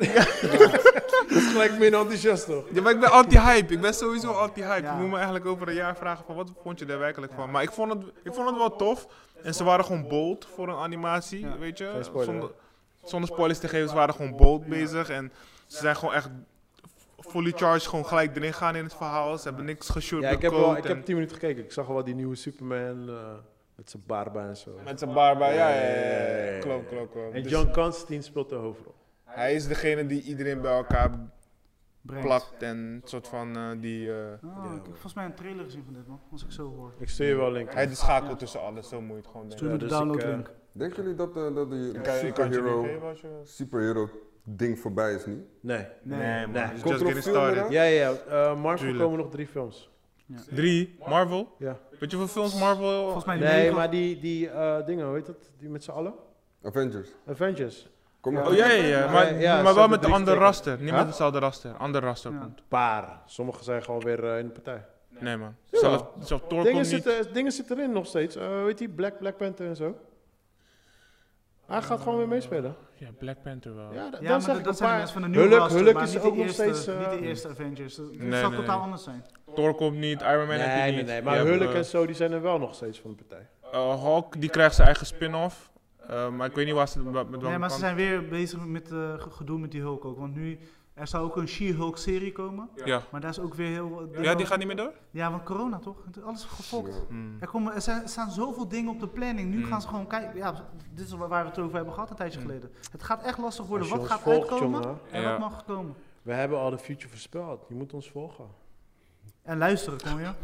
Dat is gelijk meer enthousiast toch? één. Ja, maar ik ben anti-hype. Ik ben sowieso anti-hype. Ja. Je moet me eigenlijk over een jaar vragen van wat vond je er werkelijk van. Maar ik vond het, ik vond het wel tof. En ze waren gewoon bold voor een animatie, Ja. weet je. Geen spoiler, Zonder, zonder spoilers te geven, ze waren gewoon bold bezig. En ze zijn gewoon echt fully charged, gewoon gelijk erin gaan in het verhaal. Ze hebben niks geshoot Ja, met ik heb, code wel, ik en- heb tien minuten gekeken. Ik zag al wel die nieuwe Superman uh, met zijn barba en zo. Met zijn barba, ja, ja, ja, Ja, ja, ja, ja, ja. ja. Klopt, klopt, klopt. En Dus John Constantine speelt de hoofdrol. hij is degene die iedereen bij elkaar Brengt. plakt en soort van eh, die... eh, Oh, ik heb volgens mij een trailer gezien van dit man, als ik zo hoor. Ik stuur je wel een link. hij de schakel tussen alles, zo moet je het gewoon Stuur denken. me de dus ik, downloadlink. Denken jullie dat, uh, dat die Ik kan, ik kan het je superhero, niet geven als je... superhero ding voorbij is nu? Nee. Nee, man. Nee. It's Komt just er getting een film started. eraan? Ja, ja, ja. Uh, Marvel Tuurlijk. komen nog drie films. Drie, Marvel. Ja. Weet je hoeveel films Marvel... Volgens mij Nee, negen- maar die, die uh, dingen, hoe heet dat? Die met z'n allen? Avengers. Avengers. Kom Ja. nog Oh ja, ja, een- ja. Ja, Maar, ja, maar ze wel hebben met een drie ander getekend. raster. Niet Huh? met hetzelfde raster. Ander raster Ja. komt. Paar. Sommigen zijn gewoon weer uh, in de partij. Nee man. Ja. Zelf, zelf Thor Dingen komt niet. zitten, dingen zitten erin nog steeds. Uh, weet je, Black, Black Panther en zo. Hij gaat gewoon weer meespelen. Ja, Black Panther wel. Ja, dat, Ja, dat maar zeg dat, ik dat een zijn de paar. mensen van de nieuwe Hulk, raster, Hulk maar is niet ook de nog eerste, steeds, uh, niet de eerste Avengers. Het Nee, zou nee, totaal nee. anders zijn. Thor komt niet, Iron Man heb je Nee, niet. nee, nee. Maar Je Hulk hebt, eh, en zo, die zijn er wel nog steeds van de partij. Uh, Hulk, die krijgt zijn eigen spin-off. Uh, maar ik weet niet waar ze met welke Nee, maar ze kant- zijn weer bezig met uh, gedoe met die Hulk ook. Want nu, er zou ook een She-Hulk serie komen. Ja. Maar daar is ook weer heel... ja, die gaat niet meer door? Ja, want corona toch? Het is alles gefokt. Ja. Hmm. Er, komen, er, zijn, er staan zoveel dingen op de planning. Nu Mm. gaan ze gewoon kijken. Ja, dit is waar we het over hebben gehad een tijdje Mm. geleden. Het gaat echt lastig worden. Als je Wat ons gaat volgt, uitkomen jongen. en Ja. wat mag komen. We hebben al de future voorspeld. Je moet ons volgen. En luisteren, kom je?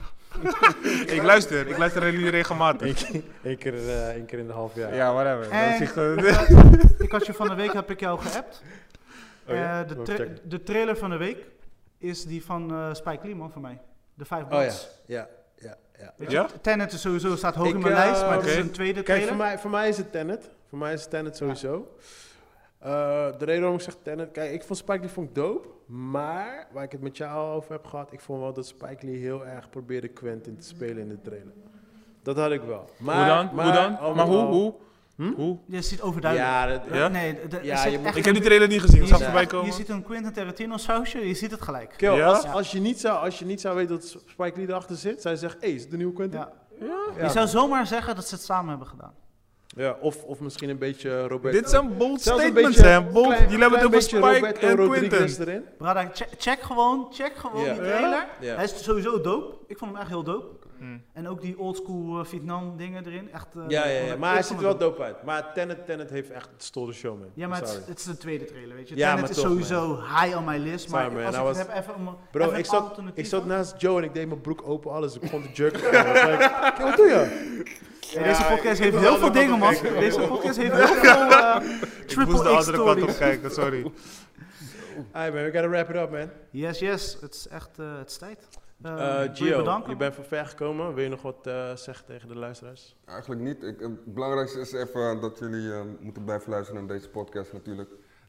Ik luister, ik luister jullie regelmatig. Eén keer, één keer, uh, één keer in de half jaar. Ja, whatever. En- Dat is echt, uh, Ik had je van de week heb ik jou geappt. Oh ja? Eh, de, Moet tra- checken. de trailer van de week is die van eh, Spike Lee, man, voor mij. De vijf Oh ja, Bloods. ja, ja, ja. Weet je, Ja? Tenet is sowieso staat hoog Ik, in mijn eh, lijst, maar het is oké. een tweede Kijk, trailer. voor mij, voor mij is het Tenet. Voor mij is het Tenet sowieso. Uh, de reden waarom ik zeg Tenet... Kijk, ik vond Spike Lee vond ik dope. Maar, waar ik het met jou al over heb gehad... Ik vond wel dat Spike Lee heel erg probeerde Quentin te spelen in de trailer. Dat had ik wel. Maar, hoe dan? Maar, hoe dan? al Maar met hoe? al- Hoe? Hm? Hoe? Je ziet overduidelijk. Ja, dat, Ja? Nee, de, er Ja, zit je moet- echt Ik heb een- die trailer niet gezien, ik je zag ziet voorbij echt- komen. Je ziet een Quentin Tarantino sausje, je ziet het gelijk. Kill, Ja? als, Ja. als, je niet zou, als je niet zou weten dat Spike Lee erachter zit... Zou je zeggen, hé, is het de nieuwe Quentin? Ja. Ja. Je zou zomaar zeggen dat ze het samen hebben gedaan. Ja, of, of misschien een beetje Roberto... Dit zijn bold Zelfs een statements, beetje- hè? Bold. klein- Jullie hebben het klein over beetje Spike Roberto en Rodriguez Quentin. erin. Brada, check, check gewoon, check gewoon Ja. die trailer. Ja. Hij is sowieso dope. Ik vond hem echt heel dope. Hmm. En ook die oldschool uh, Vietnam dingen erin. Echt, uh, Ja, ja, ja, ik maar hij vond ziet het er wel dope uit. Maar Tenet, Tenet heeft echt stole the show, man. Ja, maar het, Sorry. is- het is de tweede trailer, weet je. Ja, Tenet maar is toch, sowieso high on my list. Maar Sorry, man, als I ik het was- heb even om een Bro, even ik een zat, alternatief ik zat dan. naast Joe en ik deed mijn broek open, alles. Ik begon te jerken. I was like, "Kijk, wat doe je? Ja, deze Ja, podcast ik heeft moet heel de veel andere dingen, man. kant op kijken. Deze podcast heeft heel veel uh, Ik moest de triple X andere kant op stories. kijken, sorry. Alright man, we gotta wrap it up, man. Yes, yes. Het is echt uh, het is tijd. Uh, Uh, wil je Gio, bedanken, je bent van ver gekomen. Wil je nog wat uh, zeggen tegen de luisteraars? Eigenlijk niet. Ik, het belangrijkste is even dat jullie uh, moeten blijven luisteren naar deze podcast natuurlijk.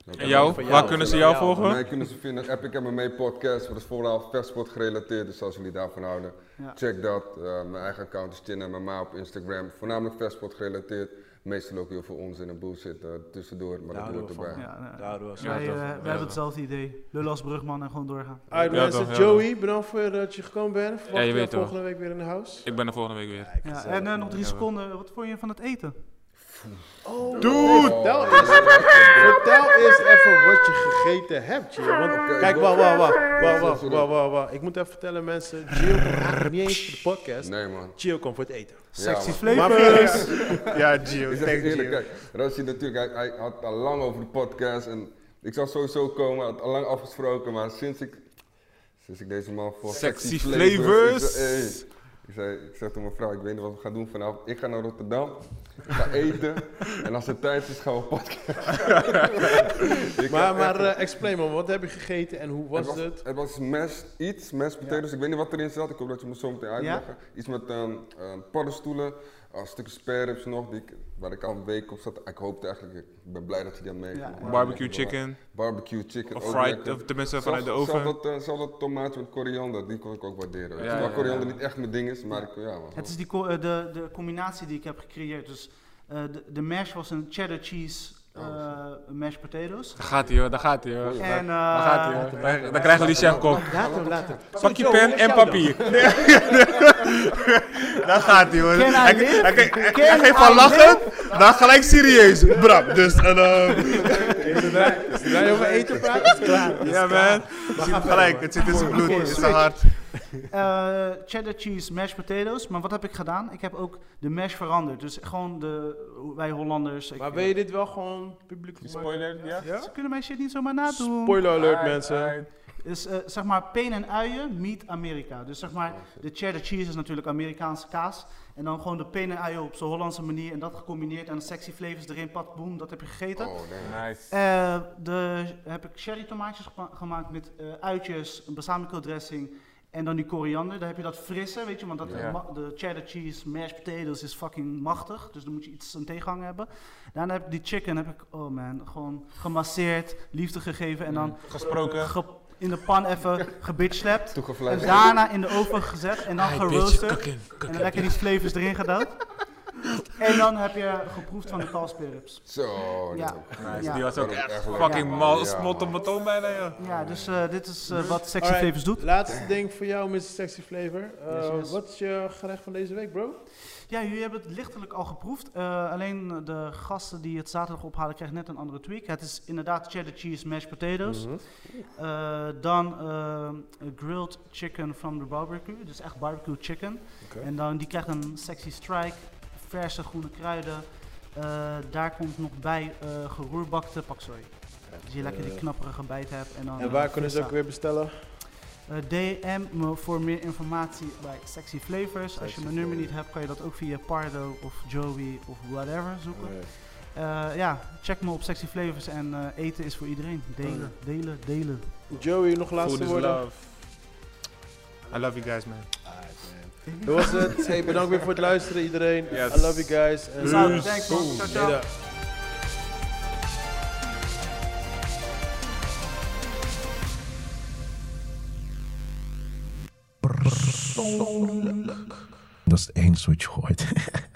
En jou? Van Waar kunnen ze jou Van volgen? Mij kunnen ze vinden Epic M M A podcast, dat is vooral vechtsport gerelateerd, dus als jullie daarvan houden, Ja. check dat. Uh, mijn eigen account is Chin M M A op Instagram, voornamelijk vechtsport gerelateerd. Meestal ook heel veel onzin en bullshit uh, tussendoor, maar Daar dat hoort houden we erbij. Ja, ja. Daar doen we Ja, wij, toch. eh, wij Ja, hebben toch. hetzelfde idee. Lullen als brugman en gewoon doorgaan. Alright Ja, mensen, toch, ja, Joey, bedankt voor dat je gekomen bent. Verwacht Ja, je je weet volgende week weer in de house. Ik ben er volgende week weer. Ja, en eh, nog drie Ja, seconden. Wat vond je van het eten? Oh, Dude! vertel eens, vertel eens even wat je gegeten hebt, Gio. Want Oké, kijk, ik wacht, wil- wacht, wacht, wacht, wacht, Sorry. wacht, wacht, wacht. Ik moet even vertellen mensen, Gio komt eigenlijk niet eens voor de podcast. Nee man. Gio komt voor het eten. Sexy man. Maar flavors! Ja, Gio. Ik zeg je eerlijk, kijk, Rashi natuurlijk, hij, hij had al lang over de podcast en ik zou sowieso komen, had al lang afgesproken, maar sinds ik, sinds ik deze man voor Sexy flavors, flavors. Ik zei, hey, ik, zei, ik zeg tegen mijn vrouw, ik weet niet wat we gaan doen vanavond, ik ga naar Rotterdam, ik ga eten en als het tijd is gaan we podcast. Ik Maar, heb maar echt- eh, explain man, wat heb je gegeten en hoe was het? het? Was, het was mashed iets, mashed potatoes, ik weet niet wat erin zat, ik hoop dat je me zo meteen uitleggen. Iets met ehm ehm, paddenstoelen, een stukje spareribs nog, die ik, waar ik al een week op zat. Ik hoopte eigenlijk, ik ben blij dat je dat mee. Ja, ja. Barbecue chicken. Barbecue chicken. Of ook fried, lekker. of tenminste Zelfs- vanuit de oven. Zelfs dat, uh, zelfs dat tomaatje met koriander, die kon ik ook waarderen. Ja, Terwijl ja, koriander ja. niet echt mijn ding is, maar ik, ja man. Het is die co- eh, de, de combinatie die ik heb gecreëerd. Dus eh, de, de mash was een cheddar cheese eh mashed potatoes. Daar gaat hij hoor, daar gaat hij hoor. En, En, Daar gaat hij eh hoor. Daar, daar krijgen we die chefkop. Laat hem, laat hem. Pak je Zo, pen hoe is en jou dan? papier. Daar gaat hij hoor. Can I Hij, live? hij, hij, hij, Can hij geeft van I lachen, dan gelijk serieus. Bram, dus en uh, Zodra je over eten praat, is het klaar. ja man. Zie hem gelijk, het zit in zijn bloed, in zijn hart. eh, cheddar cheese mashed potatoes. Maar wat heb ik gedaan? Ik heb ook de mash veranderd. Dus gewoon de, wij Hollanders. ik- Maar wil je dit wel gewoon publiek maken? Spoiler, ja? Ze kunnen mijn shit niet zomaar nadoen. Spoiler alert Aight, mensen. aight. Dus eh, zeg maar peen en uien, meet Amerika. Dus zeg maar, de cheddar cheese is natuurlijk Amerikaanse kaas. En dan gewoon de peen en uien op zo'n Hollandse manier. En dat gecombineerd en de sexy flavors erin, pat, boom, dat heb je gegeten. Oh, damn. Nice. Eh, de, heb ik cherry tomaatjes gema- gemaakt met eh, uitjes, een balsamico dressing en dan die koriander. Daar heb je dat frisse, weet je, want dat Ja. ma- de cheddar cheese, mashed potatoes is fucking machtig. Dus dan moet je iets een tegenhanger hebben. Daarna heb ik die chicken, heb ik, oh man, gewoon gemasseerd, liefde gegeven en dan Gesproken. ge- in de pan even gebitchlapt. En Toegefluisterd. daarna in de oven gezet en dan Hey, bitch, geroosterd. cooking, En cooking. dan lekker die flavors erin gedouwd. En dan heb je geproefd van de kalsperips. Zo, Ja. dat- Nice, Ja. die was ook Dat is echt echt leuk. fucking Ja. mal, Ja, smot op man. mijn toon bijna, joh. Ja, dus eh, dit is eh, wat Sexy Alright, Flavors doet. Laatste ding voor jou, mister Sexy Flavor. Uh, Yes, yes. Wat is je gerecht van deze week, bro? Ja, jullie hebben het lichtelijk al geproefd. Eh, alleen de gasten die het zaterdag ophalen krijgen net een andere tweak. Het is inderdaad cheddar cheese mashed potatoes. Mhm. Eh, dan eh, grilled chicken from the barbecue. Dus echt barbecue chicken. Oké. En dan die krijgt een sexy strike. Verse groene kruiden. Eh, daar komt nog bij eh geroerbakte paksoi. Dus je lekker die Eh, knapperige bijt hebt. En, dan, En eh, waar kunnen ze vissa. ook weer bestellen? Eh, D M me voor meer informatie bij Sexy Flavors. Als je Sexy mijn nummer Flavors. niet hebt, kan je dat ook via Pardo of Joey of whatever zoeken. Alright. Eh, ja, check me op Sexy Flavors en eh, eten is voor iedereen. Delen, delen, delen. Joey, nog Food laatste is woorden? love. I love you guys man. Dat was het. Hey, bedankt weer voor het luisteren iedereen. Yes. I love you guys. En Zout, thanks man. Ciao, ciao. Later. Dat is het enige wat je hoort.